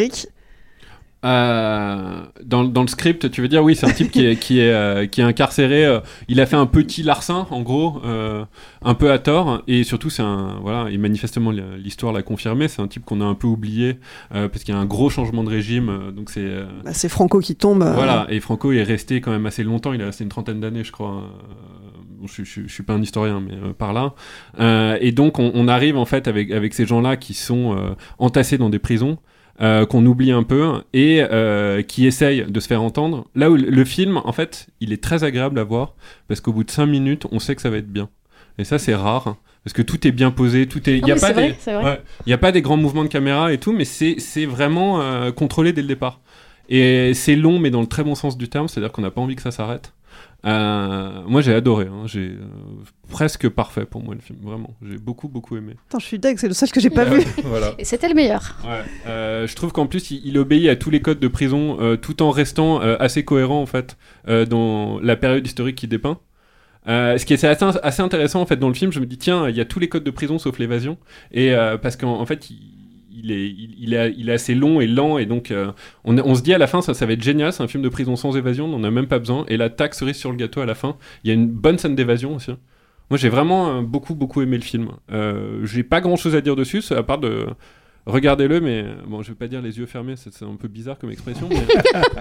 S6: Euh, dans, dans le script, tu veux dire, oui, c'est un type qui est, qui est, euh, qui est incarcéré. Euh, il a fait un petit larcin, en gros, euh, un peu à tort. Et surtout, c'est un, voilà, et manifestement, l'histoire l'a confirmé. C'est un type qu'on a un peu oublié euh, parce qu'il y a un gros changement de régime. Euh, donc c'est, euh,
S4: bah, c'est Franco qui tombe. Euh...
S6: Voilà, et Franco est resté quand même assez longtemps. Il est resté une trentaine d'années, je crois. Bon, je, je, je suis pas un historien, mais euh, par là. Euh, et donc, on, on arrive en fait avec, avec ces gens-là qui sont euh, entassés dans des prisons. Euh, qu'on oublie un peu et euh, qui essaye de se faire entendre. Là où le film, en fait, il est très agréable à voir parce qu'au bout de cinq minutes, on sait que ça va être bien. Et ça, c'est rare parce que tout est bien posé, tout est. Il
S13: Ah,
S6: y a
S13: mais
S6: pas
S13: c'est
S6: des.
S13: vrai, c'est vrai.
S6: Ouais, il y a pas des grands mouvements de caméra et tout, mais c'est c'est vraiment euh, contrôlé dès le départ. Et c'est long, mais dans le très bon sens du terme, c'est-à-dire qu'on n'a pas envie que ça s'arrête. Euh, moi j'ai adoré, hein. J'ai euh, presque parfait pour moi le film, vraiment. J'ai beaucoup beaucoup aimé.
S4: Attends, je suis dingue, c'est le seul que j'ai pas
S6: Ouais,
S4: vu.
S6: voilà.
S13: Et c'était le meilleur.
S6: Ouais. Euh, je trouve qu'en plus il, il obéit à tous les codes de prison, euh, tout en restant euh, assez cohérent en fait euh, dans la période historique qu'il dépeint. Euh, ce qui est assez, assez intéressant en fait dans le film, je me dis tiens, il y a tous les codes de prison sauf l'évasion, et euh, parce qu'en en fait il Il est, il, il, est, il est assez long et lent, et donc euh, on, on se dit à la fin ça, ça va être génial, c'est un film de prison sans évasion, on n'en a même pas besoin, et la taxe cerise sur le gâteau à la fin, il y a une bonne scène d'évasion aussi. Moi j'ai vraiment euh, beaucoup beaucoup aimé le film. Euh, j'ai pas grand chose à dire dessus, à part de regardez-le, mais bon, je vais pas dire les yeux fermés, c'est, c'est un peu bizarre comme expression, mais,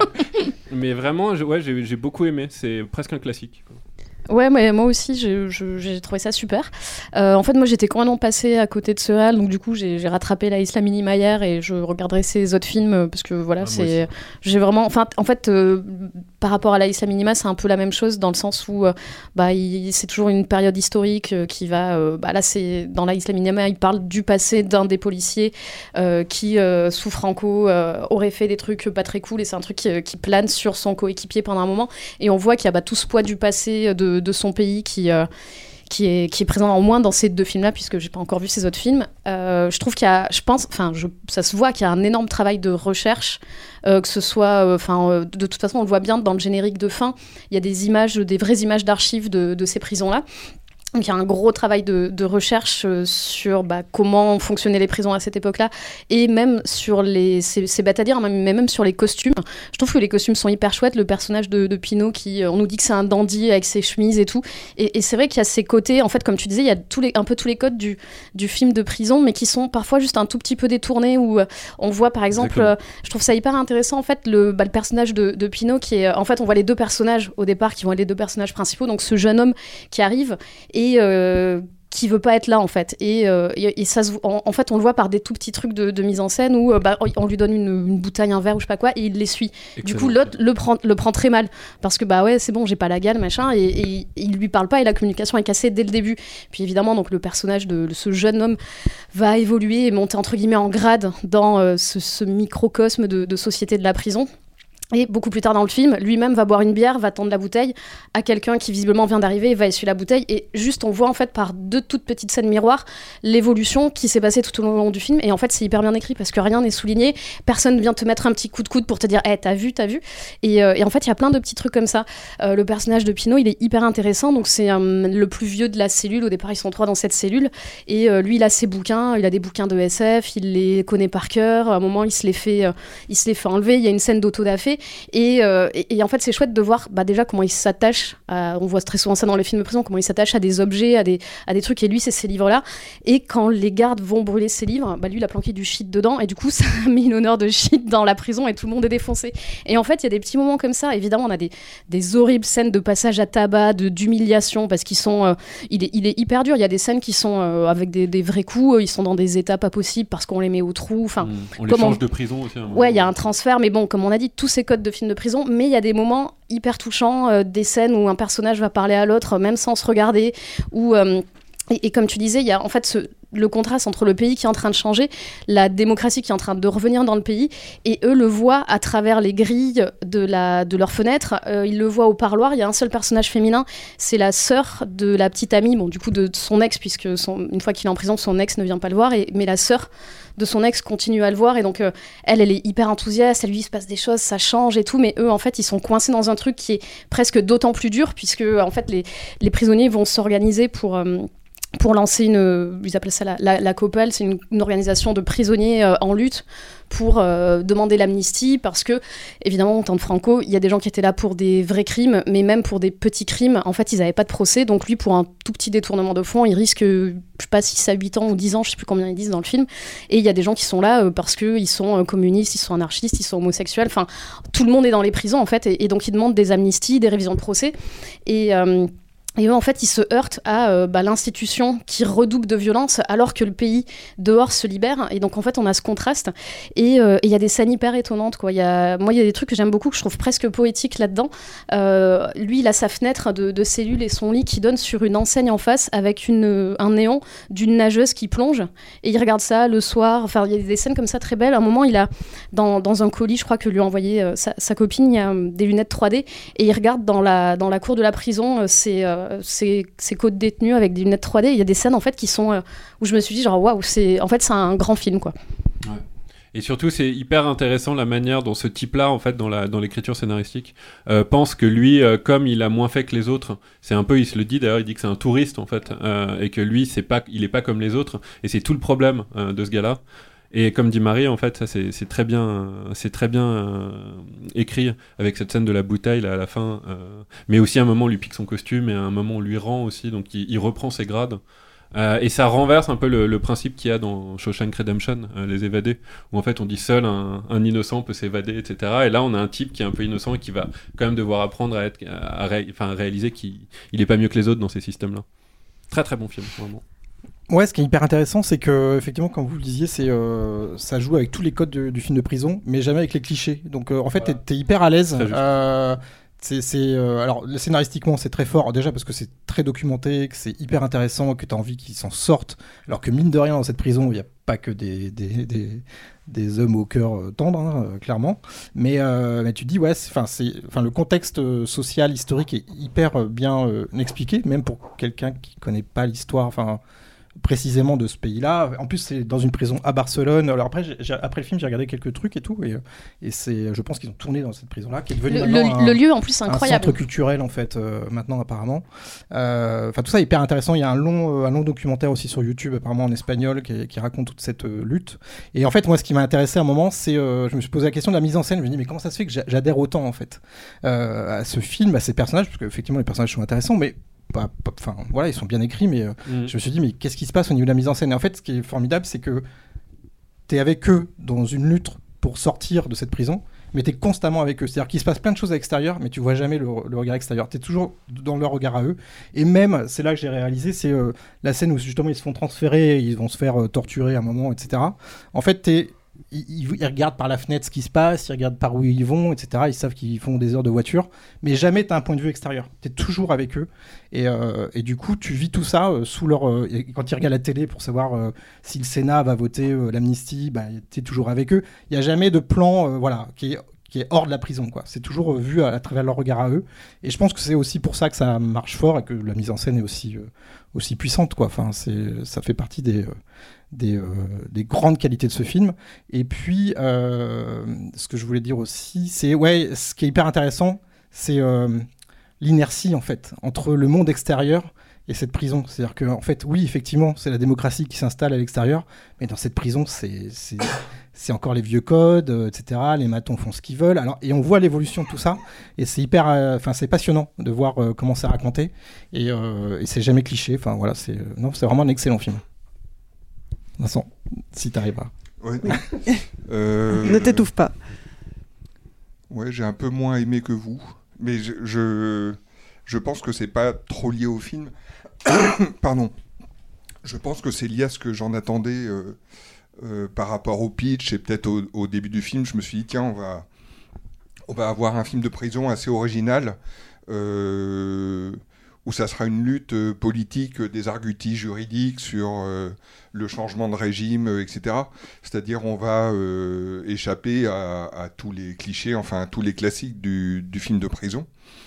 S6: mais vraiment je, ouais, j'ai, j'ai beaucoup aimé, c'est presque un classique, quoi.
S13: Ouais, mais moi aussi, j'ai, je, j'ai trouvé ça super. Euh, en fait, moi, j'étais complètement passée à côté de ce réal, donc du coup, j'ai, j'ai rattrapé La Isla Minima hier et je regarderai ses autres films parce que voilà, ah, c'est, j'ai vraiment, enfin, en fait, euh, par rapport à La Isla Minima, c'est un peu la même chose dans le sens où, euh, bah, il, c'est toujours une période historique euh, qui va, euh, bah là, c'est dans La Isla Minima, il parle du passé d'un des policiers euh, qui, euh, sous Franco, euh, aurait fait des trucs pas très cool, et c'est un truc qui, qui plane sur son coéquipier pendant un moment, et on voit qu'il y a bah, tout ce poids du passé de de son pays qui, euh, qui, est, qui est présent au moins dans ces deux films-là, puisque j'ai pas encore vu ces autres films. Euh, je trouve qu'il y a, je pense, enfin, ça se voit qu'il y a un énorme travail de recherche, euh, que ce soit, enfin, euh, de toute façon, on le voit bien dans le générique de fin, il y a des images, des vraies images d'archives de, de ces prisons-là. Donc il y a un gros travail de, de recherche euh, sur bah, comment fonctionnaient les prisons à cette époque-là, et même sur les, c'est, c'est bête à dire, mais même sur les costumes. Je trouve que les costumes sont hyper chouettes. Le personnage de, de Pino, qui, on nous dit que c'est un dandy avec ses chemises et tout, et, et c'est vrai qu'il y a ces côtés, en fait, comme tu disais, il y a tous les, un peu tous les codes du, du film de prison, mais qui sont parfois juste un tout petit peu détournés, où euh, on voit par exemple, euh, je trouve ça hyper intéressant en fait, le, bah, le personnage de, de Pino, qui est, en fait, on voit les deux personnages au départ, qui vont être les deux personnages principaux, donc ce jeune homme qui arrive et euh, qui veut pas être là en fait, et, euh, et, et ça se, en, en fait on le voit par des tout petits trucs de, de mise en scène où euh, bah, on lui donne une, une bouteille, un verre ou je sais pas quoi, et il l'essuie. Du coup l'autre le prend, le prend très mal parce que bah ouais c'est bon, j'ai pas la gale machin, et, et, et il lui parle pas, et la communication est cassée dès le début. Puis évidemment donc le personnage de, de ce jeune homme va évoluer et monter entre guillemets en grade dans euh, ce, ce microcosme de, de société de la prison. Et beaucoup plus tard dans le film, lui-même va boire une bière, va tendre la bouteille à quelqu'un qui visiblement vient d'arriver et va essuyer la bouteille. Et juste, on voit en fait par deux toutes petites scènes miroirs l'évolution qui s'est passée tout au long du film. Et en fait, c'est hyper bien écrit parce que rien n'est souligné. Personne vient te mettre un petit coup de coude pour te dire hey, « t'as vu, t'as vu ?» et, euh, et en fait, il y a plein de petits trucs comme ça. Euh, le personnage de Pino, il est hyper intéressant. Donc, c'est euh, le plus vieux de la cellule. Au départ, ils sont trois dans cette cellule. Et euh, lui, il a ses bouquins. Il a des bouquins de S F. Il les connaît par cœur. À un moment, il se les fait, euh, il se les fait enlever. Il y a une scène d'autodafé. dénoncer. Et, euh, et, et en fait, c'est chouette de voir bah, déjà comment il s'attache, à, on voit très souvent ça dans les films de prison, comment il s'attache à des objets, à des, à des trucs, et lui, c'est ces livres-là. Et quand les gardes vont brûler ces livres, bah, lui, il a planqué du shit dedans, et du coup, ça a mis une odeur de shit dans la prison, et tout le monde est défoncé. Et en fait, il y a des petits moments comme ça. Évidemment, on a des, des horribles scènes de passage à tabac, de, d'humiliation, parce qu'ils sont... Euh, il, est, il est hyper dur. Il y a des scènes qui sont euh, avec des, des vrais coups, ils sont dans des états pas possibles, parce qu'on les met au trou. Enfin,
S6: mmh. On les change on... de prison aussi.
S13: Ouais, il y a un transfert, mais bon, comme on a dit, tous ces codes de films de prison, mais il y a des moments hyper touchants, euh, des scènes où un personnage va parler à l'autre, même sans se regarder, où... Euh, Et, et comme tu disais, il y a en fait ce, le contraste entre le pays qui est en train de changer, la démocratie qui est en train de revenir dans le pays, et eux le voient à travers les grilles de, la, de leurs fenêtres, euh, ils le voient au parloir, il y a un seul personnage féminin, c'est la sœur de la petite amie, bon du coup de, de son ex, puisque son, une fois qu'il est en prison, son ex ne vient pas le voir, et, mais la sœur de son ex continue à le voir, et donc euh, elle, elle est hyper enthousiaste, elle lui il se passe des choses, ça change et tout, mais eux en fait ils sont coincés dans un truc qui est presque d'autant plus dur, puisque en fait les, les prisonniers vont s'organiser pour... Euh, pour lancer une, ils appellent ça la, la, la COPEL, c'est une, une organisation de prisonniers euh, en lutte pour euh, demander l'amnistie, parce que, évidemment, au temps de Franco, il y a des gens qui étaient là pour des vrais crimes, mais même pour des petits crimes, en fait, ils n'avaient pas de procès, donc lui, pour un tout petit détournement de fonds, il risque, je sais pas, six à huit ans ou dix ans, je sais plus combien ils disent dans le film, et il y a des gens qui sont là euh, parce qu'ils sont euh, communistes, ils sont anarchistes, ils sont homosexuels, enfin, tout le monde est dans les prisons, en fait, et, et donc ils demandent des amnisties, des révisions de procès, et... Euh, Et eux, en fait, ils se heurtent à euh, bah, l'institution qui redouble de violence alors que le pays dehors se libère. Et donc, en fait, on a ce contraste. Et il euh, y a des scènes hyper étonnantes, quoi. Y a... Moi, il y a des trucs que j'aime beaucoup, que je trouve presque poétiques là-dedans. Euh, lui, il a sa fenêtre de, de cellule et son lit qui donne sur une enseigne en face avec une, un néon d'une nageuse qui plonge. Et il regarde ça le soir. Enfin, il y a des scènes comme ça très belles. À un moment, il a, dans, dans un colis, je crois que lui a envoyé euh, sa, sa copine, il y a euh, des lunettes trois D. Et il regarde dans la, dans la cour de la prison, euh, c'est... Euh, Ces, ces côtes détenues avec des lunettes trois D. Il y a des scènes en fait qui sont euh, où je me suis dit genre waouh, c'est en fait c'est un grand film quoi.
S6: Ouais. Et surtout c'est hyper intéressant la manière dont ce type-là en fait dans la dans l'écriture scénaristique euh, pense que lui euh, comme il a moins fait que les autres, c'est un peu, il se le dit d'ailleurs, il dit que c'est un touriste en fait euh, et que lui c'est pas, il est pas comme les autres, et c'est tout le problème euh, de ce gars-là. Et comme dit Marie, en fait, ça c'est, c'est très bien, c'est très bien euh, écrit avec cette scène de la bouteille là, à la fin. Euh, mais aussi à un moment on lui pique son costume et à un moment on lui rend aussi, donc il, il reprend ses grades. Euh, et ça renverse un peu le, le principe qu'il y a dans Shawshank Redemption, euh, les évadés, où en fait on dit seul un, un innocent peut s'évader, et cetera. Et là on a un type qui est un peu innocent et qui va quand même devoir apprendre à être, à, ré, enfin, à réaliser qu'il il est pas mieux que les autres dans ces systèmes-là. Très très bon film, vraiment.
S12: Ouais, ce qui est hyper intéressant, c'est que effectivement, comme vous le disiez, c'est euh, ça joue avec tous les codes de, du film de prison, mais jamais avec les clichés. Donc euh, en fait, voilà. t'es, t'es hyper à l'aise. Euh, c'est, c'est euh, alors scénaristiquement, c'est très fort déjà parce que c'est très documenté, que c'est hyper intéressant, que t'as envie qu'ils s'en sortent. Alors que mine de rien, dans cette prison, il y a pas que des des, des, des hommes au cœur euh, tendre, hein, euh, clairement. Mais euh, mais tu dis ouais, enfin c'est, enfin le contexte euh, social, historique est hyper euh, bien euh, expliqué, même pour quelqu'un qui connaît pas l'histoire. Enfin. Précisément de ce pays-là. En plus, c'est dans une prison à Barcelone. Alors après, j'ai, après le film, j'ai regardé quelques trucs et tout, et, et c'est, je pense qu'ils ont tourné dans cette prison-là, qui est devenu
S13: le,
S12: maintenant
S13: le,
S12: un,
S13: le lieu en plus incroyable,
S12: un centre culturel en fait euh, maintenant apparemment. Enfin euh, tout ça est hyper intéressant. Il y a un long, euh, un long documentaire aussi sur YouTube apparemment en espagnol qui, qui raconte toute cette euh, lutte. Et en fait, moi, ce qui m'a intéressé à un moment, c'est, euh, je me suis posé la question de la mise en scène. Je me dis mais comment ça se fait que j'adhère autant en fait euh, à ce film, à ces personnages, parce qu'effectivement les personnages sont intéressants, mais Pas, pas, enfin, voilà, ils sont bien écrits, mais euh, mmh. je me suis dit, mais qu'est-ce qui se passe au niveau de la mise en scène ? Et en fait, ce qui est formidable, c'est que t'es avec eux dans une lutte pour sortir de cette prison, mais t'es constamment avec eux. C'est-à-dire qu'il se passe plein de choses à l'extérieur, mais tu vois jamais le, le regard extérieur. T'es toujours dans leur regard à eux. Et même, c'est là que j'ai réalisé, c'est euh, la scène où justement ils se font transférer, ils vont se faire euh, torturer à un moment, et cetera. En fait, t'es Ils, ils regardent par la fenêtre ce qui se passe, ils regardent par où ils vont, et cetera. Ils savent qu'ils font des heures de voiture, mais jamais tu as un point de vue extérieur. Tu es toujours avec eux. Et, euh, et du coup, tu vis tout ça euh, sous leur. Euh, quand ils regardent la télé pour savoir euh, si le Sénat va voter euh, l'amnistie, bah, tu es toujours avec eux. Il n'y a jamais de plan euh, voilà, qui est, qui est hors de la prison, quoi. C'est toujours euh, vu à, à travers leur regard à eux. Et je pense que c'est aussi pour ça que ça marche fort et que la mise en scène est aussi, euh, aussi puissante, quoi. Enfin, c'est, ça fait partie des. Euh, Des, euh, des grandes qualités de ce film. Et puis, euh, ce que je voulais dire aussi, c'est, ouais, ce qui est hyper intéressant, c'est, euh, l'inertie en fait entre le monde extérieur et cette prison. C'est-à-dire que en fait, oui, effectivement, c'est la démocratie qui s'installe à l'extérieur, mais dans cette prison, c'est c'est, c'est encore les vieux codes, euh, et cetera. Les matons font ce qu'ils veulent. Alors, et on voit l'évolution de tout ça, et c'est hyper, enfin, euh, c'est passionnant de voir euh, comment c'est raconté, et, euh, et c'est jamais cliché. Enfin voilà, c'est euh, non, c'est vraiment un excellent film. Vincent, si t'arrives à.
S7: Ouais.
S4: Oui.
S7: euh...
S4: Ne t'étouffe pas.
S7: Ouais, j'ai un peu moins aimé que vous, mais je, je, je pense que c'est pas trop lié au film. Pardon. Je pense que c'est lié à ce que j'en attendais euh, euh, par rapport au pitch et peut-être au, au début du film. Je me suis dit, tiens, on va, on va avoir un film de prison assez original euh, où ça sera une lutte euh, politique, euh, des arguties juridiques sur euh, le changement de régime, euh, et cetera. C'est-à-dire on va euh, échapper à, à tous les clichés, enfin à tous les classiques du, du film de prison.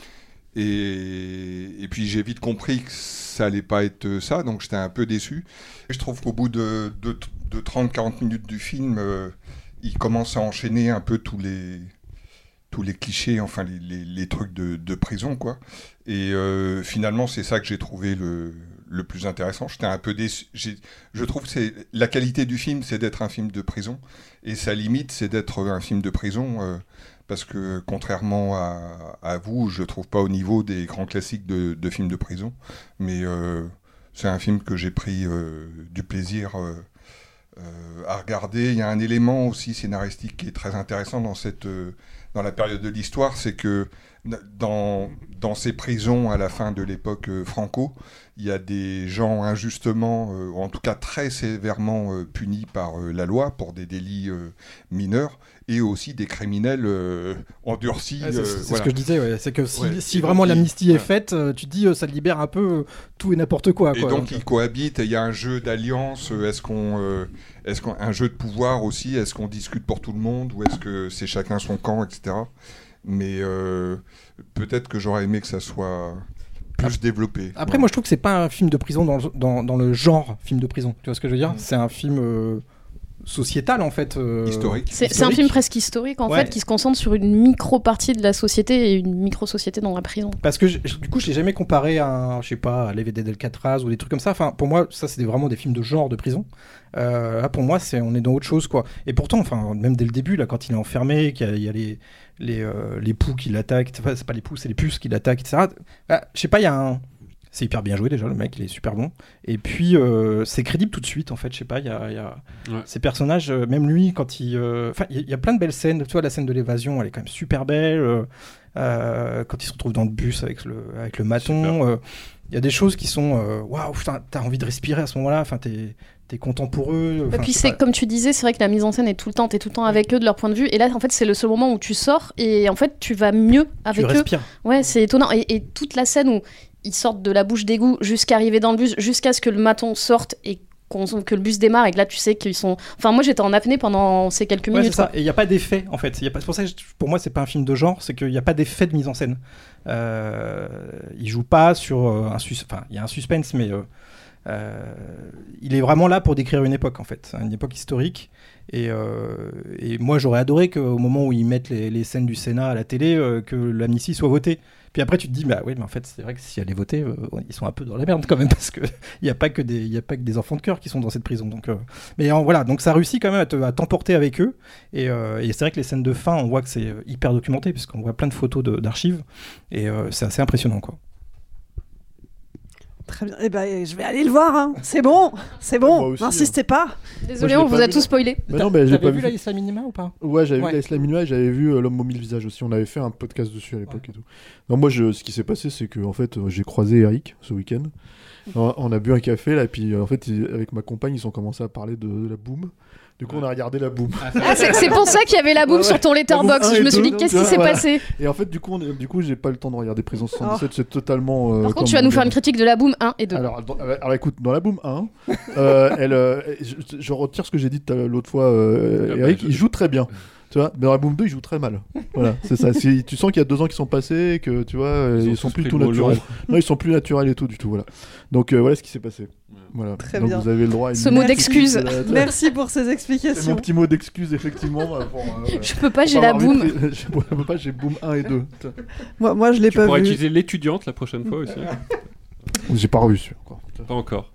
S7: Et, et puis j'ai vite compris que ça allait pas être ça, donc j'étais un peu déçu. Et je trouve qu'au bout de, de, de trente à quarante minutes du film, euh, il commence à enchaîner un peu tous les... tous les clichés, enfin les, les, les trucs de, de prison, quoi. Et euh, finalement, c'est ça que j'ai trouvé le, le plus intéressant. J'étais un peu déçu. J'ai, je trouve que c'est, la qualité du film, c'est d'être un film de prison. Et sa limite, c'est d'être un film de prison, euh, parce que contrairement à, à vous, je ne trouve pas au niveau des grands classiques de, de films de prison. Mais euh, c'est un film que j'ai pris euh, du plaisir euh, euh, à regarder. Il y a un élément aussi scénaristique qui est très intéressant dans cette... Euh, dans la période de l'histoire, c'est que dans, dans ces prisons à la fin de l'époque euh, Franco, il y a des gens injustement, euh, ou en tout cas très sévèrement euh, punis par euh, la loi pour des délits euh, mineurs, et aussi des criminels euh, endurcis.
S12: Ouais, c'est
S7: euh,
S12: c'est
S7: voilà.
S12: ce que je disais, ouais. C'est que si,
S7: Ouais.
S12: si
S7: Et
S12: vraiment
S7: donc,
S12: l'amnistie
S7: il,
S12: est
S7: voilà.
S12: faite, euh, tu te dis euh, ça libère un peu euh, tout et n'importe quoi.
S7: Et
S12: quoi.
S7: donc,
S12: donc
S7: ils cohabitent, et il y a un jeu d'alliance. euh, Est-ce qu'on, euh, est-ce qu'on, un jeu de pouvoir aussi. Est-ce qu'on discute pour tout le monde, ou est-ce que c'est chacun son camp, et cetera. Mais euh, peut-être que j'aurais aimé que ça soit plus développé.
S12: Après, moi, je trouve que c'est pas un film de prison dans le, dans, dans le genre film de prison. Tu vois ce que je veux dire ? C'est un film euh, sociétal, en fait. euh,
S7: Historique.
S13: C'est, c'est un
S12: historique.
S13: film presque historique, en
S12: Ouais.
S13: fait, qui se concentre sur une micro-partie de la société et une micro-société dans la prison.
S12: Parce que je- du coup, je l'ai jamais comparé à, un, je sais pas, à L'E V D d'Alcatraz ou des trucs comme ça. Enfin, pour moi, ça, c'est vraiment des films de genre de prison. Euh, là, pour moi, c'est, on est dans autre chose, quoi. Et pourtant, enfin, même dès le début, là, quand il est enfermé, qu'il y a, il y a les, les, euh, les poux qui l'attaquent, enfin, c'est pas les poux, c'est les puces qui l'attaquent, et cetera. Bah, je sais pas, il y a un. C'est hyper bien joué déjà, le mec, il est super bon. Et puis, euh, c'est crédible tout de suite, en fait. Je sais pas, il y a, il y a...
S6: Ouais.
S12: ces personnages, euh, même lui, quand il. Enfin, il y, y a plein de belles scènes. Tu vois, la scène de l'évasion, elle est quand même super belle. euh, euh, quand il se retrouve dans le bus avec le, avec le maton. euh, Il y a des choses qui sont. euh, Waouh, putain, t'as envie de respirer à ce moment-là. Enfin, t'es, t'es content pour eux.
S13: Et
S12: Enfin,
S13: puis
S12: je sais
S13: c'est
S12: pas.
S13: comme tu disais, c'est vrai que la mise en scène est tout le temps, t'es tout le temps avec eux de leur point de vue. Et là, en fait, c'est le seul moment où tu sors et en fait, tu vas mieux avec
S12: Tu
S13: eux.
S12: respires.
S13: Ouais, c'est étonnant. Et, et toute la scène où ils sortent de la bouche d'égout jusqu'à arriver dans le bus, jusqu'à ce que le maton sorte et qu'on- que le bus démarre et que là, tu sais qu'ils sont. Enfin, moi, j'étais en apnée pendant ces quelques
S12: Ouais,
S13: minutes.
S12: c'est ça.
S13: quoi.
S12: Et il n'y a pas d'effet, en fait. Il y a pas... C'est pour ça que je- pour moi, c'est pas un film de genre, c'est qu'il n'y a pas d'effet de mise en scène. Euh... Il joue pas sur euh, un sus... Enfin, il y a un suspense, mais euh, euh, il est vraiment là pour décrire une époque, en fait. Une époque historique. Et, euh, et moi, j'aurais adoré qu'au moment où ils mettent les, les scènes du Sénat à la télé, euh, que l'amnistie soit votée. Puis après, tu te dis, bah oui, mais en fait, c'est vrai que si elle est votée, euh, ils sont un peu dans la merde quand même, parce qu'il n'y a, pas que des- y a pas que des enfants de cœur qui sont dans cette prison. Donc, euh, mais euh, voilà, donc ça réussit quand même à, te- à t'emporter avec eux. Et, euh, et c'est vrai que les scènes de fin, on voit que c'est hyper documenté, puisqu'on voit plein de photos de- d'archives. Et euh, c'est assez impressionnant, quoi.
S4: Très bien. Eh ben, je vais aller le voir. Hein. C'est bon, c'est bon.
S3: Moi aussi,
S4: N'insistez pas.
S13: Désolé,
S3: Moi, je
S13: on
S3: l'ai
S13: vous
S3: pas
S13: a
S3: vu,
S13: tout
S3: là.
S13: spoilé.
S3: Bah non, mais j'ai
S12: T'avais
S3: pas
S12: vu
S3: vu.
S12: la Isla Minima ou pas ?
S3: Ouais, j'avais
S12: Ouais.
S3: vu la Isla Minima et j'avais vu euh, L'homme aux mille visages aussi. On avait fait un podcast dessus à l'époque et tout. Non, moi, je, ce qui s'est passé, c'est que en fait, euh, j'ai croisé Eric ce week-end. On, on a bu un café là, et puis euh, en fait, il- avec ma compagne, ils ont commencé à parler de, de la boom. Du coup, on a regardé la boom.
S13: Ah, c'est, c'est pour ça qu'il y avait la boum
S3: Ouais, ouais.
S13: sur ton
S3: La boom
S13: letterbox.
S3: un
S13: Je
S3: et
S13: me suis
S3: deux,
S13: dit, qu'est-ce qui
S3: donc,
S13: s'est
S3: voilà.
S13: passé ?
S3: Et en fait, du coup, on est- du coup, j'ai pas le temps de regarder Prison soixante-dix-sept. C'est totalement. euh,
S13: Par contre,
S3: comme
S13: tu vas
S3: on
S13: nous
S3: dit.
S13: faire une critique de la boum un et deux.
S3: Alors, dans- alors, écoute, dans la boom un, euh, elle, euh, je, je retire ce que j'ai dit tout à l'heure- l'autre fois, euh,
S6: Ah bah,
S3: Eric,
S6: je-
S3: il joue très bien. Tu vois, mais dans la Boom deux, il joue très mal. Voilà, c'est ça. C'est, tu sens qu'il y a deux ans qui sont passés et que tu vois, ils, ils sont plus tout naturels. Non, ils sont plus naturels et tout du tout. Voilà. Donc euh, voilà ce qui s'est passé. Voilà.
S4: Très
S3: Donc
S4: bien.
S3: vous avez le droit à une
S13: Ce mot d'excuse.
S3: La...
S4: Merci pour ces
S3: C'est
S4: explications.
S3: mon petit mot d'excuse effectivement. Pour, euh,
S13: Je peux pas, j'ai la Boom.
S3: Je peux pas, j'ai Boom un et deux.
S4: Moi, moi, je l'ai
S6: Tu
S4: pas
S6: pourrais
S4: vu.
S6: utiliser l'étudiante la prochaine fois aussi.
S3: J'ai pas revu celui encore.
S6: Pas encore.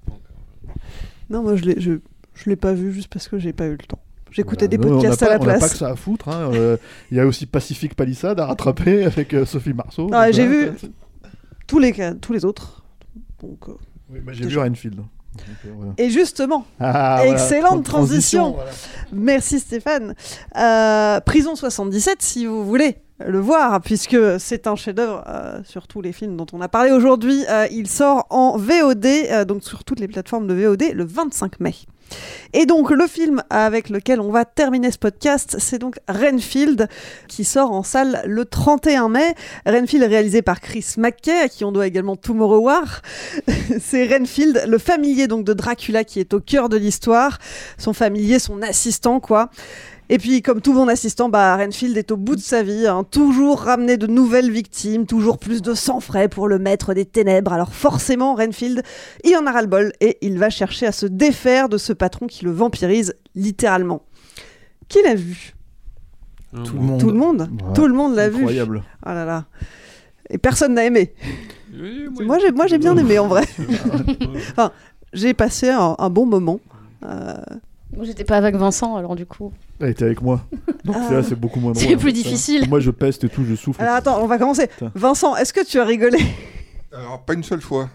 S4: Non, moi, je l'ai, je, je l'ai pas vu juste parce que j'ai pas eu le temps. J'écoutais
S3: Voilà.
S4: des
S3: Non,
S4: podcasts
S3: on a pas,
S4: à la
S3: on a pas
S4: place.
S3: que ça à foutre. Hein. Euh, il y a aussi Pacific Palisade à rattraper avec euh, Sophie Marceau.
S4: Ah,
S3: donc,
S4: j'ai
S3: voilà.
S4: vu tous les, cas- tous les autres. Donc, euh,
S3: Oui, bah, j'ai vu Renfield. Donc, euh, voilà.
S4: Et justement,
S3: Ah, voilà,
S4: excellente
S3: tran- transition,
S4: transition.
S3: voilà.
S4: Merci Stéphane. Euh, Prison soixante-dix-sept, si vous voulez le voir, puisque c'est un chef-d'œuvre euh, sur tous les films dont on a parlé aujourd'hui. Euh, il sort en V O D, euh, donc sur toutes les plateformes de V O D, le vingt-cinq mai. Et donc le film avec lequel on va terminer ce podcast, c'est donc Renfield, qui sort en salle le trente et un mai. Renfield est réalisé par Chris McKay, à qui on doit également Tomorrow War. C'est Renfield, le familier donc de Dracula, qui est au cœur de l'histoire. Son familier, son assistant, quoi. Et puis, comme tout bon assistant, bah, Renfield est au bout de sa vie, hein, toujours ramener de nouvelles victimes, toujours plus de sang frais pour le maître des ténèbres. Alors forcément, Renfield, il en a ras-le-bol et il va chercher à se défaire de ce patron qui le vampirise littéralement. Qui l'a vu ?
S12: Tout le monde.
S4: Tout le monde
S3: Ouais.
S4: Tout le monde l'a
S3: Incroyable.
S4: vu. Oh là là. Et personne n'a aimé.
S6: Oui,
S4: Moi, j'ai, moi, j'ai bien aimé en vrai. Enfin, j'ai passé un, un bon moment. Euh,
S13: Moi, j'étais pas avec Vincent, alors du coup.
S3: Elle était avec moi. Donc
S4: Ah.
S3: là, c'est beaucoup moins drôle.
S13: C'est
S3: hein,
S13: plus
S3: ça.
S13: difficile.
S3: Moi, je peste et tout, je souffle.
S4: Alors attends, on va commencer.
S3: Putain.
S4: Vincent, est-ce que tu as rigolé ?
S7: Alors, pas une seule fois.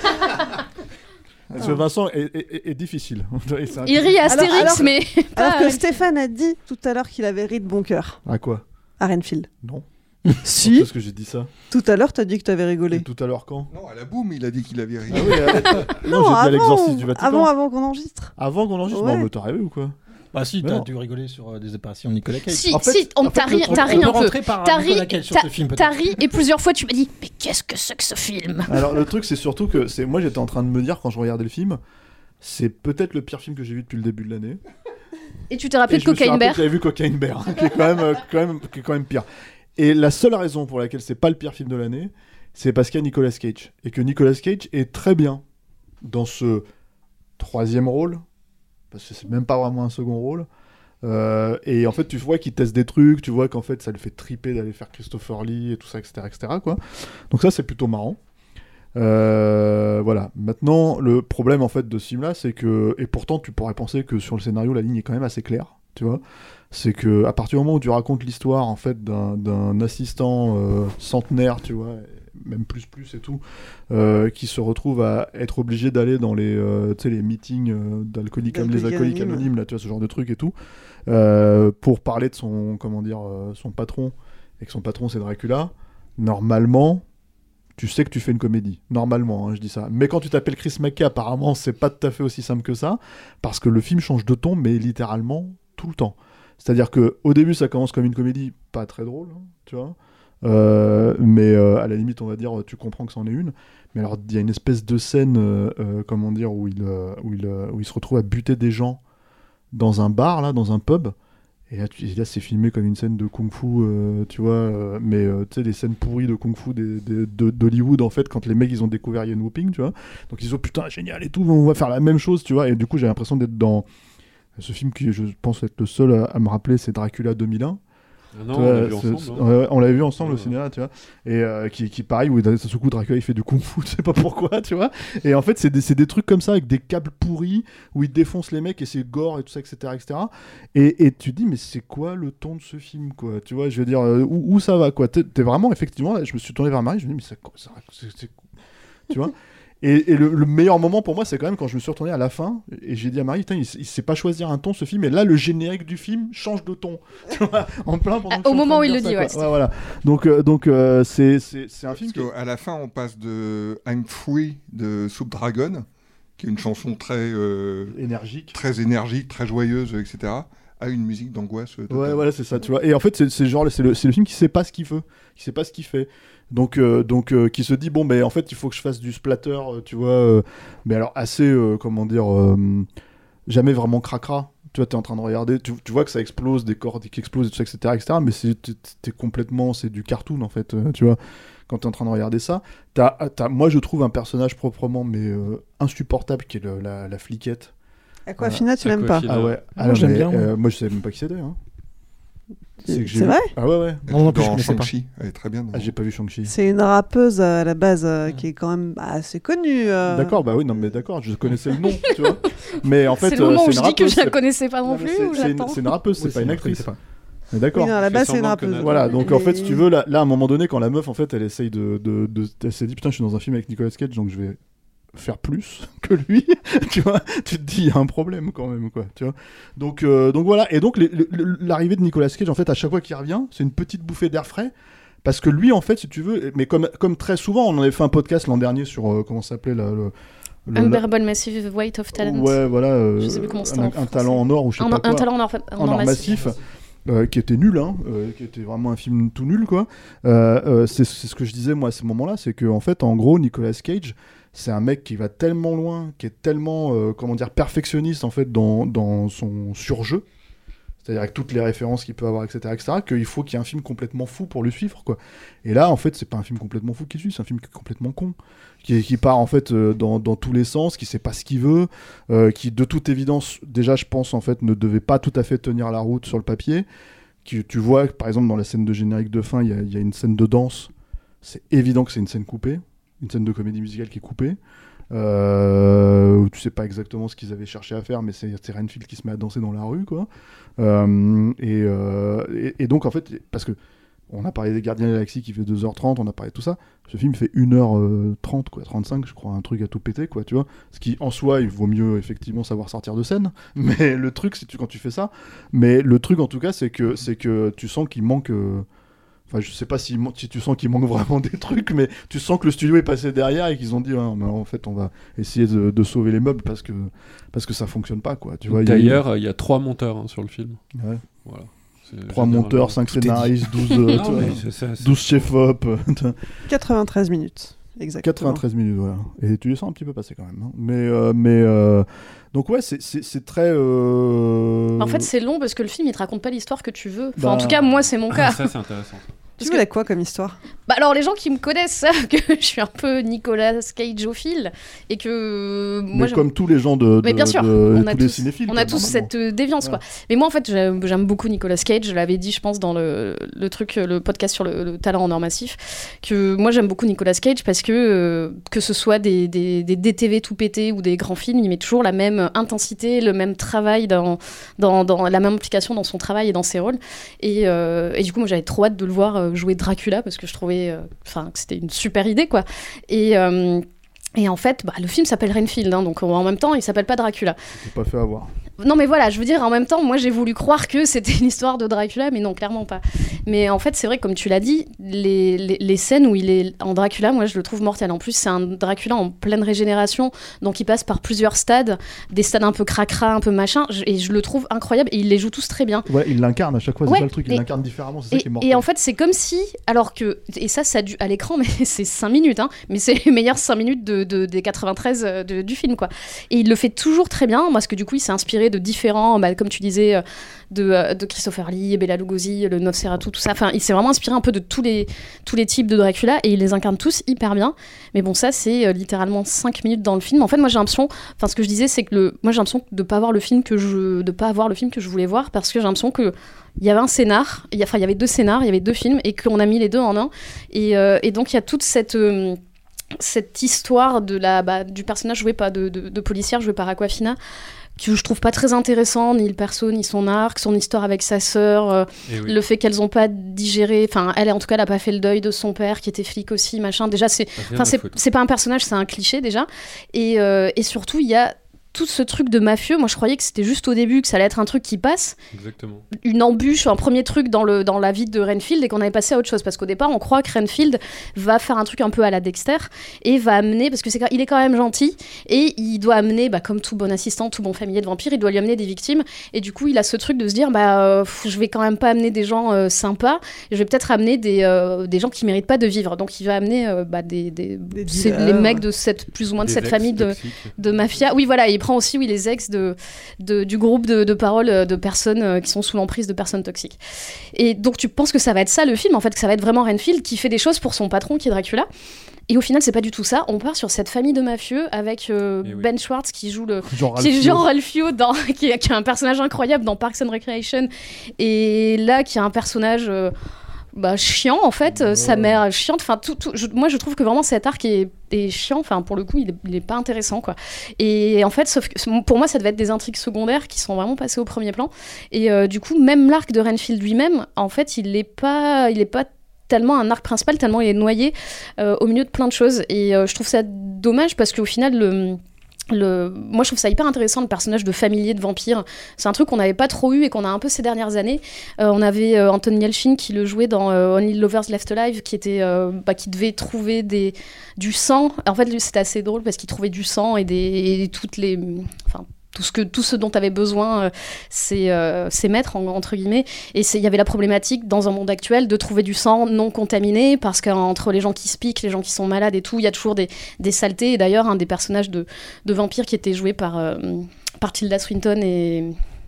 S3: Parce que Vincent est, est- est- est difficile. Et c'est un-
S13: Il rit à Astérix,
S4: Alors- alors-
S13: mais.
S4: Alors
S13: pas
S4: que
S13: avec-
S4: Stéphane a dit tout à l'heure qu'il avait ri de bon cœur
S3: À quoi
S4: à Renfield.
S3: Non.
S4: Si,
S3: Parce que j'ai dit ça.
S4: tout à l'heure, t'as dit que t'avais
S3: Et
S4: rigolé.
S3: tout à l'heure quand
S7: Non, à la boum, il a dit qu'il avait ri.
S3: Ah oui, à- non,
S4: Non,
S3: j'ai dit à
S4: avant,
S3: l'exorcisme du Vatican.
S4: avant, avant qu'on enregistre.
S3: Avant qu'on enregistre.
S4: Ouais.
S3: Non, mais t'as rêvé ou quoi
S12: Bah si,
S3: Mais
S12: t'as
S3: non.
S12: dû rigoler sur euh, des apparitions de Nicolas Cage.
S13: Si,
S3: En fait-
S13: si, on
S3: en fait,
S13: t'a
S3: le
S13: ri,
S3: truc-
S13: t'as
S12: on
S13: ri
S12: peut
S13: un peu.
S12: rentrer par
S13: T'as
S12: Nicolas
S13: ri,
S12: Cage sur
S13: t'as-
S12: ce film, peut-être.
S13: t'as ri, et plusieurs fois tu m'as dit, mais qu'est-ce que c'est que ce film ?
S3: Alors le truc, c'est surtout que c'est moi, j'étais en train de me dire quand je regardais le film, c'est peut-être le pire film que j'ai vu depuis le début de l'année.
S13: Et tu t'es rappelé
S3: Et
S13: de
S3: je me suis
S13: Cocaine
S3: rappelé
S13: Bear
S3: que J'avais vu Cocaine Bear, qui est quand même, euh, quand même, qui est quand même pire. Et la seule raison pour laquelle c'est pas le pire film de l'année, c'est parce qu'il y a Nicolas Cage. Et que Nicolas Cage est très bien dans ce troisième rôle, parce que c'est même pas vraiment un second rôle. Euh, et en fait, tu vois qu'il teste des trucs, tu vois qu'en fait, ça le fait triper d'aller faire Christopher Lee et tout ça, et cetera, et cetera quoi. Donc ça, c'est plutôt marrant. Euh, voilà. Maintenant, le problème en fait de ce film-là, c'est que, et pourtant, tu pourrais penser que sur le scénario, la ligne est quand même assez claire, tu vois. C'est que à partir du moment où tu racontes l'histoire en fait d'un, d'un assistant euh, centenaire, tu vois, même plus plus et tout, euh, qui se retrouve à être obligé d'aller dans les, euh, tu sais, les meetings euh, d'alcooliques, les
S4: D'alcooliques
S3: alcooliques
S4: anonymes.
S3: anonymes, là, tu vois, ce genre de trucs et tout, euh, pour parler de son, comment dire, euh, son patron, et que son patron c'est Dracula. Normalement, tu sais que tu fais une comédie. Normalement, hein, je dis ça. Mais quand tu t'appelles Chris McKay, apparemment, c'est pas tout à fait aussi simple que ça, parce que le film change de ton, mais littéralement tout le temps. C'est-à-dire que au début, ça commence comme une comédie pas très drôle, hein, tu vois. Euh, mais euh, à la limite, on va dire, tu comprends que c'en est une. Mais alors, il y a une espèce de scène, euh, euh, comment dire, où il, euh, où, il, euh, où il se retrouve à buter des gens dans un bar, là, dans un pub. Et là, tu, et là c'est filmé comme une scène de kung-fu, euh, tu vois, euh, mais euh, tu sais, des scènes pourries de kung-fu des, des, de, d'Hollywood, en fait, quand les mecs, ils ont découvert Ian Whooping, tu vois. Donc ils disent, oh putain, génial et tout, on va faire la même chose, tu vois. Et du coup, j'ai l'impression d'être dans ce film qui, je pense, être le seul à, à me rappeler, c'est Dracula deux mille un.
S6: Ah non,
S3: Tu
S6: on
S3: vois,
S6: l'a vu
S3: ce-
S6: ensemble.
S3: ce-
S6: hein.
S3: ouais, on l'avait vu ensemble
S6: Ouais,
S3: au cinéma, tu vois. Et euh, qui, qui, pareil, où d'un seul coup, Dracula, il fait du kung-fu, tu sais pas pourquoi, tu vois. Et en fait, c'est des, c'est des trucs comme ça, avec des câbles pourris, où il défonce les mecs, et c'est gore, et tout ça, et cetera, et cetera. Et, et tu te dis, mais c'est quoi le ton de ce film, quoi. Tu vois, je veux dire, euh, où, où ça va, quoi. T'es, t'es vraiment, effectivement, là, je me suis tourné vers Marie, je me dis, mais c'est quoi ça, c'est, c'est... Tu vois. Et, et le, le meilleur moment pour moi, c'est quand même quand je me suis retourné à la fin et j'ai dit à Marie, putain, il, il sait pas choisir un ton ce film. Et là, le générique du film change de ton. Tu vois, en plein pendant que
S13: Au
S3: je suis en
S13: moment
S3: train
S13: où
S3: de
S13: il
S3: dire
S13: le
S3: ça,
S13: dit,
S3: quoi.
S13: ouais, c'était-
S3: Ouais, voilà. Donc, euh, donc euh, c'est, c'est, c'est un film
S7: Parce
S3: qui.
S7: qu'à la fin, on passe de I'm Free de Soup Dragon, qui est une chanson très euh,
S3: énergique,
S7: très énergique, très joyeuse, et cetera, à une musique d'angoisse. euh,
S3: Ouais,
S7: totale.
S3: voilà, c'est ça, tu vois. Et en fait, c'est, c'est genre, c'est le, c'est le film qui sait pas ce qu'il veut, qui sait pas ce qu'il fait. Donc, euh, donc euh, qui se dit, bon, ben en fait, il faut que je fasse du splatter, euh, tu vois, euh, mais alors assez, euh, comment dire, euh, jamais vraiment cracra, Tu vois, t'es en train de regarder, tu, tu vois que ça explose, des corps qui explosent, et tout ça, et cetera, et cetera. Mais c'est, t'es, t'es complètement, c'est du cartoon en fait, euh, tu vois. Quand t'es en train de regarder ça, t'as, t'as, moi je trouve un personnage proprement mais euh, insupportable qui est le, la, la fliquette.
S4: Aquafina, euh, tu l'aimes pas?
S3: Ah ouais.
S12: Ah, moi, j'aime
S3: mais,
S12: bien. Moi.
S3: Euh, moi je savais même pas qui c'était. Hein.
S4: C'est,
S3: c'est
S4: c'est vrai?
S3: Ah ouais ouais.
S12: Non, non plus,
S7: dans
S12: je connaissais
S7: Shang-Chi, elle est très bien.
S3: Ah, j'ai pas vu Shang-Chi.
S4: C'est une rappeuse à la base euh, qui est quand même assez connue. Euh...
S3: D'accord, bah oui, non mais d'accord, je connaissais le nom, tu vois. Mais en fait,
S13: c'est le moment
S3: euh,
S13: où
S3: c'est
S13: je
S3: une
S13: dis que
S3: rappeuse,
S13: je la
S3: c'est-
S13: connaissais pas non
S3: Non, mais
S13: plus
S3: c'est,
S13: ou
S3: c'est,
S13: j'attends.
S3: une, c'est une rappeuse, c'est
S12: Oui,
S3: pas
S12: c'est
S3: une
S12: une
S3: actrice.
S12: actrice,
S3: On est d'accord.
S4: Oui, non, à la
S6: Elle
S4: base,
S6: fait
S4: c'est une
S6: semblant de
S4: rappeuse.
S6: connaître.
S3: Voilà, donc
S4: Mais-
S3: en fait, si tu veux, là, là, à un moment donné, quand la meuf, en fait, elle essaye de, de, de, elle s'est dit putain, je suis dans un film avec Nicolas Cage, donc je vais faire plus que lui, tu vois, tu te dis il y a un problème quand même, quoi, tu vois. Donc, euh, donc voilà, et donc les- le- le- l'arrivée de Nicolas Cage, en fait, à chaque fois qu'il revient, c'est une petite bouffée d'air frais, parce que lui, en fait, si tu veux, mais comme, comme très souvent, on avait fait un podcast l'an dernier sur euh, comment ça s'appelait là, le, le-
S13: Unbearable Massive Weight of Talent.
S3: Ouais, voilà, euh,
S13: Je sais plus comment c'était
S3: un,
S13: en
S3: un
S13: français.
S3: talent en or ou je sais
S13: Un,
S3: pas
S13: un
S3: quoi.
S13: talent en or, en
S3: en or massif, euh, qui était nul, hein, euh, qui était vraiment un film tout nul, quoi. Euh, euh, c'est, c'est ce que je disais moi à ce moment-là, c'est que en fait, en gros, Nicolas Cage, c'est un mec qui va tellement loin, qui est tellement, euh, comment dire, perfectionniste en fait dans, dans son surjeu. C'est-à-dire avec toutes les références qu'il peut avoir, et cetera, et cetera, qu'il faut qu'il y ait un film complètement fou pour le suivre, quoi. Et là, en fait, c'est pas un film complètement fou qui suit, c'est un film qui est complètement con, qui, qui part en fait euh, dans, dans tous les sens, qui sait pas ce qu'il veut, euh, qui de toute évidence, déjà, je pense en fait, ne devait pas tout à fait tenir la route sur le papier. Qui, tu vois, par exemple, dans la scène de générique de fin, il y, a- il y a une scène de danse. C'est évident que c'est une scène coupée, une scène de comédie musicale qui est coupée. Euh, où tu sais pas exactement ce qu'ils avaient cherché à faire, mais c'est, c'est Renfield qui se met à danser dans la rue, quoi. Euh, et, euh, et, et donc, en fait, parce que on a parlé des Gardiens de la Galaxie qui fait deux heures trente, on a parlé de tout ça. Ce film fait une heure trente, quoi, trente-cinq, je crois, un truc à tout péter, quoi, tu vois. Ce qui, en soi, il vaut mieux, effectivement, savoir sortir de scène. Mais le truc, c'est tu, quand tu fais ça. Mais le truc, en tout cas, c'est que, c'est que tu sens qu'il manque. Euh, Enfin, je sais pas si, si tu sens qu'il manque vraiment des trucs, mais tu sens que le studio est passé derrière et qu'ils ont dit, ah, mais en fait, on va essayer de, de sauver les meubles parce que, parce que ça fonctionne pas, quoi. Tu vois,
S6: D'ailleurs, il y a trois monteurs hein, sur le film.
S3: Ouais.
S6: Voilà. C'est
S3: trois
S6: généralement-
S3: monteurs, cinq
S6: Tout est
S3: scénaristes,
S6: dit.
S3: douze, euh,
S6: Non, mais c'est ça, c'est-
S3: douze chefs-op.
S4: quatre-vingt-treize minutes, exactement.
S3: quatre-vingt-treize minutes, voilà. Et tu les sens un petit peu passer quand même. Hein. Mais, euh, mais euh, donc ouais, c'est, c'est, c'est très. Euh...
S13: En fait, c'est long parce que le film il te raconte pas l'histoire que tu veux. Enfin,
S3: Bah-
S13: en tout cas, moi, c'est mon cas.
S6: Ah, ça, c'est intéressant.
S4: Tu voulais quoi comme histoire?
S13: Bah alors les gens qui me connaissent savent que je suis un peu Nicolas Cageophile et que
S3: Mais
S13: moi j'aime-
S3: comme tous les gens de, de,
S13: mais bien sûr,
S3: de-
S13: on a
S3: tous les
S13: tous,
S3: cinéphiles.
S13: on
S3: quoi,
S13: a tous
S3: normalement.
S13: cette euh, déviance quoi. Mais moi en fait j'aime, j'aime beaucoup Nicolas Cage. Je l'avais dit je pense dans le, le truc, le podcast sur le, le talent en or massif, que moi j'aime beaucoup Nicolas Cage parce que euh, que ce soit des, des, des D T V tout pétés ou des grands films, il met toujours la même intensité, le même travail dans, dans, dans la même implication dans son travail et dans ses rôles. Et, euh, et du coup moi j'avais trop hâte de le voir euh, jouer Dracula parce que je trouvais enfin que c'était une super idée quoi. Et euh, et en fait, bah, le film s'appelle Renfield, hein, donc en même temps, il s'appelle pas Dracula.
S3: Tu t'es pas fait avoir.
S13: Non mais voilà, je veux dire, en même temps, moi j'ai voulu croire que c'était une histoire de Dracula, mais non, clairement pas. Mais en fait, c'est vrai, comme tu l'as dit, les, les, les scènes où il est en Dracula, moi je le trouve mortel. En plus, c'est un Dracula en pleine régénération, donc il passe par plusieurs stades, des stades un peu cracra, un peu machin, je- et je le trouve incroyable, et il les joue tous très bien.
S3: Ouais, il l'incarne à chaque fois, c'est
S13: Ouais,
S3: ça le truc, il
S13: et-
S3: l'incarne différemment, c'est ça
S13: Et,
S3: qui est mortel.
S13: et en fait, c'est comme si, alors que, et ça, ça a dû à l'écran, mais c'est cinq minutes, hein, mais c'est les meilleures cinq minutes de, de- des quatre-vingt-treize euh, de- du film, quoi. Et il le fait toujours très bien, parce que du coup, il s'est inspiré de différents, bah, comme tu disais, euh, de, euh, de Christopher Lee, Bela Lugosi, le Nosferatu, tout ça. Enfin, il s'est vraiment inspiré un peu de tous les, tous les types de Dracula, et il les incarne tous hyper bien. Mais bon, ça, c'est euh, littéralement cinq minutes dans le film. En fait, moi, j'ai l'impression, enfin, ce que je disais, c'est que le, moi, j'ai l'impression de pas avoir le film que je, de pas avoir le film que je voulais voir, parce que j'ai l'impression que il y avait un scénar, il y a- enfin il y avait deux scénars, il y avait deux films et qu'on a mis les deux en un. Et, euh, et donc il y a toute cette euh, cette histoire de la bah, du personnage joué par de, de, de policière joué par Aquafina, que je trouve pas très intéressant, ni le perso, ni son arc, son histoire avec sa sœur, euh,
S6: Eh oui.
S13: le fait qu'elles ont pas digéré, enfin elle en tout cas elle a pas fait le deuil de son père qui était flic aussi, machin. Déjà c'est,
S6: rien
S13: enfin
S6: à
S13: c'est,
S6: foutre.
S13: c'est pas un personnage, c'est un cliché déjà. Et, euh, et surtout il y a tout ce truc de mafieux. Moi je croyais que c'était juste au début que ça allait être un truc qui passe,
S6: Exactement.
S13: une embûche, un premier truc dans, le, dans la vie de Renfield et qu'on avait passé à autre chose. Parce qu'au départ, on croit que Renfield va faire un truc un peu à la Dexter et va amener, parce que c'est, il est quand même gentil, et il doit amener, bah, comme tout bon assistant, tout bon familier de vampire, il doit lui amener des victimes. Et du coup, il a ce truc de se dire, bah, euh, pff, je vais quand même pas amener des gens euh, sympas, je vais peut-être amener des, euh, des gens qui méritent pas de vivre. Donc il va amener euh, bah, des, des, c'est
S4: dealers.
S13: les mecs de cette, plus ou moins de
S6: Des
S13: cette
S6: ex
S13: famille de,
S6: toxiques.
S13: de mafia. Oui, voilà, et prend aussi oui, les ex de, de, du groupe de, de parole de personnes euh, qui sont sous l'emprise de personnes toxiques. Et donc tu penses que ça va être ça le film, en fait, que ça va être vraiment Renfield qui fait des choses pour son patron qui est Dracula. Et au final, c'est pas du tout ça. On part sur cette famille de mafieux avec euh, oui. Ben Schwartz qui joue le
S3: Jean
S13: qui est Jean Ralphio dans qui est, qui est un personnage incroyable dans Parks and Recreation et là qui a un personnage euh, bah, chiant en fait, oh. sa mère chiante. Enfin, tout, tout, je, moi je trouve que vraiment cet arc est, est chiant. Enfin, pour le coup, il est, il est pas intéressant quoi. Et en fait, sauf que, pour moi, ça devait être des intrigues secondaires qui sont vraiment passées au premier plan. Et euh, du coup, même l'arc de Renfield lui-même, en fait, il est pas, il est pas tellement un arc principal, tellement il est noyé euh, au milieu de plein de choses. Et euh, je trouve ça dommage parce qu'au final, le, le... moi je trouve ça hyper intéressant, le personnage de familier de vampire. C'est un truc qu'on n'avait pas trop eu et qu'on a un peu ces dernières années. Euh, on avait euh, Anton Yelchin qui le jouait dans euh, Only Lovers Left Alive, qui, était, euh, bah, qui devait trouver des... du sang. En fait, lui, c'était assez drôle parce qu'il trouvait du sang et, des... et toutes les... Enfin, tout ce, que, tout ce dont tu avais besoin, euh, c'est, euh, c'est maître, en, entre guillemets. Et il y avait la problématique, dans un monde actuel, de trouver du sang non contaminé, parce qu'entre les gens qui se piquent, les gens qui sont malades et tout, il y a toujours des, des saletés. Et d'ailleurs, un des personnages de, de vampire qui était joué par, euh, par Tilda Swinton, et,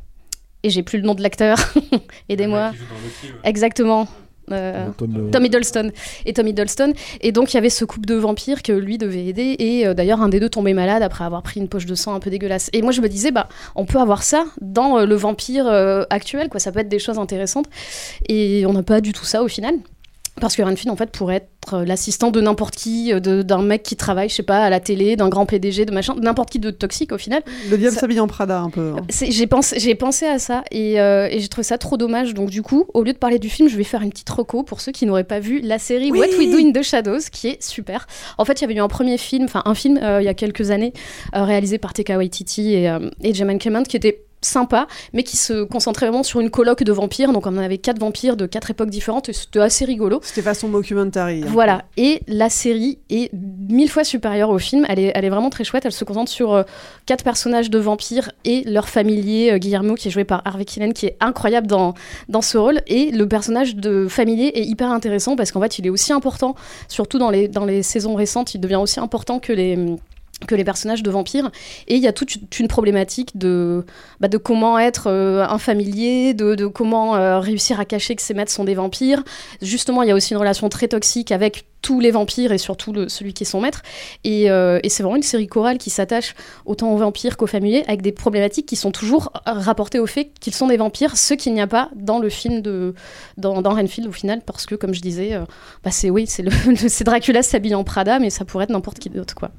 S13: et j'ai plus le nom de l'acteur, aidez-moi.
S6: Qui joue dans Loki, ouais.
S13: Exactement. Euh, Tom, Tom Hiddleston et Tom Hiddleston et donc il y avait ce couple de vampires que lui devait aider et euh, d'ailleurs un des deux tombait malade après avoir pris une poche de sang un peu dégueulasse et moi je me disais bah on peut avoir ça dans euh, le vampire euh, actuel quoi, ça peut être des choses intéressantes et on n'a pas du tout ça au final. Parce que Renfield, en fait, pourrait être l'assistant de n'importe qui, de, d'un mec qui travaille, je sais pas, à la télé, d'un grand P D G, de machin, n'importe qui de toxique, au final.
S4: Le diable s'habille en Prada, un peu. Hein.
S13: C'est, j'ai, pensé, j'ai pensé à ça, et, euh, et j'ai trouvé ça trop dommage. Donc, du coup, au lieu de parler du film, je vais faire une petite reco pour ceux qui n'auraient pas vu la série oui What We Do in the Shadows, qui est super. En fait, il y avait eu un premier film, enfin, un film, euh, il y a quelques années, euh, réalisé par Taika Waititi et, euh, et James Clement, qui était sympa, mais qui se concentrait vraiment sur une colloque de vampires. Donc on avait quatre vampires de quatre époques différentes et c'était assez rigolo.
S4: C'était façon documentary. Hein.
S13: Voilà. Et la série est mille fois supérieure au film. Elle est, elle est vraiment très chouette. Elle se concentre sur euh, quatre personnages de vampires et leur familier, euh, Guillermo, qui est joué par Harvey Keitel, qui est incroyable dans, dans ce rôle. Et le personnage de familier est hyper intéressant parce qu'en fait, il est aussi important, surtout dans les, dans les saisons récentes, il devient aussi important que les... que les personnages de vampires, et il y a toute une problématique de, bah, de comment être euh, un familier, de, de comment euh, réussir à cacher que ses maîtres sont des vampires. Justement, il y a aussi une relation très toxique avec tous les vampires et surtout le, celui qui est son maître, et, euh, et c'est vraiment une série chorale qui s'attache autant aux vampires qu'aux familiers, avec des problématiques qui sont toujours rapportées au fait qu'ils sont des vampires, ce qu'il n'y a pas dans le film de dans, dans Renfield au final, parce que comme je disais, euh, bah, c'est, oui, c'est, le, c'est Dracula s'habille en Prada, mais ça pourrait être n'importe qui d'autre, quoi.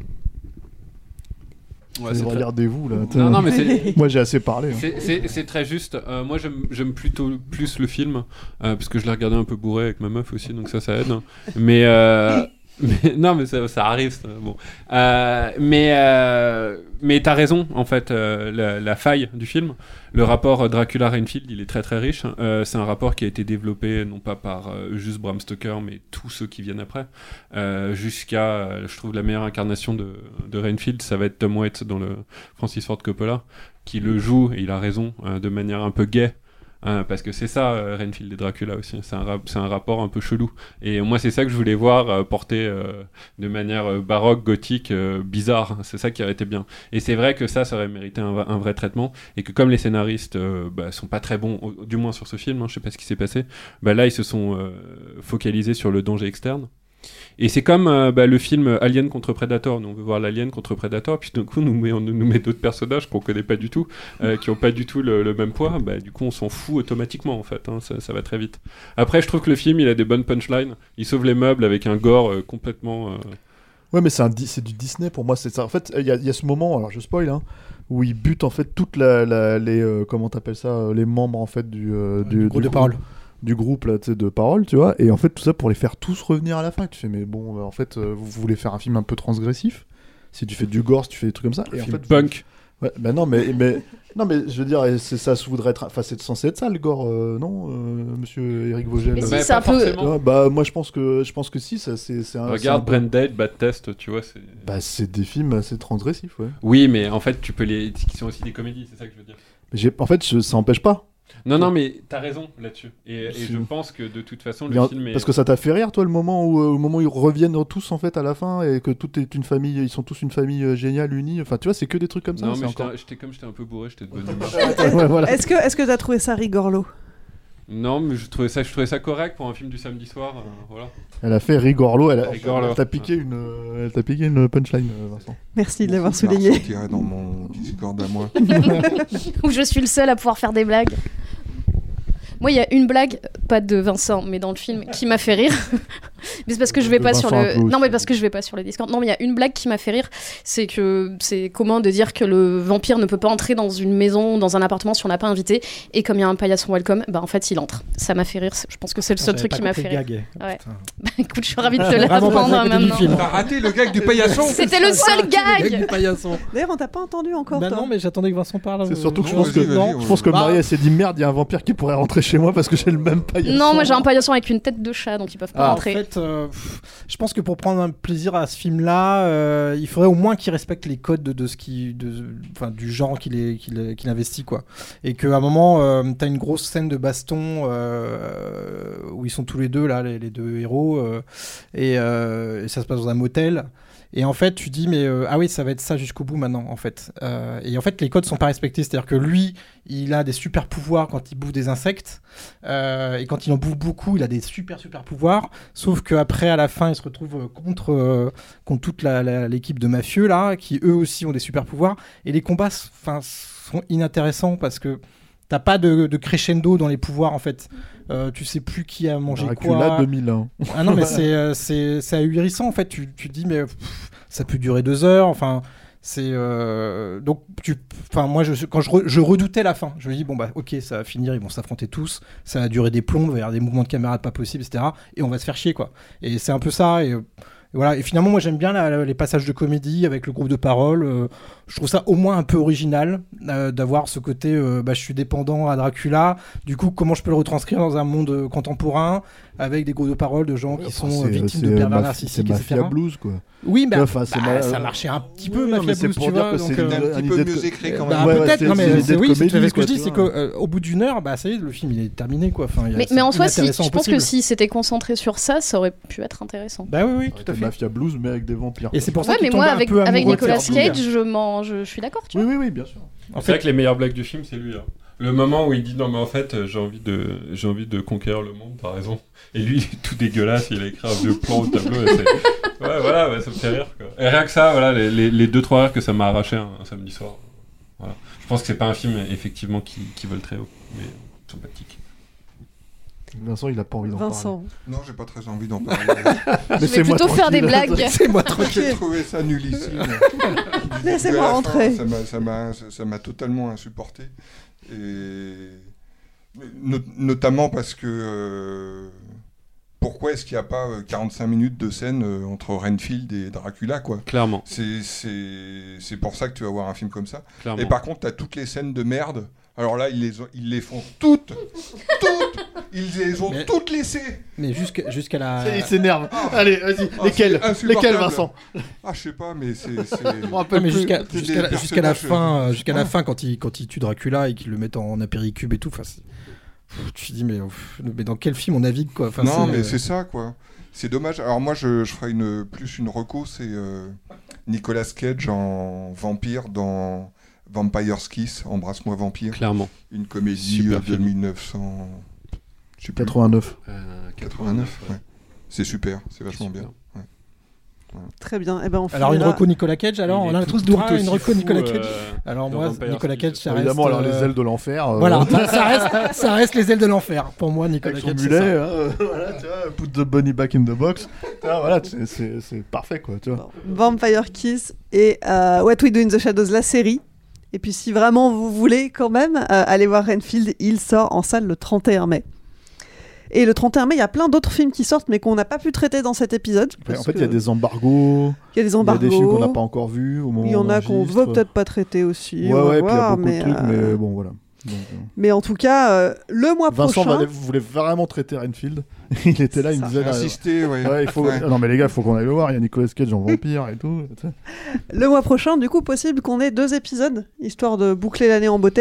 S3: Ouais, c'est regardez-vous là.
S6: Non, non, mais c'est...
S3: moi j'ai assez parlé. Hein.
S6: C'est, c'est, c'est très juste. Euh, moi j'aime, j'aime plutôt plus le film euh, parce que je l'ai regardé un peu bourré avec ma meuf aussi, donc ça ça aide. Mais, euh... mais non, mais ça, ça arrive. Ça, bon. Euh, mais euh... mais t'as raison en fait. Euh, la, la faille du film, le rapport Dracula-Renfield, il est très très riche. Euh, c'est un rapport qui a été développé non pas par euh, juste Bram Stoker, mais tous ceux qui viennent après. Euh, jusqu'à, euh, je trouve la meilleure incarnation de, de Renfield, ça va être Tom Waits dans le Francis Ford Coppola, qui le joue, et il a raison, euh, de manière un peu gay. Hein, parce que c'est ça, euh, Renfield et Dracula aussi, c'est un, rap- c'est un rapport un peu chelou. Et moi, c'est ça que je voulais voir euh, porté euh, de manière euh, baroque, gothique, euh, bizarre. C'est ça qui aurait été bien. Et c'est vrai que ça, ça aurait mérité un, un vrai traitement. Et que comme les scénaristes euh, bah, sont pas très bons, au, du moins sur ce film, hein, je sais pas ce qui s'est passé, bah, là, ils se sont euh, focalisés sur le danger externe. Et c'est comme euh, bah, le film Alien contre Predator. Nous, on veut voir l'Alien contre Predator, puis d'un coup, on nous met, on nous met d'autres personnages qu'on connaît pas du tout, euh, qui ont pas du tout le, le même poids. Bah, du coup, on s'en fout automatiquement, en fait. Hein, ça, ça va très vite. Après, je trouve que le film, il a des bonnes punchlines. Il sauve les meubles avec un gore euh, complètement... Euh...
S3: Ouais, mais c'est, un, c'est du Disney, pour moi. C'est ça. En fait, il y, y a ce moment, alors je spoil, hein, où il bute, en fait, toutes la, la, les... Euh, comment t'appelles ça, les membres, en fait, du... Euh,
S12: du, du groupe de parole.
S3: Du groupe là, de parole, tu vois, et en fait tout ça pour les faire tous revenir à la fin. Tu fais mais bon, en fait, euh, vous voulez faire un film un peu transgressif. Si tu fais du gore, si tu fais des trucs comme ça,
S6: et
S3: en
S6: film
S3: fait,
S6: punk.
S3: Vous... Ouais, bah non, mais mais non, mais je veux dire, c'est ça, ça voudrait être, enfin, c'est censé être ça le gore, euh, non, euh, Monsieur Eric Vogel.
S13: Mais si,
S6: bah,
S13: c'est un peu.
S3: Ouais, bah moi je pense que je pense que si, ça c'est. c'est un,
S6: Regarde
S3: c'est un...
S6: Brandale, Bad Test, tu vois, c'est.
S3: Bah c'est des films assez transgressifs, ouais.
S6: Oui, mais en fait, tu peux les, qui sont aussi des comédies, c'est ça que je veux dire.
S3: Mais j'ai, en fait, je... ça empêche pas.
S6: Non, non, mais t'as raison là-dessus. Et, et je pense que de toute façon, le
S3: Bien,
S6: film est...
S3: Parce que ça t'a fait rire, toi, le moment où, euh, au moment où ils reviennent tous en fait à la fin et que tout est une famille, ils sont tous une famille euh, géniale, unie. Enfin, tu vois, c'est que des trucs comme ça.
S6: Non,
S3: c'est
S6: mais
S3: encore...
S6: j'étais, j'étais comme j'étais un peu bourré, j'étais de bonne humeur.
S3: Ouais, voilà.
S4: Est-ce que est-ce que t'as trouvé ça rigolo?
S6: Non, mais je trouvais ça, je trouvais ça correct pour un film du samedi soir. Euh, voilà.
S3: Elle a fait rigorlo, elle, a...
S6: Rigorlo.
S3: elle t'a piqué une, euh, elle t'a piqué une punchline, euh, Vincent.
S4: Merci de l'avoir souligné.
S7: Je la dans mon Discord à moi.
S13: Où je suis le seul à pouvoir faire des blagues. Moi, il y a une blague, pas de Vincent, mais dans le film, qui m'a fait rire. Mais c'est parce que je vais
S3: De
S13: pas
S3: Vincent
S13: sur le.
S3: Applo
S13: Non, mais
S3: aussi.
S13: parce que je vais pas sur le Discord. Non, mais il y a une blague qui m'a fait rire. C'est que c'est comment de dire que le vampire ne peut pas entrer dans une maison, dans un appartement si on l'a pas invité. Et comme il y a un paillasson welcome, bah en fait, il entre. Ça m'a fait rire. Je pense que c'est le seul truc qui m'a fait rire. Ouais. Bah, écoute, je suis ravie de te
S12: Vraiment pas
S13: l'apprendre
S12: ça, côté du
S13: maintenant.
S12: film.
S7: T'as raté le gag du paillasson.
S13: C'était le seul
S12: Le gag du
S13: gag.
S12: paillasson.
S4: D'ailleurs, on t'a pas entendu encore.
S12: Bah
S4: toi.
S12: non, mais j'attendais que Vincent parle.
S3: C'est
S12: euh,
S3: surtout que je
S7: non,
S3: pense que,
S7: vas-y, vas-y,
S3: non,
S7: on-
S3: je pense que
S12: Bah.
S3: Marie elle s'est dit merde, il y a un vampire qui pourrait rentrer chez moi parce que j'ai le même paillasson.
S13: Non, moi j'ai un paillasson avec une tête de chat, donc ils peuvent pas
S12: Ah, en
S13: rentrer.
S12: fait, euh, pff, je pense que pour prendre un plaisir à ce film-là, euh, il faudrait au moins qu'il respecte les codes de, de ce qui, de, enfin, du genre qu'il, est, qu'il, est- qu'il investit, quoi. Et qu'à un moment, euh, t'as une grosse scène de baston euh, où ils sont tous les deux là, les, les deux héros, euh, et, euh, et ça se passe dans un motel. Et en fait, tu dis, mais euh, ah oui, ça va être ça jusqu'au bout maintenant, en fait. Euh, et en fait, les codes sont pas respectés. C'est-à-dire que lui, il a des super pouvoirs quand il bouffe des insectes. Euh, et quand il en bouffe beaucoup, il a des super, super pouvoirs. Sauf qu'après, à la fin, il se retrouve euh, contre, euh, contre toute la, la- l'équipe de mafieux, là, qui eux aussi ont des super pouvoirs. Et les combats enfin, sont inintéressants parce que t'as pas de, de crescendo dans les pouvoirs, en fait. Euh, tu sais plus qui a mangé
S3: Dracula
S12: quoi.
S3: deux mille un.
S12: Ah non, mais c'est, euh, c'est, c'est ahurissant en fait. Tu, tu te dis, mais pff, ça peut durer deux heures. Enfin, c'est. Euh... Donc, tu... enfin, moi, je, quand je, re- je redoutais la fin, je me dis, bon, bah, ok, ça va finir, ils vont s'affronter tous. Ça va durer des plombs, il va y avoir des mouvements de caméra pas possibles, et cetera. Et on va se faire chier, quoi. Et c'est un peu ça. Et. Et voilà, et finalement, moi j'aime bien la- la- les passages de comédie avec le groupe de parole. euh, je trouve ça au moins un peu original euh, d'avoir ce côté euh, bah, je suis dépendant à Dracula. Du coup, comment je peux le retranscrire dans un monde euh, contemporain avec des groupes de parole de gens qui sont
S3: c'est-
S12: euh, victimes
S3: c'est
S12: de pervers
S3: maf-
S12: narcissiques,
S3: c'est
S12: et cetera.
S3: Mafia Blues, quoi.
S12: Oui, mais
S3: Enfin, c'est
S12: bah,
S3: ma-
S12: ça marchait un petit peu
S3: Oui, non,
S12: Mafia
S3: mais c'est
S12: Blues,
S3: pour
S12: tu
S3: dire
S12: vois.
S3: que
S12: donc,
S3: c'est
S12: euh,
S3: une-
S7: un
S3: une
S7: petit
S3: idée
S7: peu
S3: de-
S7: mieux écrit quand
S12: bah,
S7: même.
S3: Ouais, ouais,
S12: peut-être,
S3: c'est-
S12: non
S3: c'est
S12: mais
S3: une
S12: c'est,
S3: idée de
S12: oui, c'est
S3: comédie,
S12: ce que
S3: quoi,
S12: je dis,
S3: tu
S12: c'est
S3: vois.
S12: qu'au bout d'une heure, bah ça y est, le film il est terminé, quoi. Enfin, il y a-
S13: Mais,
S12: c'est
S13: mais en soi, si,
S12: inintéressant
S13: je pense que
S12: possible.
S13: s'il s'était concentré sur ça, ça aurait pu être intéressant.
S12: Bah oui, oui, tout à
S3: C'était
S12: fait.
S3: Mafia Blues, mais avec des vampires.
S12: Et c'est pour ça
S13: Ouais,
S12: qu'il
S13: mais
S12: tombe
S13: moi,
S12: un
S13: avec,
S12: peu
S13: avec
S12: amoureux de
S13: Nicolas
S12: Terry
S13: Cage, je, m'en, je, je suis d'accord, tu
S3: Oui,
S13: vois.
S3: oui, oui, bien sûr.
S12: En
S6: C'est
S12: fait,
S6: vrai que les meilleures blagues du film, c'est lui. Hein. Le moment où il dit non mais en fait euh, j'ai envie de j'ai envie de conquérir le monde, t'as raison. Et lui il est tout dégueulasse, il a écrit un vieux plan au tableau. Et c'est... Ouais voilà, ouais, ça me fait rire quoi. Et rien que ça, voilà les, les, les deux trois rires que ça m'a arraché un, un samedi soir. Voilà. Je pense que c'est pas un film effectivement qui, qui vole très haut, mais sympathique.
S3: Vincent, il a pas envie d'en
S4: Vincent.
S7: Non, j'ai pas très envie d'en parler.
S13: Je vais plutôt faire des blagues.
S12: c'est moi
S7: J'ai
S12: tranquille.
S7: trouvé ça nullissime.
S4: Laissez-moi
S7: À la fin,
S4: rentrer.
S7: Ça m'a, ça, m'a, ça m'a totalement insupporté. Et no- notamment parce que euh, pourquoi est-ce qu'il n'y a pas euh, quarante-cinq minutes de scène euh, entre Renfield et Dracula, quoi.
S6: Clairement.
S7: C'est, c'est, c'est pour ça que tu vas voir un film comme ça.
S6: Clairement.
S7: Et par contre, tu as toutes les scènes de merde. Alors là, ils les, ont- ils les font toutes. Toutes. Ils les ont
S12: Mais-
S7: toutes laissées.
S12: Mais jusqu'à jusqu'à la.
S3: Il s'énerve. Allez, vas-y.
S7: Ah,
S3: Lesquels
S7: c'est insupportable.
S3: Lesquels, Vincent
S7: Ah, je sais pas, mais c'est... c'est...
S3: Je me
S12: Ah,
S3: rappelle
S12: mais
S3: plus.
S12: jusqu'à
S7: c'est
S12: jusqu'à la,
S7: des
S12: jusqu'à la
S7: personnages,
S12: fin,
S7: euh,
S12: euh, jusqu'à la
S7: ah.
S12: fin quand il quand il tue Dracula et qu'il le met en apéricube et tout. Enfin, c'est- pff, tu te dis mais, pff, mais dans quel film on navigue, quoi. Enfin,
S7: non,
S12: c'est,
S7: mais
S12: euh,
S7: c'est ça, quoi. C'est dommage. Alors moi, je, je ferai une, plus une reco, c'est euh, Nicolas Cage en vampire dans Vampire's Kiss, Embrasse-moi vampire.
S6: Clairement.
S7: Une comédie
S6: Super
S7: euh, de
S6: film.
S7: mille neuf cents... je sais plus.
S3: quatre-vingt-neuf.
S6: Euh,
S7: quatre-vingt-neuf, ouais. C'est super, c'est vachement
S6: super.
S7: bien. Ouais.
S4: Très bien. Eh ben, on
S12: Alors une
S4: finira-
S12: reco Nicolas Cage. Alors
S6: Il
S12: on
S6: est
S12: a
S6: tout-
S12: tous
S6: tout
S12: droit à une
S6: aussi
S12: reco
S6: fou,
S12: Nicolas
S6: euh,
S12: Cage. Alors
S6: dans
S12: moi,
S6: Vampire's
S12: Nicolas
S6: Kiss.
S12: Cage, ça reste.
S3: Évidemment, alors les
S12: euh,
S3: ailes de l'enfer. euh,
S12: Voilà, ça, ça reste, ça reste les ailes de l'enfer. Pour moi, Nicolas
S3: Avec son
S12: Cage. c'est
S3: mulet,
S12: ça.
S3: hein, euh, voilà, tu vois, put the bunny back in the box. Tu vois, voilà, c'est, c'est, c'est parfait, quoi, tu vois.
S4: Vampire Kiss et euh, What We Do in the Shadows, la série. Et puis si vraiment vous voulez quand même, euh, aller voir Renfield, il sort en salle le trente et un mai. Et le trente et un mai, il y a plein d'autres films qui sortent, mais qu'on n'a pas pu traiter dans cet épisode.
S3: Ouais,
S4: parce
S3: en fait, il y
S4: que
S3: a des embargos.
S4: il y a des
S3: Il y a
S4: embargos.
S3: des films qu'on n'a pas encore vus au moment
S4: Il y en
S3: où on
S4: a qu'on
S3: enregistre.
S4: veut peut-être pas traiter aussi.
S3: Ouais,
S4: on va
S3: ouais, puis il y a
S4: voir,
S3: beaucoup
S4: mais,
S3: de trucs,
S4: euh,
S3: mais bon, voilà. Donc, euh,
S4: mais en tout cas, euh, le mois
S3: Vincent
S4: prochain...
S3: va- voulait vraiment traiter Renfield. Il était là, il me
S4: ça.
S3: disait.
S7: J'ai
S3: là,
S7: insisté, ouais.
S3: ouais, il faut...
S7: Ouais.
S3: Non, mais les gars, il faut qu'on aille le voir. Il y a Nicolas Cage en vampire et tout. Tu sais.
S4: Le mois prochain, du coup, possible qu'on ait deux épisodes, histoire de boucler l'année en beauté.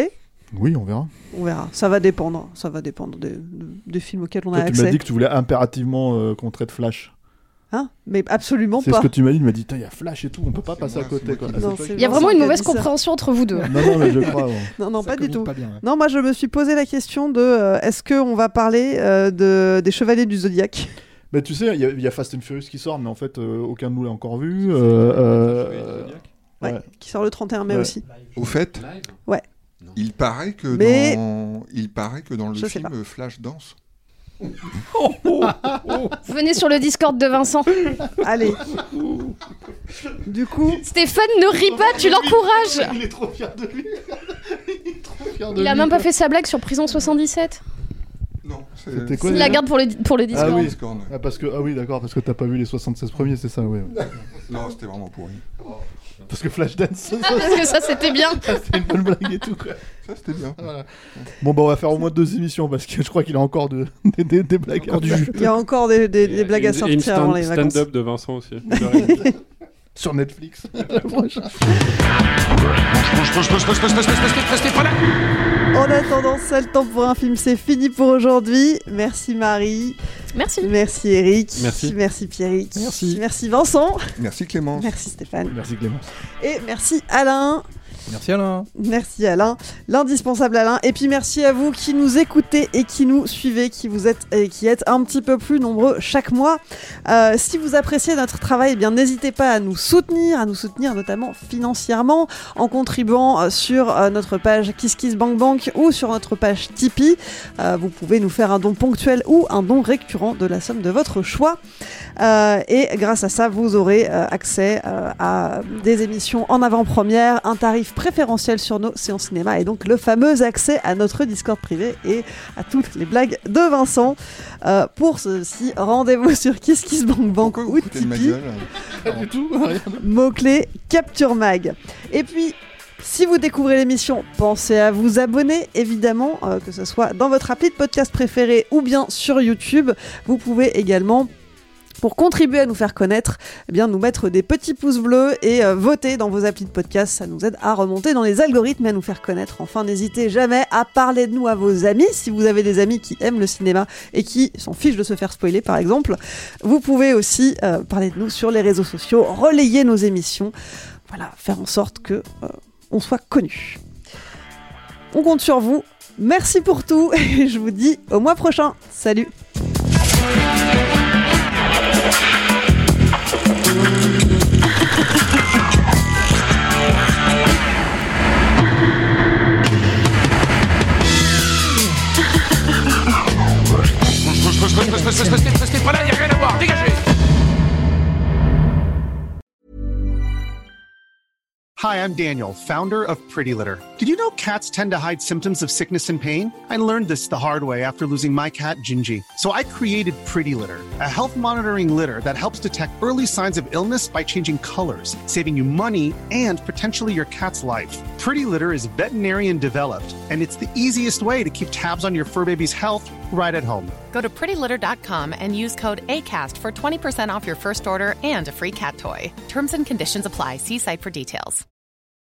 S3: Oui, on verra.
S4: On verra. Ça va dépendre. Ça va dépendre des, des films auxquels on
S3: Toi,
S4: a
S3: tu
S4: accès.
S3: m'as dit que tu voulais impérativement euh, qu'on traite Flash.
S4: Hein? Mais absolument
S3: c'est
S4: pas.
S3: C'est ce que tu m'as dit. Il m'a dit, il y a Flash et tout, on peut pas
S7: c'est
S3: passer
S7: moi,
S3: à côté. Quoi.
S4: Non,
S13: Il y a vraiment une mauvaise compréhension entre vous deux.
S3: Non, non, mais je crois. Ouais.
S4: Non, non,
S12: Ça
S4: pas du tout.
S12: pas bien, ouais.
S4: Non, moi je me suis posé la question de euh, est-ce qu'on va parler euh, de, des Chevaliers du Zodiaque?
S3: Mais tu sais, il y, y a Fast and Furious qui sort, mais en fait, euh, aucun de nous l'a encore vu. Euh, euh,
S4: ouais,
S3: ouais.
S4: Qui sort le trente et un mai
S3: Ouais.
S4: aussi.
S7: Au fait,
S4: Ouais.
S7: il paraît que
S4: Mais-
S7: dans, il paraît que dans le
S4: Je sais
S7: film
S4: pas.
S7: Flash danse.
S13: Venez sur le Discord de Vincent.
S4: Allez. Du coup,
S13: Stéphane, ne ris pas, tu l'encourages.
S3: Il est trop fier de lui. Il est trop fier de
S13: Il a
S3: lui,
S13: même pas
S3: quoi.
S13: fait sa blague sur Prison soixante-dix-sept.
S7: Non, c'est-
S3: C'était quoi
S13: Il
S3: déjà
S13: la garde pour le, pour le Discord.
S3: Ah oui.
S7: Discord, ouais.
S3: Ah, parce que, ah oui, d'accord, parce que t'as pas vu les soixante-seize premiers, c'est ça, oui. Ouais.
S7: Non, c'était vraiment pourri.
S3: Parce que Flashdance,
S13: Parce que ça, c'était bien.
S3: c'était une bonne blague et tout, quoi.
S7: Ça, c'était bien.
S3: Voilà. Bon, bah, on va faire au moins deux émissions, parce que je crois qu'il a encore de, des, des, des blagues.
S12: Encore du jus.
S4: il y a encore des, des, des blagues à
S6: Et une- et une
S4: sortir avant
S6: stand-
S4: les vacances.
S6: stand-up de Vincent aussi.
S3: Sur Netflix. Le prochain.
S4: En attendant, c'est le temps pour un film, c'est fini pour aujourd'hui. Merci Marie.
S13: Merci.
S4: Merci Eric.
S6: Merci.
S4: Merci Pierrick.
S12: Merci.
S4: Merci Vincent.
S7: Merci Clémence.
S4: Merci Stéphane.
S3: Merci Clémence.
S4: Et merci Alain.
S12: Merci Alain.
S4: Merci Alain, l'indispensable Alain. Et puis merci à vous qui nous écoutez et qui nous suivez, qui vous êtes et qui êtes un petit peu plus nombreux chaque mois. Euh, si vous appréciez notre travail, eh bien n'hésitez pas à nous soutenir, à nous soutenir notamment financièrement en contribuant euh, sur euh, notre page KissKissBankBank ou sur notre page Tipeee. Euh, vous pouvez nous faire un don ponctuel ou un don récurrent de la somme de votre choix. Euh, et grâce à ça, vous aurez euh, accès euh, à des émissions en avant-première, un tarif préférentiel sur nos séances cinéma et donc le fameux accès à notre Discord privé et à toutes les blagues de Vincent. Euh, pour ceci, rendez-vous sur KissKissBankBank ou
S7: Foutez de ma
S4: Tipeee.
S7: gueule.
S3: Pas du tout, rien.
S4: Mot-clé Capture Mag. Et puis, si vous découvrez l'émission, pensez à vous abonner, évidemment, euh, que ce soit dans votre appli de podcast préféré ou bien sur YouTube. Vous pouvez également, pour contribuer à nous faire connaître, eh bien, nous mettre des petits pouces bleus et euh, voter dans vos applis de podcast. Ça nous aide à remonter dans les algorithmes et à nous faire connaître. Enfin, n'hésitez jamais à parler de nous à vos amis. Si vous avez des amis qui aiment le cinéma et qui s'en fichent de se faire spoiler, par exemple, vous pouvez aussi euh, parler de nous sur les réseaux sociaux, relayer nos émissions. Voilà, faire en sorte que euh, on soit connu. On compte sur vous. Merci pour tout et je vous dis au mois prochain. Salut.
S9: Restez pas là, y a rien à voir, dégagez!
S14: Hi, I'm Daniel, founder of Pretty Litter. Did you know cats tend to hide symptoms of sickness and pain? I learned this the hard way after losing my cat, Gingy. So I created Pretty Litter, a health monitoring litter that helps detect early signs of illness by changing colors, saving you money and potentially your cat's life. Pretty Litter is veterinarian developed, and it's the easiest way to keep tabs on your fur baby's health right at home.
S15: Go to pretty litter dot com and use code ACAST for twenty percent off your first order and a free cat toy. Terms and conditions apply. See site for details.